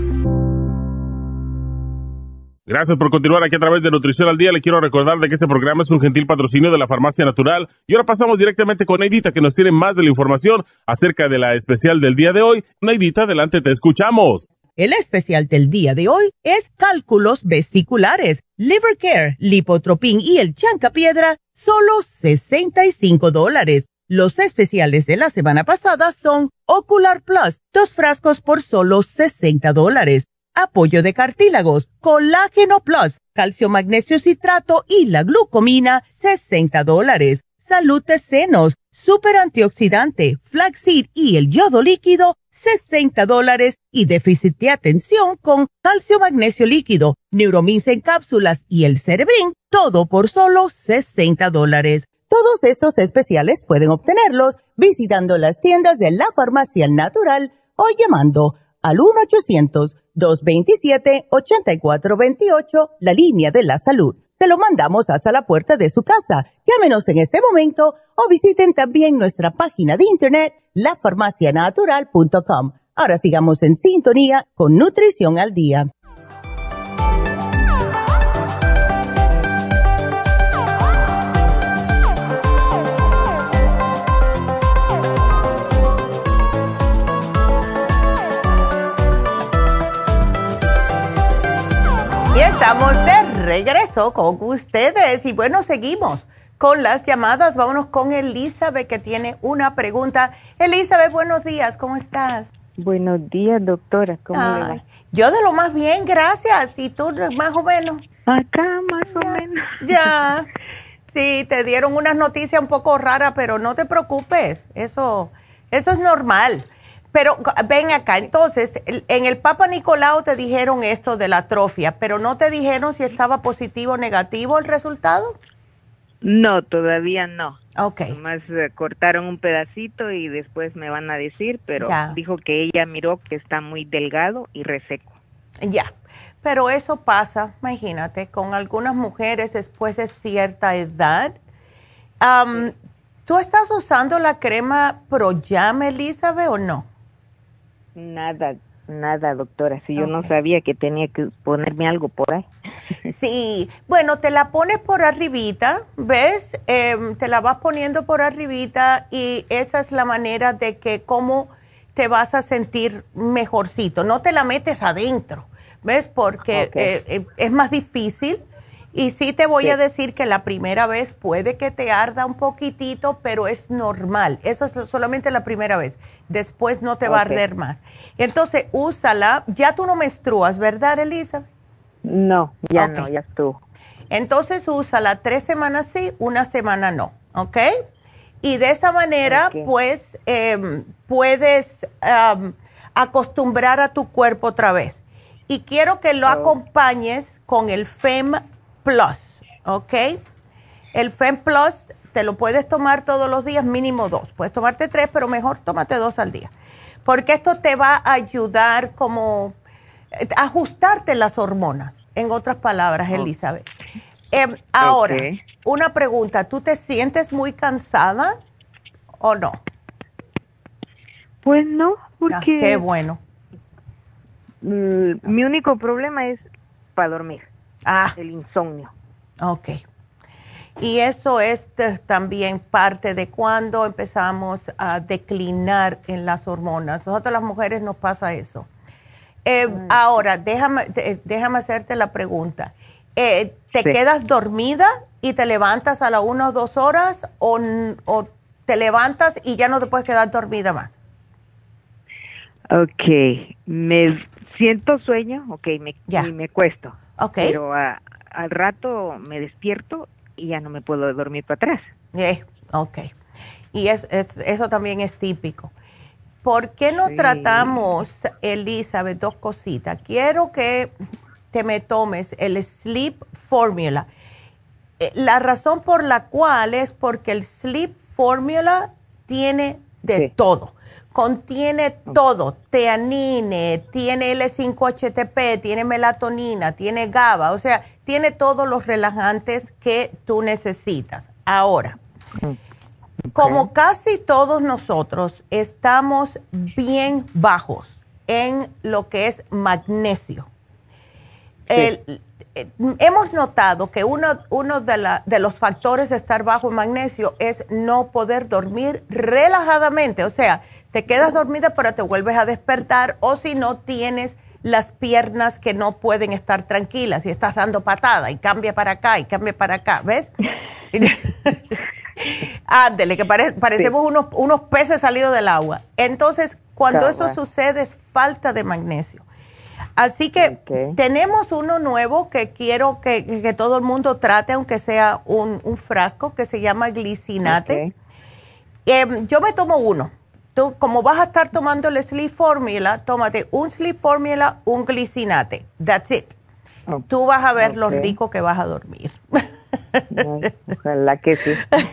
Speaker 5: Gracias por continuar aquí a través de Nutrición al Día. Le quiero recordar de que este programa es un gentil patrocinio de la Farmacia Natural. Y ahora pasamos directamente con Neidita, que nos tiene más de la información acerca de la especial del día de hoy. Neidita, adelante, te escuchamos.
Speaker 8: El especial del día de hoy es cálculos vesiculares, Liver Care, Lipotropin y el Chancapiedra, solo sesenta y cinco dólares. Los especiales de la semana pasada son Ocular Plus, dos frascos por solo sesenta dólares. Apoyo de cartílagos, Colágeno Plus, calcio magnesio citrato y la glucomina, sesenta dólares. Salud de senos, super antioxidante, flaxseed y el yodo líquido, sesenta dólares. Y déficit de atención con calcio magnesio líquido, Neuromins en cápsulas y el Cerebrin, todo por solo sesenta dólares. Todos estos especiales pueden obtenerlos visitando las tiendas de la Farmacia Natural o llamando al uno ochocientos, dos veintisiete, ochenta y cuatro veintiocho, la línea de la salud. Se lo mandamos hasta la puerta de su casa. Llámenos en este momento o visiten también nuestra página de internet, la farmacia natural punto com. Ahora sigamos en sintonía con Nutrición al Día.
Speaker 4: Y estamos de regreso con ustedes y bueno, seguimos con las llamadas. Vámonos con Elizabeth, que tiene una pregunta. Elizabeth, buenos días, ¿cómo estás?
Speaker 13: Buenos días, doctora, ¿cómo
Speaker 4: Ay,
Speaker 13: le va?
Speaker 4: Yo de lo más bien, gracias. ¿Y tú más o menos?
Speaker 13: Acá más
Speaker 4: ya,
Speaker 13: o menos.
Speaker 4: Ya, sí, te dieron unas noticias un poco raras, pero no te preocupes, eso, eso es normal. Pero ven acá, entonces, en el Papa Nicolau te dijeron esto de la atrofia, pero no te dijeron si estaba positivo o negativo el resultado.
Speaker 13: No, todavía no.
Speaker 4: Okay.
Speaker 13: Nomás eh, cortaron un pedacito y después me van a decir, pero
Speaker 4: ya.
Speaker 13: Dijo que ella miró que está muy delgado y reseco.
Speaker 4: Ya, pero eso pasa, imagínate, con algunas mujeres después de cierta edad. Um, sí. ¿Tú estás usando la crema ProYam, Elizabeth, o no?
Speaker 13: Nada, nada, doctora. Si okay. Yo no sabía que tenía que ponerme algo por ahí.
Speaker 4: Sí, bueno, te la pones por arribita, ¿ves? Eh, te la vas poniendo por arribita y esa es la manera de que cómo te vas a sentir mejorcito. No te la metes adentro, ¿ves? Porque okay. eh, eh, es más difícil. Y sí te voy sí. a decir que la primera vez puede que te arda un poquitito, pero es normal. Eso es solamente la primera vez. Después no te okay. va a arder más. Entonces, úsala. Ya tú no menstruas, ¿verdad, Elizabeth?
Speaker 13: No, ya okay. no, ya estuvo.
Speaker 4: Entonces, úsala tres semanas sí, una semana no, ¿ok? Y de esa manera, okay. pues, eh, puedes um, acostumbrar a tu cuerpo otra vez. Y quiero que lo oh. acompañes con el Fem Plus, ¿ok? El Fem Plus te lo puedes tomar todos los días, mínimo dos. Puedes tomarte tres, pero mejor tómate dos al día. Porque esto te va a ayudar como a ajustarte las hormonas. en otras palabras, Elizabeth. Eh, ahora, okay. Una pregunta, ¿tú te sientes muy cansada o no?
Speaker 13: Pues no, porque...
Speaker 4: Ah, qué bueno.
Speaker 13: Mm, mi único problema es para dormir,
Speaker 4: ah.
Speaker 13: el insomnio.
Speaker 4: Ok. Y eso es también parte de cuando empezamos a declinar en las hormonas. Nosotros las mujeres nos pasa eso. Eh, ahora, déjame, déjame hacerte la pregunta. Eh, ¿Te sí. quedas dormida y te levantas a las una o dos horas o, o te levantas y ya no te puedes quedar dormida más?
Speaker 13: Ok, me siento sueño, ok, me, y me cuesto.
Speaker 4: Okay.
Speaker 13: Pero a, al rato me despierto y ya no me puedo dormir para atrás.
Speaker 4: Yeah, ok. Y es, es, eso también es típico. ¿Por qué no sí. tratamos, Elizabeth, dos cositas? Quiero que te me tomes el Sleep Formula. La razón por la cual es porque el Sleep Formula tiene de sí. todo. Contiene todo, teanine, tiene L cinco H T P, tiene melatonina, tiene GABA, o sea, tiene todos los relajantes que tú necesitas. Ahora, okay. como casi todos nosotros estamos bien bajos en lo que es magnesio, sí. el, eh, hemos notado que uno, uno de, la, de los factores de estar bajo en magnesio es no poder dormir relajadamente, o sea, te quedas dormida pero te vuelves a despertar o si no tienes las piernas que no pueden estar tranquilas y estás dando patada y cambia para acá y cambia para acá, ¿ves? Ándele, que pare, parecemos sí. unos, unos peces salidos del agua. Entonces, cuando Cabal. eso sucede es falta de magnesio. Así que okay. tenemos uno nuevo que quiero que, que, que todo el mundo trate, aunque sea un, un frasco, que se llama glicinate. Okay. Eh, yo me tomo uno. Tú, como vas a estar tomando el Sleep Formula, tómate un Sleep Formula, un glicinate. That's it. Oh, Tú vas a ver okay. lo rico que vas a dormir.
Speaker 13: Ay, ojalá que sí.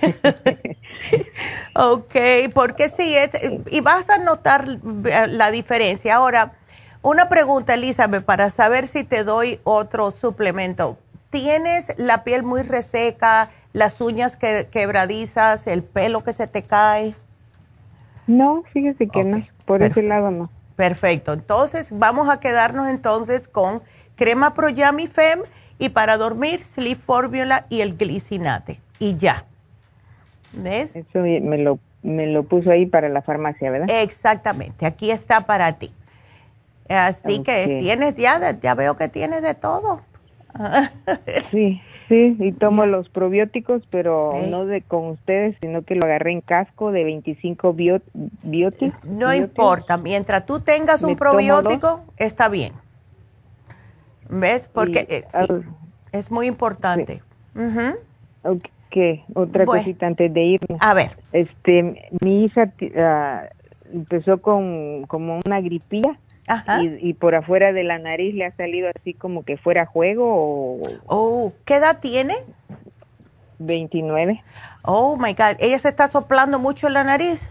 Speaker 4: Ok, porque sí, es, y vas a notar la diferencia. Ahora, una pregunta, Elizabeth, para saber si te doy otro suplemento. ¿Tienes la piel muy reseca, las uñas que, quebradizas, el pelo que se te cae?
Speaker 13: No, fíjese que okay. no, por Perfecto. ese lado no.
Speaker 4: Perfecto, entonces vamos a quedarnos entonces con crema Pro Yummy Fem y para dormir Sleep Formula y el glicinate y ya. ¿Ves?
Speaker 13: Eso me lo, me lo puso ahí para la farmacia, ¿verdad?
Speaker 4: Exactamente, aquí está para ti. Así okay. que tienes ya, ya veo que tienes de todo.
Speaker 13: Sí. Sí, y tomo los probióticos, pero sí. no de con ustedes, sino que lo agarré en casco de veinticinco biot, biotis.
Speaker 4: No
Speaker 13: biotis.
Speaker 4: importa, mientras tú tengas un probiótico, está bien. ¿Ves? Porque y, eh, sí, uh, es muy importante.
Speaker 13: Sí. Uh-huh. Ok, otra bueno. cosita antes de irnos.
Speaker 4: A ver.
Speaker 13: Este, mi hija uh, empezó con como una gripilla.
Speaker 4: Ajá.
Speaker 13: Y, y por afuera de la nariz le ha salido así como que fuera juego o...
Speaker 4: Oh, ¿qué edad tiene?
Speaker 13: veintinueve.
Speaker 4: Oh, my God. ¿Ella se está soplando mucho en la nariz?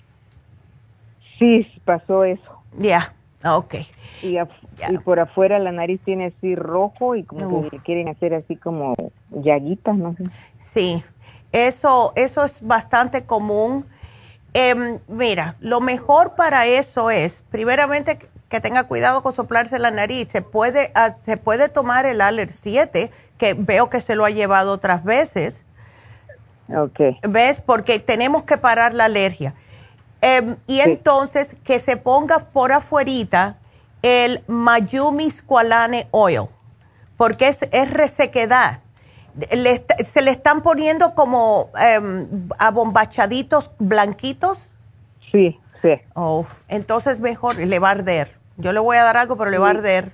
Speaker 13: Sí, pasó eso.
Speaker 4: Ya, yeah. ok.
Speaker 13: Y, af yeah. y por afuera la nariz tiene así rojo y como Uf. que le quieren hacer así como llaguitas, no sé.
Speaker 4: Sí, eso, eso es bastante común. Eh, mira, lo mejor para eso es, primeramente, que tenga cuidado con soplarse la nariz. Se puede, uh, se puede tomar el Aller siete, que veo que se lo ha llevado otras veces.
Speaker 13: Okay.
Speaker 4: ¿Ves? Porque tenemos que parar la alergia. Eh, y sí. entonces, que se ponga por afuerita el Mayumi Squalane Oil, porque es, es resequedad. Le, se le están poniendo como eh, abombachaditos blanquitos.
Speaker 13: Sí, sí.
Speaker 4: Oh, entonces mejor, le va a arder. Yo le voy a dar algo, pero le sí. va a arder.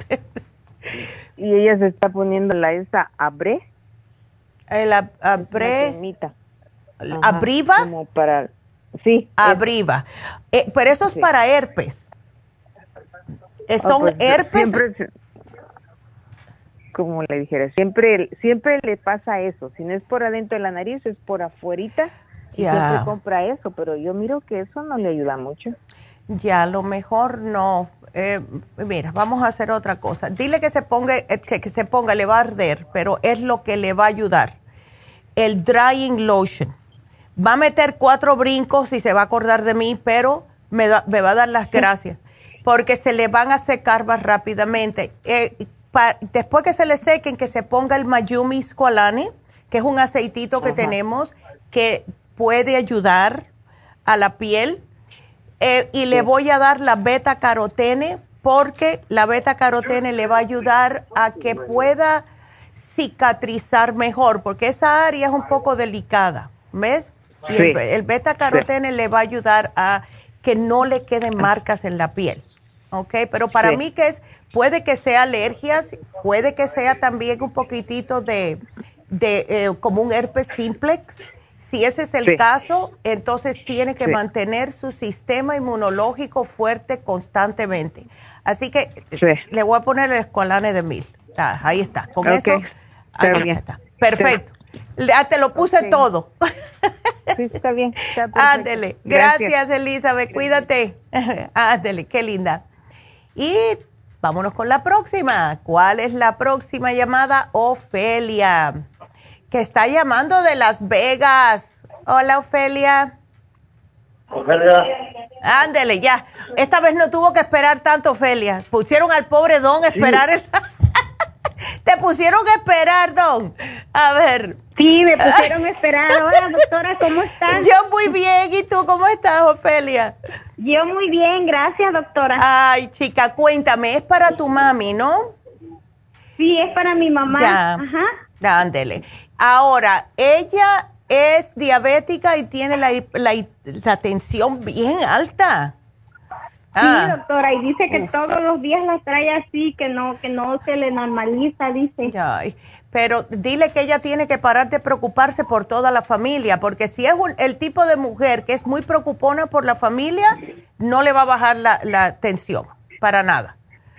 Speaker 13: Y ella se está poniendo la esa Abre.
Speaker 4: El Abre. Abriva.
Speaker 13: Como para, sí.
Speaker 4: Abriva. Eh, pero eso es sí. para herpes. Eh, son oh, pues, herpes.
Speaker 13: Siempre, como le dijera, siempre siempre le pasa eso. Si no es por adentro de la nariz, es por afuerita. Y yeah. siempre compra eso, pero yo miro que eso no le ayuda mucho.
Speaker 4: Ya, a lo mejor no. eh, mira, vamos a hacer otra cosa. Dile que se ponga, eh, que, que se ponga, le va a arder, pero es lo que le va a ayudar. El Drying Lotion. Va a meter cuatro brincos y se va a acordar de mí, pero me, da, me va a dar las gracias, porque se le van a secar más rápidamente. Eh, pa, después que se le sequen, que se ponga el Mayumi Squalane, que es un aceitito que Ajá. tenemos que puede ayudar a la piel. Eh, y sí. le voy a dar la beta carotene, porque la beta carotene le va a ayudar a que pueda cicatrizar mejor, porque esa área es un poco delicada, ¿ves? Y sí. el, el beta carotene sí. le va a ayudar a que no le queden marcas en la piel, ¿ok? Pero para sí. mí que es, puede que sea alergias, puede que sea también un poquitito de, de eh, como un herpes simplex. Si ese es el sí. caso, entonces tiene que sí. mantener su sistema inmunológico fuerte constantemente. Así que sí. le voy a poner el Esqualane de mil. Ah, ahí está, con okay. eso, ahí está, está. Perfecto. Sí. Ya te lo puse okay. todo.
Speaker 13: Sí, está bien. Está
Speaker 4: Ándele. Gracias, Gracias, Elizabeth. Cuídate. Ándele, qué linda. Y vámonos con la próxima. ¿Cuál es la próxima llamada? Ofelia, que está llamando de Las Vegas. Hola, Ofelia.
Speaker 14: Ofelia.
Speaker 4: Ándele, ya. Esta vez no tuvo que esperar tanto, Ofelia. Pusieron al pobre Don a esperar. Sí. El... Te pusieron a esperar, Don. A ver.
Speaker 14: Sí, me pusieron a esperar. Hola, doctora, ¿cómo estás?
Speaker 4: Yo muy bien. ¿Y tú cómo estás, Ofelia?
Speaker 14: Yo muy bien, gracias, doctora.
Speaker 4: Ay, chica, cuéntame. Es para tu mami, ¿no?
Speaker 14: Sí, es para mi mamá.
Speaker 4: Ya. Ajá. Ándele. Ahora, ella es diabética y tiene la, la, la tensión bien alta.
Speaker 14: Ah. Sí, doctora, y dice que Uf. todos los días la trae así, que no que no se le normaliza, dice.
Speaker 4: Ay, pero dile que ella tiene que parar de preocuparse por toda la familia, porque si es un, el tipo de mujer que es muy preocupona por la familia, no le va a bajar la, la tensión, para nada.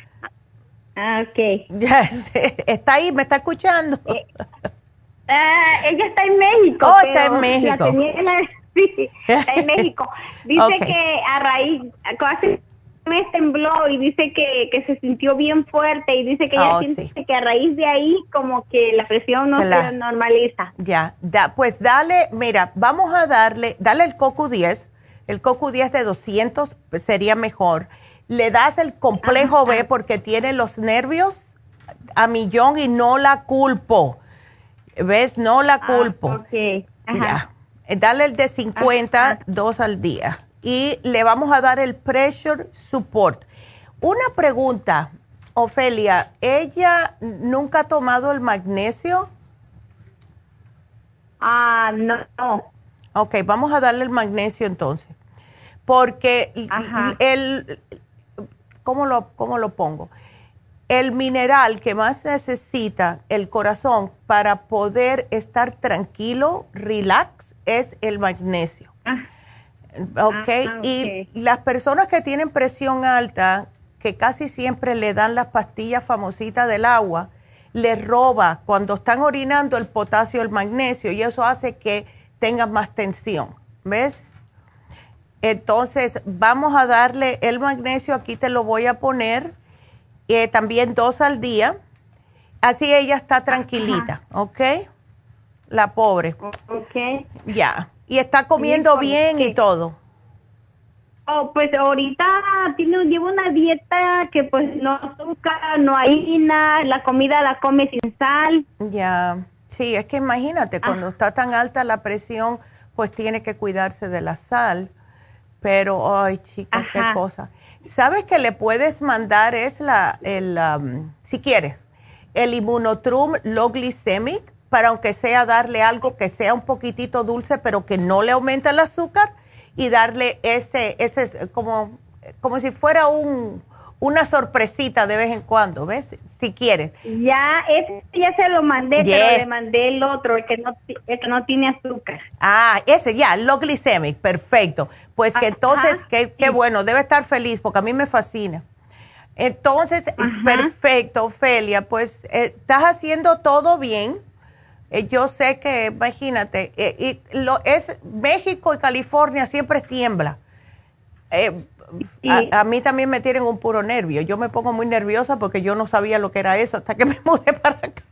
Speaker 14: Ah, ok.
Speaker 4: Está ahí, me está escuchando.
Speaker 14: Eh, uh, ella está en México.
Speaker 4: Oh, está en México.
Speaker 14: La tenía la... Sí, está en México. Dice okay. que a raíz, hace un mes tembló y dice que, que se sintió bien fuerte y dice que ella oh, siente sí. que a raíz de ahí como que la presión no claro. se normaliza.
Speaker 4: Ya, da, pues dale, mira, vamos a darle, dale el CoQ diez, el CoQ diez de doscientos sería mejor. Le das el complejo Ajá. B porque tiene los nervios a millón y no la culpo. ¿Ves? No la culpo.
Speaker 14: Ah, ok. Ajá.
Speaker 4: Ya. Dale el de cincuenta, Ajá. dos al día. Y le vamos a dar el Pressure Support. Una pregunta, Ofelia, ¿ella nunca ha tomado el magnesio?
Speaker 14: Ah, no, no.
Speaker 4: Ok, vamos a darle el magnesio entonces. Porque
Speaker 14: Ajá.
Speaker 4: el, ¿cómo lo, cómo lo pongo? El mineral que más necesita el corazón para poder estar tranquilo, relax, es el magnesio. Ah. Okay. Ah, okay. Y las personas que tienen presión alta, que casi siempre le dan las pastillas famositas del agua, les roba cuando están orinando el potasio, el magnesio, y eso hace que tengan más tensión. ¿Ves? Entonces, vamos a darle el magnesio, aquí te lo voy a poner, eh, también dos al día, así ella está tranquilita, Ajá. ¿ok? La pobre.
Speaker 14: Ok.
Speaker 4: Ya. Y está comiendo bien, bien y todo.
Speaker 14: Oh, pues ahorita tiene, lleva una dieta que pues no azúcar, no harina, la comida la come sin sal.
Speaker 4: Ya. Sí, es que imagínate, cuando ah. está tan alta la presión, pues tiene que cuidarse de la sal. Pero, ay, chicas, qué cosa. ¿Sabes que le puedes mandar? Es la, el, um, si quieres, el Immunotrum Low Glycemic, para aunque sea darle algo que sea un poquitito dulce, pero que no le aumente el azúcar, y darle ese, ese como, como si fuera un, una sorpresita de vez en cuando, ¿ves? Si quieres.
Speaker 14: Ya, ese ya se lo mandé, yes. pero le mandé el otro, el que no, el que no tiene azúcar.
Speaker 4: Ah, ese ya, Low Glycemic, perfecto. Pues que entonces, Ajá, qué, qué sí. bueno, debe estar feliz, porque a mí me fascina. Entonces, Ajá. perfecto, Ofelia, pues eh, estás haciendo todo bien. Eh, yo sé que, imagínate, eh, y lo, es México y California siempre tiembla. Eh, a, a mí también me tienen un puro nervio. Yo me pongo muy nerviosa porque yo no sabía lo que era eso hasta que me mudé para acá.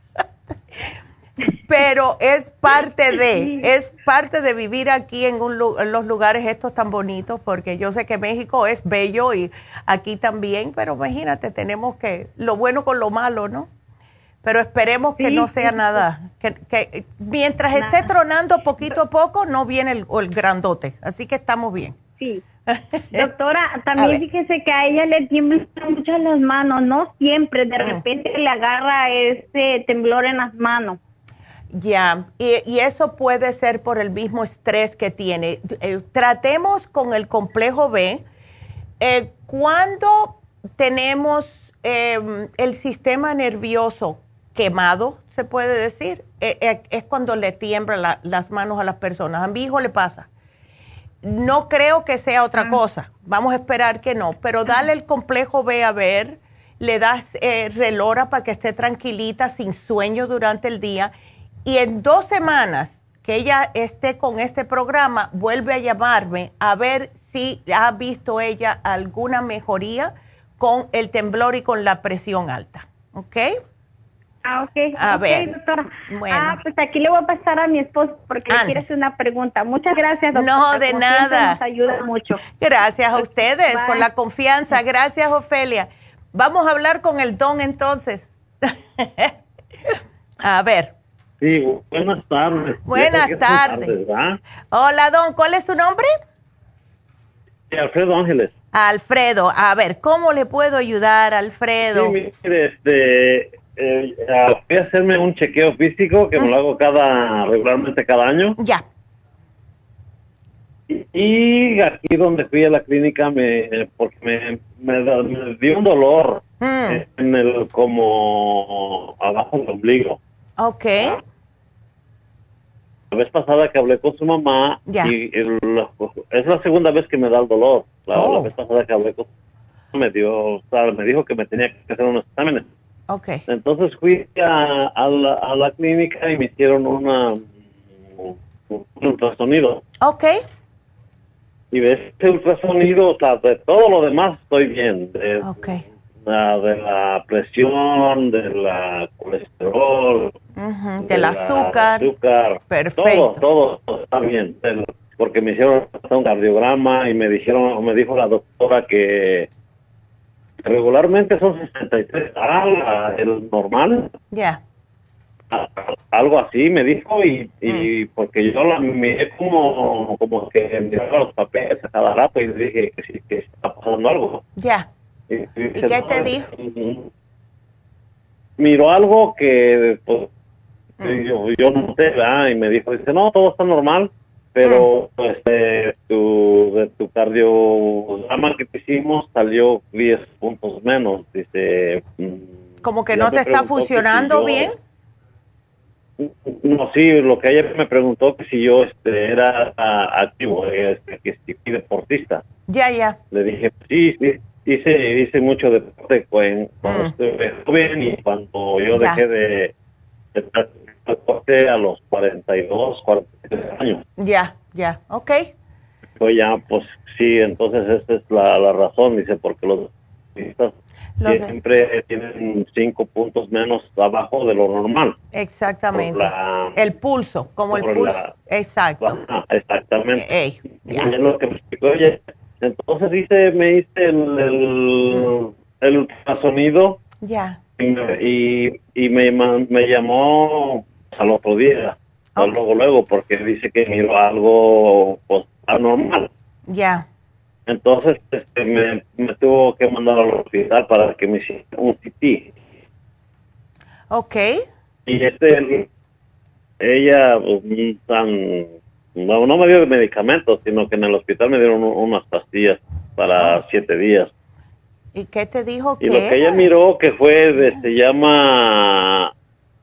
Speaker 4: Pero es parte de, es parte de vivir aquí en, un, en los lugares estos tan bonitos, porque yo sé que México es bello y aquí también, pero imagínate, tenemos que, lo bueno con lo malo, ¿no? Pero esperemos que sí, no sea sí, nada, que, que mientras nada. Esté tronando poquito a poco, no viene el, el grandote, así que estamos bien.
Speaker 14: Sí. Doctora, también fíjese que a ella le tiemblan mucho las manos, no siempre, de repente le agarra ese temblor en las manos.
Speaker 4: Ya, y, y eso puede ser por el mismo estrés que tiene. Eh, tratemos con el complejo B. Eh, cuando tenemos eh, el sistema nervioso quemado, se puede decir, eh, eh, es cuando le tiemblan la, las manos a las personas. A mi hijo le pasa. No creo que sea otra ah. cosa. Vamos a esperar que no, pero dale el complejo B a ver, le das eh, Relora para que esté tranquilita, sin sueño durante el día. Y en dos semanas que ella esté con este programa, vuelve a llamarme a ver si ha visto ella alguna mejoría con el temblor y con la presión alta. ¿Ok?
Speaker 14: Ah, ok.
Speaker 4: A
Speaker 14: okay,
Speaker 4: ver.
Speaker 14: Doctora.
Speaker 4: Bueno.
Speaker 14: Ah, pues aquí le voy a pasar a mi esposo porque le quiere hacer una pregunta. Muchas gracias, doctora.
Speaker 4: No, de
Speaker 14: Como
Speaker 4: nada.
Speaker 14: Nos ayuda mucho.
Speaker 4: Gracias a ustedes
Speaker 14: Bye.
Speaker 4: por la confianza. Gracias, Ofelia. Vamos a hablar con el don entonces. A ver.
Speaker 15: Sí, buenas tardes.
Speaker 4: Buenas tardes. tardes Hola, don. ¿Cuál es su nombre?
Speaker 15: Sí, Alfredo Ángeles.
Speaker 4: Alfredo. A ver, ¿cómo le puedo ayudar, Alfredo?
Speaker 15: Sí, mire, este, eh, voy a hacerme un chequeo físico que mm. me lo hago cada regularmente cada año.
Speaker 4: Ya.
Speaker 15: Y, y aquí donde fui a la clínica, me porque me, me, me dio un dolor mm. en el, como abajo del ombligo.
Speaker 4: Ok.
Speaker 15: La vez pasada que hablé con su mamá,
Speaker 4: ya.
Speaker 15: y el, es la segunda vez que me da el dolor. La, oh. la vez pasada que hablé con su mamá, me, dio, o sea, me dijo que me tenía que hacer unos exámenes.
Speaker 4: Okay.
Speaker 15: Entonces fui a, a, la, a la clínica y me hicieron una, un ultrasonido.
Speaker 4: Ok.
Speaker 15: Y de ese ultrasonido, o sea, de todo lo demás estoy bien. De,
Speaker 4: okay.
Speaker 15: la, de la presión, de la colesterol,
Speaker 4: uh-huh. del azúcar.
Speaker 15: azúcar.
Speaker 4: Perfecto.
Speaker 15: Todo, todo está bien. Porque me hicieron un cardiograma y me dijeron, me dijo la doctora que regularmente son sesenta y tres, ah, el normal.
Speaker 4: Ya.
Speaker 15: Yeah. Algo así me dijo y, y mm. porque yo la miré como, como que miraba los papeles a cada rato y le dije que sí, que está pasando algo.
Speaker 4: Ya.
Speaker 15: Yeah. Y, y,
Speaker 4: ¿Y qué no, te dijo?
Speaker 15: Miró algo que pues,
Speaker 4: mm.
Speaker 15: yo, yo noté, ¿verdad? Y me dijo, dice, no, todo está normal, pero mm. este, tu, de tu cardiograma que te hicimos salió diez puntos menos, dice.
Speaker 4: ¿Como que no te está funcionando si yo, bien?
Speaker 15: No, sí, lo que ayer me preguntó que si yo este era uh, activo, este, que si deportista.
Speaker 4: Ya, ya.
Speaker 15: Le dije, sí, sí, hice, hice mucho deporte cuando, cuando mm. estuve joven y cuando yo ya. dejé de, de deporte a los cuarenta y dos, cuarenta y tres años.
Speaker 4: Ya, ya, ok.
Speaker 15: Pues ya, pues sí, entonces esa es la, la razón, dice, porque los deportistas siempre de... tienen cinco puntos menos abajo de lo normal.
Speaker 4: Exactamente. La, el pulso, como el pulso. La, Exacto.
Speaker 15: La, exactamente.
Speaker 4: Ey, ya.
Speaker 15: Y es lo que me explicó ella. Entonces hice, me hice el, el, el ultrasonido.
Speaker 4: Ya.
Speaker 15: Y, y, y me, me llamó al otro día. Okay. Luego, luego, porque dice que miró algo pues, anormal.
Speaker 4: Ya.
Speaker 15: Entonces este, me, me tuvo que mandar al hospital para que me hiciera un C T.
Speaker 4: Ok.
Speaker 15: Y este, ella, pues, tan, no, no me dio medicamentos, sino que en el hospital me dieron unas pastillas para oh. siete días.
Speaker 4: ¿Y qué te dijo?
Speaker 15: Y lo que ella miró que fue, de, se llama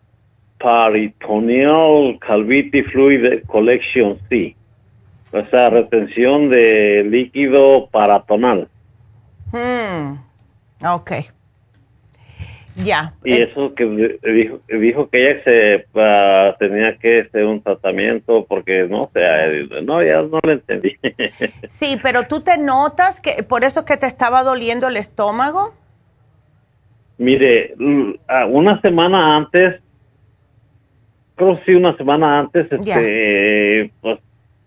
Speaker 15: Peritoneal Cavity Fluid Collection C. O sea, retención de líquido paratonal.
Speaker 4: Hmm. Ok.
Speaker 2: Ya.
Speaker 15: Y eh. eso que dijo, dijo que ella se uh, tenía que hacer un tratamiento porque no, o sea, no, ya no lo entendí.
Speaker 4: Sí, pero tú te notas que por eso es que te estaba doliendo el estómago.
Speaker 15: Mire, una semana antes, creo sí, una semana antes, este, pues,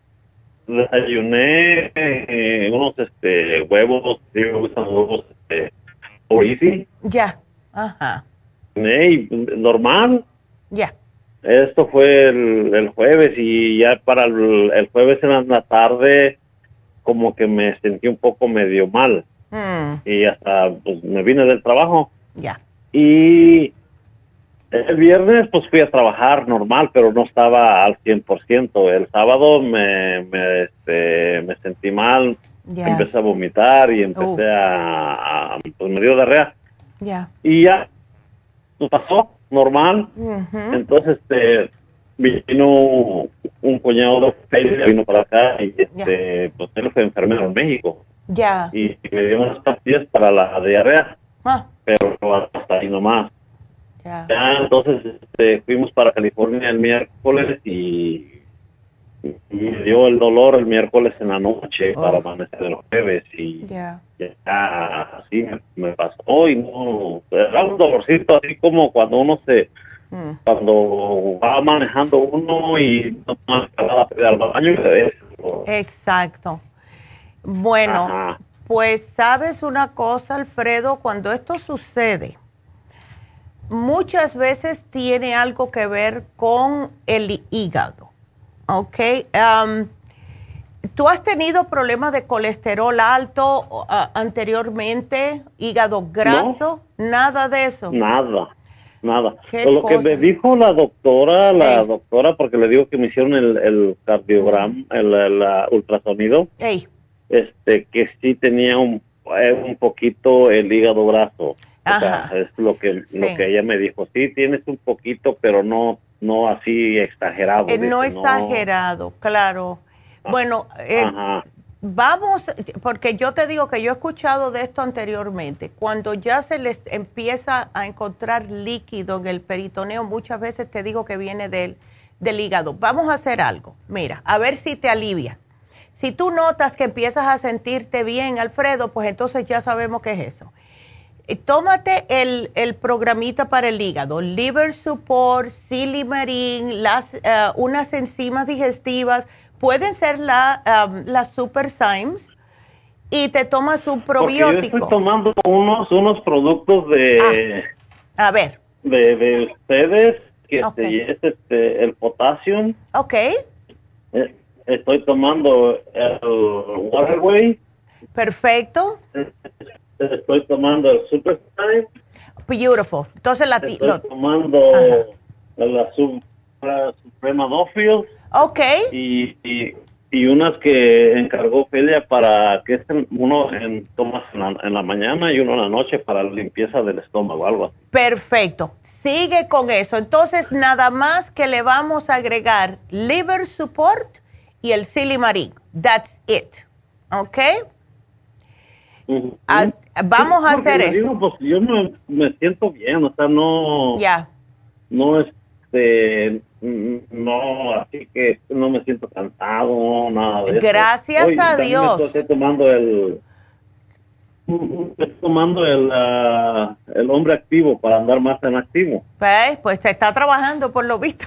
Speaker 15: desayuné eh, unos, este, huevos, sí, me gustan huevos, este, Easy.
Speaker 4: Ya, ajá.
Speaker 15: Y normal.
Speaker 4: Ya.
Speaker 15: Esto fue el, el jueves y ya para el, el jueves en la tarde como que me sentí un poco medio mal.
Speaker 4: Mm.
Speaker 15: Y hasta, pues, me vine del trabajo.
Speaker 4: Ya.
Speaker 15: Y el viernes pues fui a trabajar normal, pero no estaba al cien por ciento. El sábado me, me, este, me sentí mal,
Speaker 4: yeah.
Speaker 15: empecé a vomitar y empecé a, a, pues me dio diarrea.
Speaker 4: Yeah.
Speaker 15: Y ya, pues pasó, normal.
Speaker 4: Uh-huh.
Speaker 15: Entonces, este, vino un cuñado de Feria, vino para acá y este, yeah. pues él fue enfermero en México.
Speaker 4: Ya.
Speaker 15: Yeah. Y, y me dio unas pastillas para la diarrea.
Speaker 4: Ah.
Speaker 15: Pero hasta ahí nomás.
Speaker 4: Yeah.
Speaker 15: Ya, entonces este, fuimos para California el miércoles y, y me dio el dolor el miércoles en la noche oh. para amanecer el jueves y
Speaker 4: yeah.
Speaker 15: ya así me, me pasó y no, era un dolorcito así como cuando uno se, mm. cuando va manejando uno y no va al baño y se ve.
Speaker 4: Exacto. Bueno. Ajá. Pues sabes una cosa, Alfredo, cuando esto sucede, muchas veces tiene algo que ver con el hígado, ¿ok? Um, ¿Tú has tenido problemas de colesterol alto uh, anteriormente, hígado graso? ¿No? Nada de eso.
Speaker 15: Nada, nada. Lo cosa? que me dijo la doctora, la Ey. doctora, porque le digo que me hicieron el, el cardiograma, el, el, el ultrasonido.
Speaker 4: Ey.
Speaker 15: Este, que sí tenía un, un poquito el hígado graso.
Speaker 4: Ajá.
Speaker 15: O sea, es lo que, sí. lo que ella me dijo. Sí, tienes un poquito, pero no, no así exagerado.
Speaker 4: Eh,
Speaker 15: dice,
Speaker 4: no exagerado, no. Claro. Ah, bueno, eh, vamos, porque yo te digo que yo he escuchado de esto anteriormente. Cuando ya se les empieza a encontrar líquido en el peritoneo, muchas veces te digo que viene del, del hígado. Vamos a hacer algo. Mira, a ver si te alivias. Si tú notas que empiezas a sentirte bien, Alfredo, pues entonces ya sabemos qué es eso. Tómate el, el programita para el hígado, Liver Support, Silimarín, las, uh, unas enzimas digestivas, pueden ser la, um, las Super Symes, y te tomas un probiótico.
Speaker 15: Porque yo estoy tomando unos, unos productos de...
Speaker 4: Ah, a ver.
Speaker 15: De, de ustedes, que okay. este, es este, el potasio.
Speaker 4: Ok.
Speaker 15: Eh, Estoy tomando el Waterway.
Speaker 4: Perfecto.
Speaker 15: Estoy tomando el Super Time.
Speaker 4: Beautiful. Entonces la
Speaker 15: Estoy
Speaker 4: lo,
Speaker 15: tomando la, la, sub, la Suprema Dofil.
Speaker 4: Ok.
Speaker 15: Y, y, y unas que encargó Felia para que estén uno en tomas en la, en la mañana y uno en la noche para la limpieza del estómago, algo así.
Speaker 4: Perfecto. Sigue con eso. Entonces nada más que le vamos a agregar Liver Support y el Silimarín. That's it. ¿Ok?
Speaker 15: Uh-huh.
Speaker 4: As, vamos sí, a hacer eso.
Speaker 15: Digo, pues yo me, me siento bien, o sea, no...
Speaker 4: Ya. Yeah.
Speaker 15: No, este... No, así que no me siento cansado, nada de eso.
Speaker 4: Gracias Hoy, a Dios.
Speaker 15: Estoy tomando el... Estoy tomando el, uh, el hombre activo para andar más en activo.
Speaker 4: Pues, pues te está trabajando por lo visto.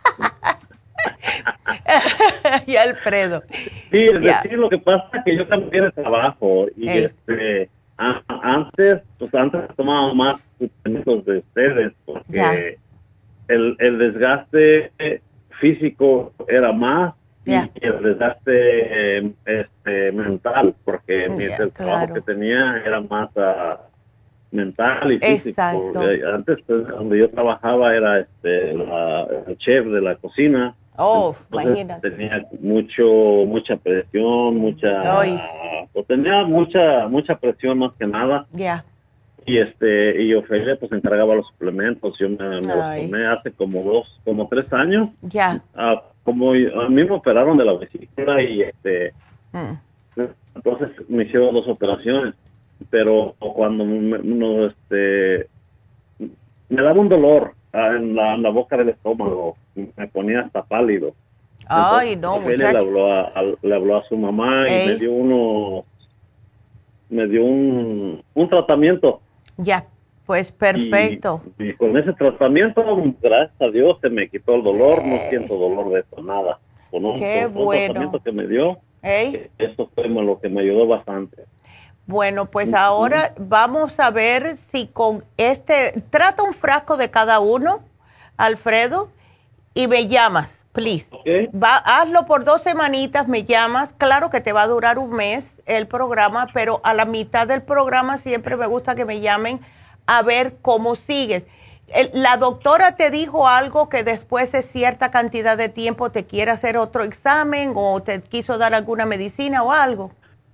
Speaker 4: Y Alfredo.
Speaker 15: Sí, es yeah. decir, lo que pasa es que yo cambié de trabajo y hey. este a, antes, pues antes tomaba más suplementos de ustedes porque yeah. el, el desgaste físico era más yeah. y el desgaste eh, este mental porque yeah, el trabajo claro. que tenía era más uh, mental y físico.
Speaker 4: Exacto.
Speaker 15: Antes pues, donde yo trabajaba era este la, el chef de la cocina.
Speaker 4: Oh,
Speaker 15: Entonces,
Speaker 4: imagínate.
Speaker 15: Tenía mucho, mucha presión, mucha, o tenía mucha, mucha presión más que nada.
Speaker 4: Ya. Yeah.
Speaker 15: Y este, y Ofelia pues encargaba los suplementos. Yo me, me los tomé hace como dos, como tres años.
Speaker 4: Ya.
Speaker 15: Yeah. Uh, como a mí me operaron de la vesícula y este, mm. entonces me hicieron dos operaciones. Pero cuando me, no, este, me daba un dolor en la, en la boca del estómago, me ponía hasta pálido.
Speaker 4: Ay,
Speaker 15: Entonces,
Speaker 4: no,
Speaker 15: Ophelia le habló a, a- le habló a su mamá
Speaker 4: Ey.
Speaker 15: y me dio uno, me dio un, un tratamiento.
Speaker 4: Ya, pues perfecto.
Speaker 15: Y, y con ese tratamiento, gracias a Dios, se me quitó el dolor, no siento dolor de eso, nada. Con un,
Speaker 4: Qué
Speaker 15: con un
Speaker 4: bueno.
Speaker 15: tratamiento que me dio,
Speaker 4: Ey.
Speaker 15: eso fue lo que me ayudó bastante.
Speaker 4: Bueno, pues ahora vamos a ver si con este, trata un frasco de cada uno, Alfredo, y me llamas, please.
Speaker 15: Okay.
Speaker 4: Va, hazlo por dos semanitas, me llamas. Claro que te va a durar un mes el programa, pero a la mitad del programa siempre me gusta que me llamen a ver cómo sigues. El- la doctora te dijo algo que después de cierta cantidad de tiempo te quiere hacer otro examen o te quiso dar alguna medicina o algo.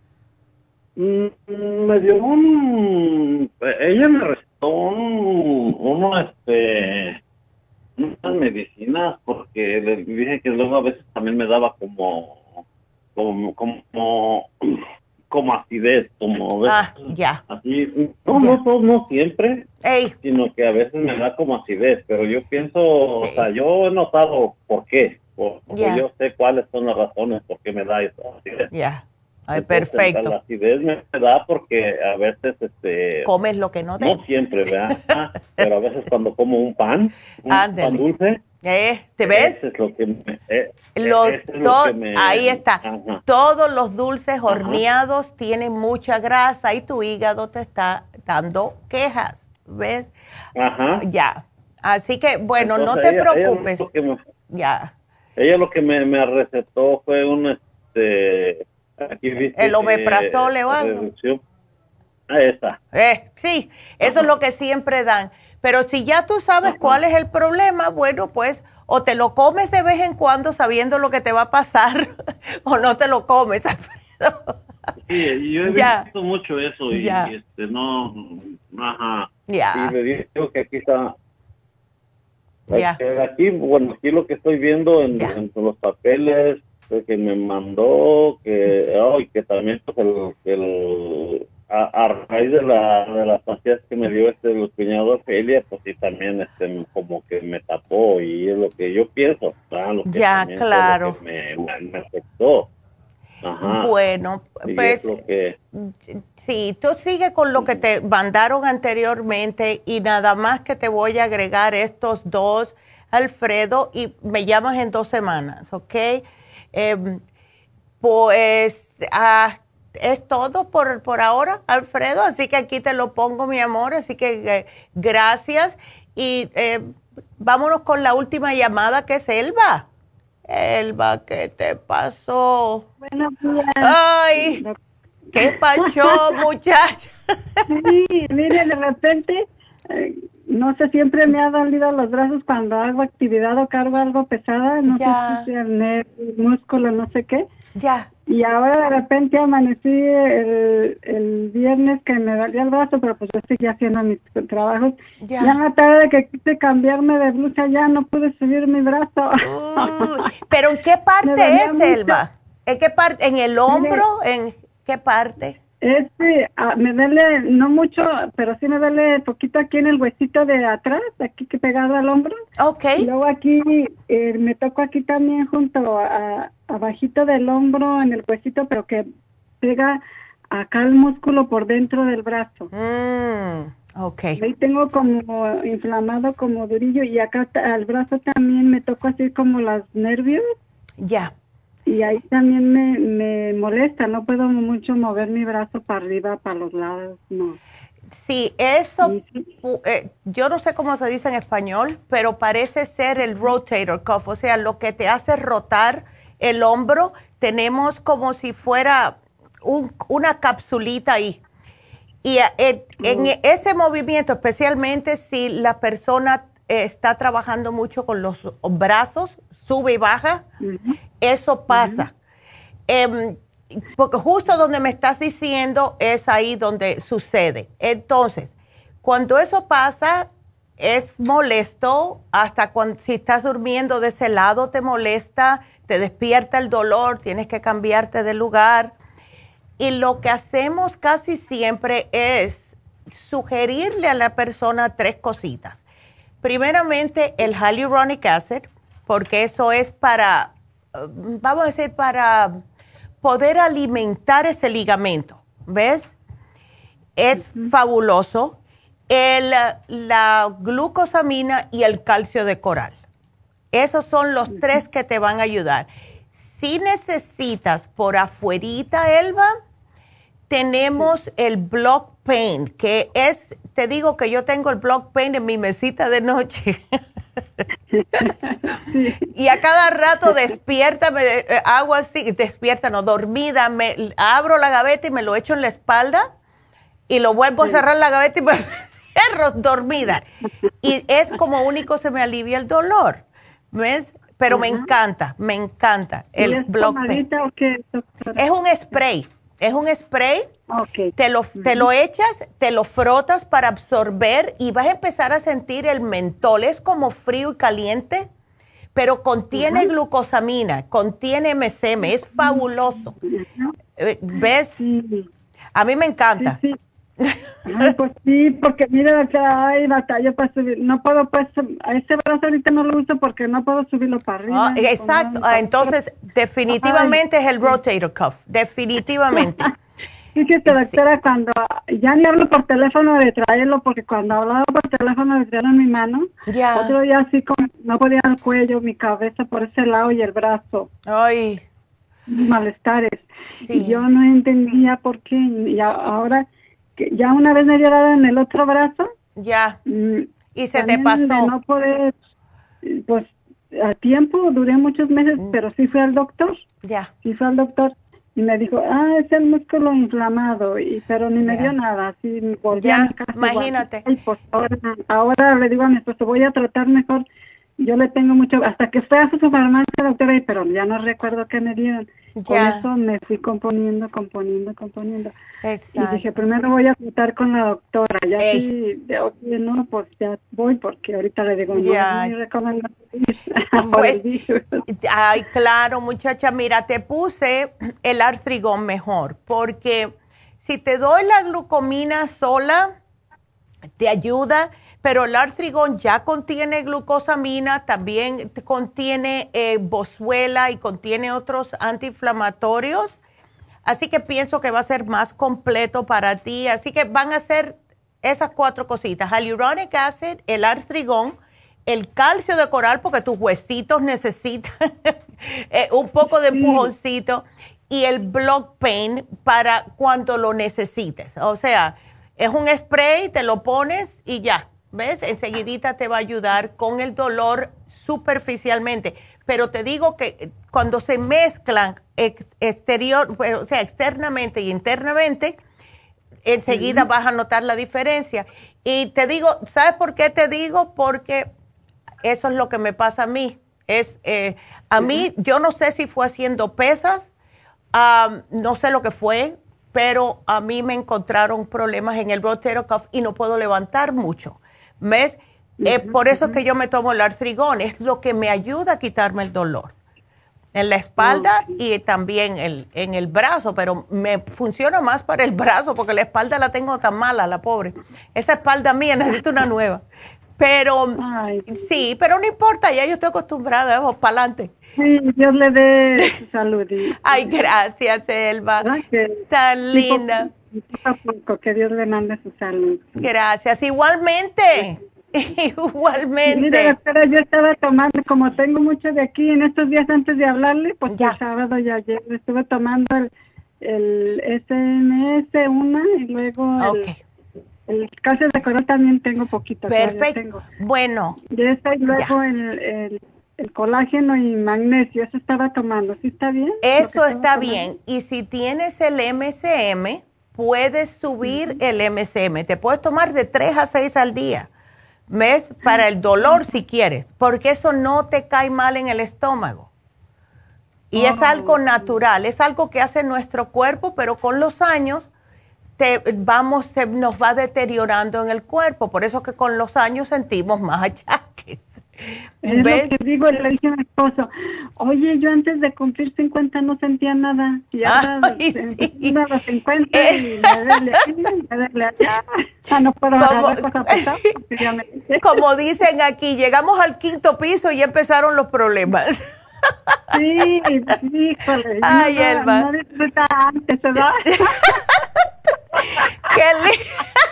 Speaker 15: Mm, me dio un, ella me recetó un, uno, este, unas medicinas porque le dije que luego a veces también me daba como, como, como, como acidez, como
Speaker 4: Ah, ya.
Speaker 15: así, no, no, no, no siempre,
Speaker 4: Ey.
Speaker 15: sino que a veces me da como acidez, pero yo pienso, o sea, yo he notado por qué, por- porque
Speaker 4: Ya.
Speaker 15: yo sé cuáles son las razones por qué me da esa acidez.
Speaker 4: Ya. Ay,
Speaker 15: Entonces,
Speaker 4: perfecto.
Speaker 15: La acidez me da porque a veces, este,
Speaker 4: Comes lo que no debes.
Speaker 15: no siempre, ¿verdad? Ah, pero a veces cuando como un pan, un
Speaker 4: Ándale.
Speaker 15: pan dulce,
Speaker 4: ¿Eh? ¿Te ves?
Speaker 15: ese es lo que me, eh,
Speaker 4: Los
Speaker 15: ese es lo
Speaker 4: to-
Speaker 15: que me-
Speaker 4: ahí está.
Speaker 15: Ajá.
Speaker 4: Todos los dulces horneados tienen mucha grasa y tu hígado te está dando quejas, ¿ves?
Speaker 15: Ajá.
Speaker 4: Ya. Así que, bueno,
Speaker 15: Entonces,
Speaker 4: no te
Speaker 15: ella- ella
Speaker 4: preocupes.
Speaker 15: lo que me-
Speaker 4: Ya.
Speaker 15: Ella lo que me, me recetó fue un, este, aquí dice
Speaker 4: El
Speaker 15: que,
Speaker 4: omeprazole o algo.
Speaker 15: reducción. Ah, esa.
Speaker 4: Eh, sí, eso es lo que siempre dan. Pero si ya tú sabes cuál es el problema, bueno, pues o te lo comes de vez en cuando sabiendo lo que te va a pasar o no te lo comes, Alfredo.
Speaker 15: Sí, yo he
Speaker 4: Ya.
Speaker 15: visto mucho eso y,
Speaker 4: Ya.
Speaker 15: y, este, no, ajá.
Speaker 4: Ya.
Speaker 15: Y le digo que aquí está.
Speaker 4: Ya.
Speaker 15: que Aquí, bueno, aquí lo que estoy viendo en, en los papeles de que me mandó, que, ay, que también pues, el, el a, a raíz de la de las pastillas que me dio este el cuñado Ophelia, pues sí también este como que me tapó y es lo que yo pienso, ¿verdad? Lo que
Speaker 4: Ya,
Speaker 15: también fue lo
Speaker 4: claro.
Speaker 15: que me, me, me afectó. Ajá.
Speaker 4: Bueno,
Speaker 15: Y
Speaker 4: pues
Speaker 15: es lo que
Speaker 4: sí, tú sigue con lo que te mandaron anteriormente y nada más que te voy a agregar estos dos, Alfredo, y me llamas en dos semanas, ¿ok? Eh, pues ah, es todo por, por ahora, Alfredo, así que aquí te lo pongo, mi amor, así que eh, gracias y eh, vámonos con la última llamada que es Elba. Elba, ¿qué te pasó?
Speaker 7: Buenos días.
Speaker 4: Ay, ¿qué pasó, muchacha?
Speaker 7: Sí, mire, de repente, eh, no sé, siempre me ha dolido los brazos cuando hago actividad o cargo algo pesada, no
Speaker 4: Ya.
Speaker 7: sé si sea el nervio, músculo, no sé qué.
Speaker 4: Ya.
Speaker 7: Y ahora de repente amanecí el, el viernes que me dolía el brazo, pero pues yo seguía haciendo mis trabajos.
Speaker 4: Ya.
Speaker 7: Ya en la tarde que quise cambiarme de blusa ya no pude subir mi brazo.
Speaker 4: ¿Pero en qué
Speaker 7: Me
Speaker 4: parte
Speaker 7: dolía
Speaker 4: es,
Speaker 7: mucho.
Speaker 4: Elba? ¿En qué parte? ¿En el hombro? ¿En qué parte?
Speaker 7: Este, ah, me duele, no mucho, pero sí me duele poquito aquí en el huesito de atrás, aquí que pegado al hombro.
Speaker 4: Ok.
Speaker 7: Y luego aquí, eh, me tocó aquí también junto a, abajito del hombro, en el huesito, pero que pega acá el músculo por dentro del brazo.
Speaker 4: Mm, ok.
Speaker 7: Ahí tengo como inflamado, como durillo, y acá ta- al brazo también me tocó así como los nervios.
Speaker 4: Ya.
Speaker 7: Y ahí también me, me molesta, no puedo mucho mover mi brazo para arriba, para los lados, no.
Speaker 4: Sí, eso, pu- eh, yo no sé cómo se dice en español, pero parece ser el rotator cuff, o sea, lo que te hace rotar el hombro, tenemos como si fuera un- una capsulita ahí. Y eh, en, en ese movimiento, especialmente si la persona eh, está trabajando mucho con los brazos, sube y baja, eso pasa. Em, porque justo donde me estás diciendo es ahí donde sucede. Entonces, cuando eso pasa, es molesto, hasta cuando si estás durmiendo de ese lado te molesta, te despierta el dolor, tienes que cambiarte de lugar. Y lo que hacemos casi siempre es sugerirle a la persona tres cositas. primeramente el hyaluronic acid, porque eso es para, vamos a decir, para poder alimentar ese ligamento, ¿ves? Es uh-huh. fabuloso. El, la glucosamina y el calcio de coral. Esos son los uh-huh. tres que te van a ayudar. Si necesitas por afuerita, Elba, tenemos sí. el block pain, que es, te digo que yo tengo el block pain en mi mesita de noche. sí. Y a cada rato despierta, me eh, hago así, despierta, no, dormida, me abro la gaveta y me lo echo en la espalda y lo vuelvo sí. a cerrar la gaveta y me cierro dormida. Y es como único se me alivia el dolor, ¿ves? Pero uh-huh. me encanta, me encanta el
Speaker 7: es
Speaker 4: block pain.
Speaker 7: ¿O qué, doctora?
Speaker 4: Es un spray, es un spray.
Speaker 7: Okay.
Speaker 4: Te lo, uh-huh. te lo echas, te lo frotas para absorber y vas a empezar a sentir el mentol. Es como frío y caliente, pero contiene uh-huh. glucosamina, contiene M S M, es fabuloso. Uh-huh. ¿Ves? Sí. A mí me encanta.
Speaker 7: Sí, sí. Ay, pues sí, porque mira, o sea, hay batalla para subir. No puedo, pues, a ese brazo ahorita no lo uso porque no puedo subirlo para arriba.
Speaker 4: Oh, exacto, ah, entonces definitivamente Ay. es el rotator cuff, definitivamente.
Speaker 7: Fíjate, doctora, sí. cuando ya ni hablo por teléfono de traerlo, porque cuando hablaba por teléfono de traerlo en mi mano,
Speaker 4: yeah.
Speaker 7: otro día así como no podía el cuello, mi cabeza por ese lado y el brazo.
Speaker 4: Ay.
Speaker 7: Malestares.
Speaker 4: Sí.
Speaker 7: Y yo no entendía por qué. Y ahora que ya una vez me dio dado en el otro brazo.
Speaker 4: Ya. Mm, y se te pasó.
Speaker 7: De no poder, pues a tiempo, duré muchos meses, mm. pero sí fui al doctor.
Speaker 4: Ya.
Speaker 7: Sí fui al doctor. Y me dijo, ah, es el músculo inflamado, y pero ni me yeah. dio nada, así volví
Speaker 4: ya,
Speaker 7: a mi casa.
Speaker 4: Imagínate.
Speaker 7: Y pues ahora, ahora le digo a mi esposo, voy a tratar mejor, yo le tengo mucho, hasta que fue a su farmacia, doctora, pero ya no recuerdo qué me dieron. Yeah. Con eso me fui componiendo, componiendo, componiendo.
Speaker 4: Exacto.
Speaker 7: Y dije, primero voy a tratar con la doctora, ya sí, de, oye, no, pues ya voy, porque ahorita le digo,
Speaker 4: yeah.
Speaker 7: no, no recomiendo.
Speaker 4: Pues, ay, claro, muchacha, mira, te puse el artrigón mejor, porque si te doy la glucomina sola, te ayuda, pero el artrigón ya contiene glucosamina, también contiene eh, boswellia y contiene otros antiinflamatorios, así que pienso que va a ser más completo para ti, así que van a ser esas cuatro cositas, hyaluronic acid, el artrigón, el calcio de coral, porque tus huesitos necesitan eh, un poco de empujoncito, y el block pain para cuando lo necesites. O sea, es un spray, te lo pones y ya, ¿ves? Enseguidita te va a ayudar con el dolor superficialmente. Pero te digo que cuando se mezclan ex exterior, o sea, externamente y internamente, enseguida uh-huh. vas a notar la diferencia. Y te digo, ¿sabes por qué te digo? Porque eso es lo que me pasa a mí. Es, eh, a uh-huh. mí, yo no sé si fue haciendo pesas, um, no sé lo que fue, pero a mí me encontraron problemas en el rotator cuff y no puedo levantar mucho. ¿Ves? Uh-huh. eh, por eso uh-huh. es que yo me tomo el artrigón, es lo que me ayuda a quitarme el dolor. En la espalda uh-huh. y también el, en el brazo, pero me funciona más para el brazo porque la espalda la tengo tan mala, la pobre. Esa espalda mía necesito una nueva. Pero, Ay. sí, pero no importa, ya yo estoy acostumbrada, vamos, para adelante.
Speaker 7: Sí, Dios le dé su salud. Y,
Speaker 4: Ay, gracias, Elba.
Speaker 7: Que,
Speaker 4: tan linda.
Speaker 7: Poco a poco, que Dios le mande su salud.
Speaker 4: Gracias, igualmente. Igualmente.
Speaker 7: Mira, doctora, yo estaba tomando, como tengo mucho de aquí, en estos días antes de hablarle, pues ya. el sábado y ayer estuve tomando el, el S M S una y luego
Speaker 4: okay.
Speaker 7: el, el calcio de coral también tengo poquito.
Speaker 4: Perfecto.
Speaker 7: Tengo.
Speaker 4: Bueno.
Speaker 7: Y esta y luego el, el, el colágeno y magnesio, eso estaba tomando. ¿Sí está bien?
Speaker 4: Eso está bien. Y si tienes el M S M, puedes subir uh-huh. el M S M. Te puedes tomar de tres a seis al día. ¿Ves? Para el dolor si quieres, porque eso no te cae mal en el estómago. Y oh, es algo natural, es algo que hace nuestro cuerpo, pero con los años te, vamos, se nos va deteriorando en el cuerpo. Por eso que con los años sentimos más achaques.
Speaker 7: Es
Speaker 2: ¿Ves?
Speaker 7: lo que digo, le dije a mi esposo, oye, yo antes de cumplir cincuenta no sentía nada, y ahora
Speaker 2: Ay, sí.
Speaker 7: a los cincuenta y me duele aquí, me duele allá, ya no puedo agarrar cosas pesadas, porque ya me dice.
Speaker 4: Como dicen aquí, llegamos al quinto piso y ya empezaron los problemas.
Speaker 7: Sí, sí, híjole.
Speaker 4: Ay,
Speaker 7: no,
Speaker 4: Elba.
Speaker 7: No disfruta antes, ¿verdad?
Speaker 4: Qué li-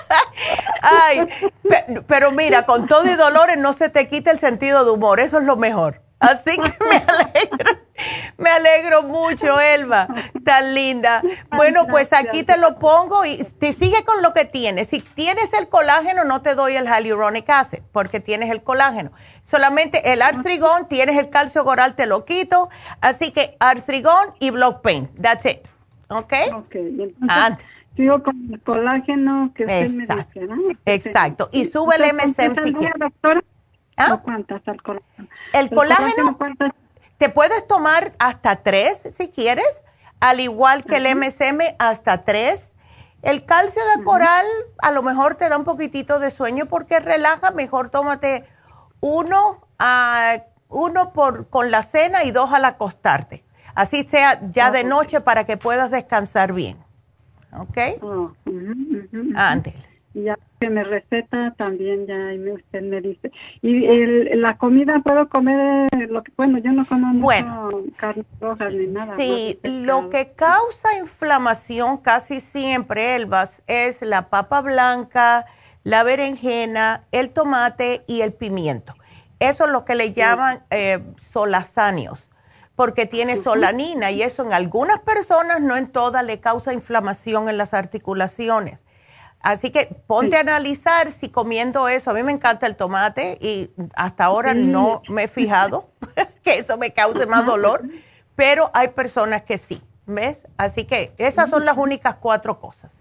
Speaker 4: Ay, pe- pero mira, con todo y dolores no se te quita el sentido de humor, eso es lo mejor. Así que me alegro, me alegro mucho, Elba, tan linda. Bueno, pues aquí te lo pongo y te sigue con lo que tienes. Si tienes el colágeno, no te doy el hyaluronic acid, porque tienes el colágeno. Solamente el artrigón, tienes el calcio oral, te lo quito. Así que artrigón y block pain, that's it. ¿Ok?
Speaker 7: Ok, entonces ah. sigo con el colágeno que usted me dice, ¿no?
Speaker 4: Exacto, y sube el M S M si quieres.
Speaker 7: Doctora?
Speaker 4: ¿Ah?
Speaker 7: ¿O cuántas al colágeno?
Speaker 4: El, el colágeno,
Speaker 7: colágeno
Speaker 4: te puedes tomar hasta tres si quieres, al igual que uh-huh. el M S M hasta tres. El calcio de coral uh-huh. a lo mejor te da un poquitito de sueño porque relaja, mejor tómate uno, a, uno por, con la cena y dos al acostarte. Así sea ya oh, de noche okay. para que puedas descansar bien. ¿Ok?
Speaker 7: Oh, uh-huh, uh-huh.
Speaker 4: Ándale.
Speaker 7: Y ya que me receta también, ya y usted me dice. Y el, la comida puedo comer, lo que bueno, yo no como
Speaker 4: bueno,
Speaker 7: mucho carne roja ni nada.
Speaker 4: Sí, lo que causa inflamación casi siempre, Elvas, es la papa blanca, la berenjena, el tomate y el pimiento. Eso es lo que le llaman eh, solazáneos, porque tiene solanina y eso en algunas personas, no en todas, le causa inflamación en las articulaciones. Así que ponte sí. a analizar si comiendo eso, a mí me encanta el tomate y hasta ahora sí. no me he fijado que eso me cause más dolor, pero hay personas que sí, ¿ves? Así que esas son las únicas cuatro cosas.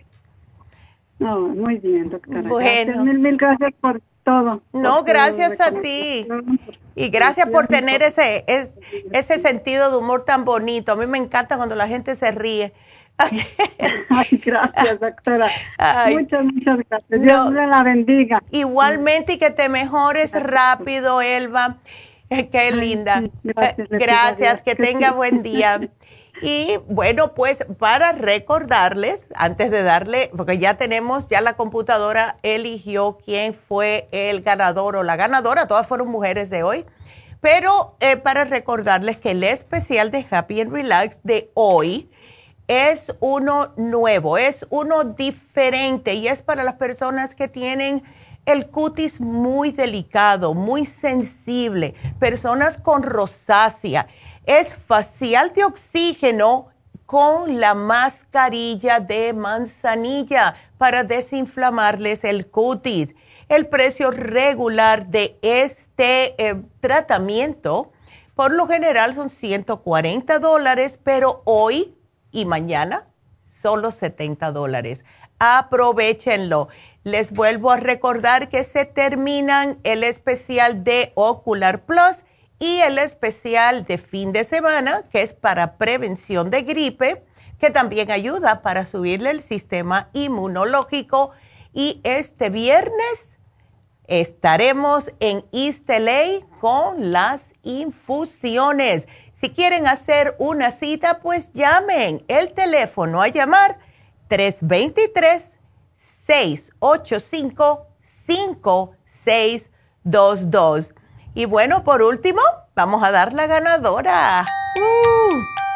Speaker 7: No, muy bien, doctora.
Speaker 4: Bueno.
Speaker 7: Gracias, mil, mil gracias por todo.
Speaker 4: No, por gracias todo a ti. Y gracias por tener ese, ese, ese sentido de humor tan bonito. A mí me encanta cuando la gente se ríe.
Speaker 7: Ay, gracias, doctora. Ay, muchas, muchas gracias. Dios no, la bendiga.
Speaker 4: Igualmente, y que te mejores gracias. rápido, Elba. Qué Ay, linda. Sí, gracias, gracias, que tenga buen día. Y bueno, pues para recordarles, antes de darle, porque ya tenemos, ya la computadora eligió quién fue el ganador o la ganadora, todas fueron mujeres de hoy, pero eh, para recordarles que el especial de Happy and Relax de hoy es uno nuevo, es uno diferente y es para las personas que tienen el cutis muy delicado, muy sensible, personas con rosácea. Es facial de oxígeno con la mascarilla de manzanilla para desinflamarles el cutis. El precio regular de este eh, tratamiento por lo general son ciento cuarenta dólares, pero hoy y mañana solo setenta dólares. Aprovechenlo. Les vuelvo a recordar que se terminan el especial de Ocular Plus y el especial de fin de semana, que es para prevención de gripe, que también ayuda para subirle el sistema inmunológico. Y este viernes estaremos en East L A con las infusiones. Si quieren hacer una cita, pues llamen. El teléfono a llamar tres dos tres, seis ocho cinco, cinco seis dos dos. Y bueno, por último, vamos a dar la ganadora. Uh.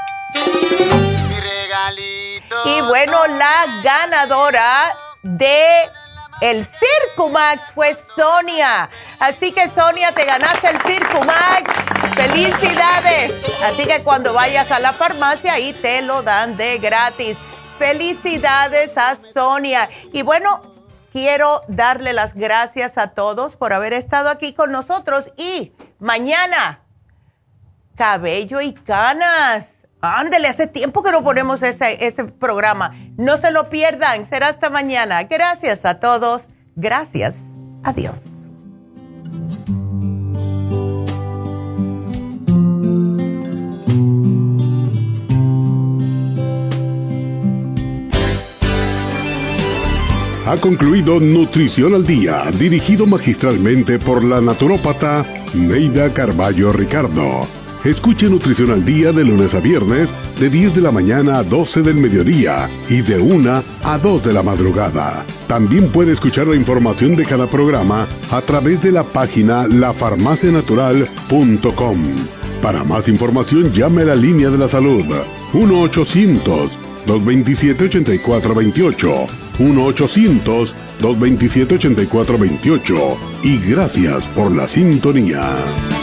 Speaker 4: Mi regalito. Y bueno, la ganadora de el Circumax fue Sonia. Así que Sonia, te ganaste el Circumax. ¡Felicidades! Así que cuando vayas a la farmacia, ahí te lo dan de gratis. ¡Felicidades a Sonia! Y bueno, quiero darle las gracias a todos por haber estado aquí con nosotros. Y mañana, cabello y canas. Ándele, hace tiempo que no ponemos ese, ese programa. No se lo pierdan, será hasta mañana. Gracias a todos. Gracias. Adiós.
Speaker 1: Ha concluido Nutrición al Día, dirigido magistralmente por la naturópata Neida Carballo Ricardo. Escuche Nutrición al Día de lunes a viernes, de diez de la mañana a doce del mediodía y de una a dos de la madrugada. También puede escuchar la información de cada programa a través de la página la farmacia natural punto com. Para más información, llame a la línea de la salud uno ochocientos, dos veintisiete, ochenta y cuatro veintiocho, uno ochocientos, dos veintisiete, ochenta y cuatro veintiocho, y gracias por la sintonía.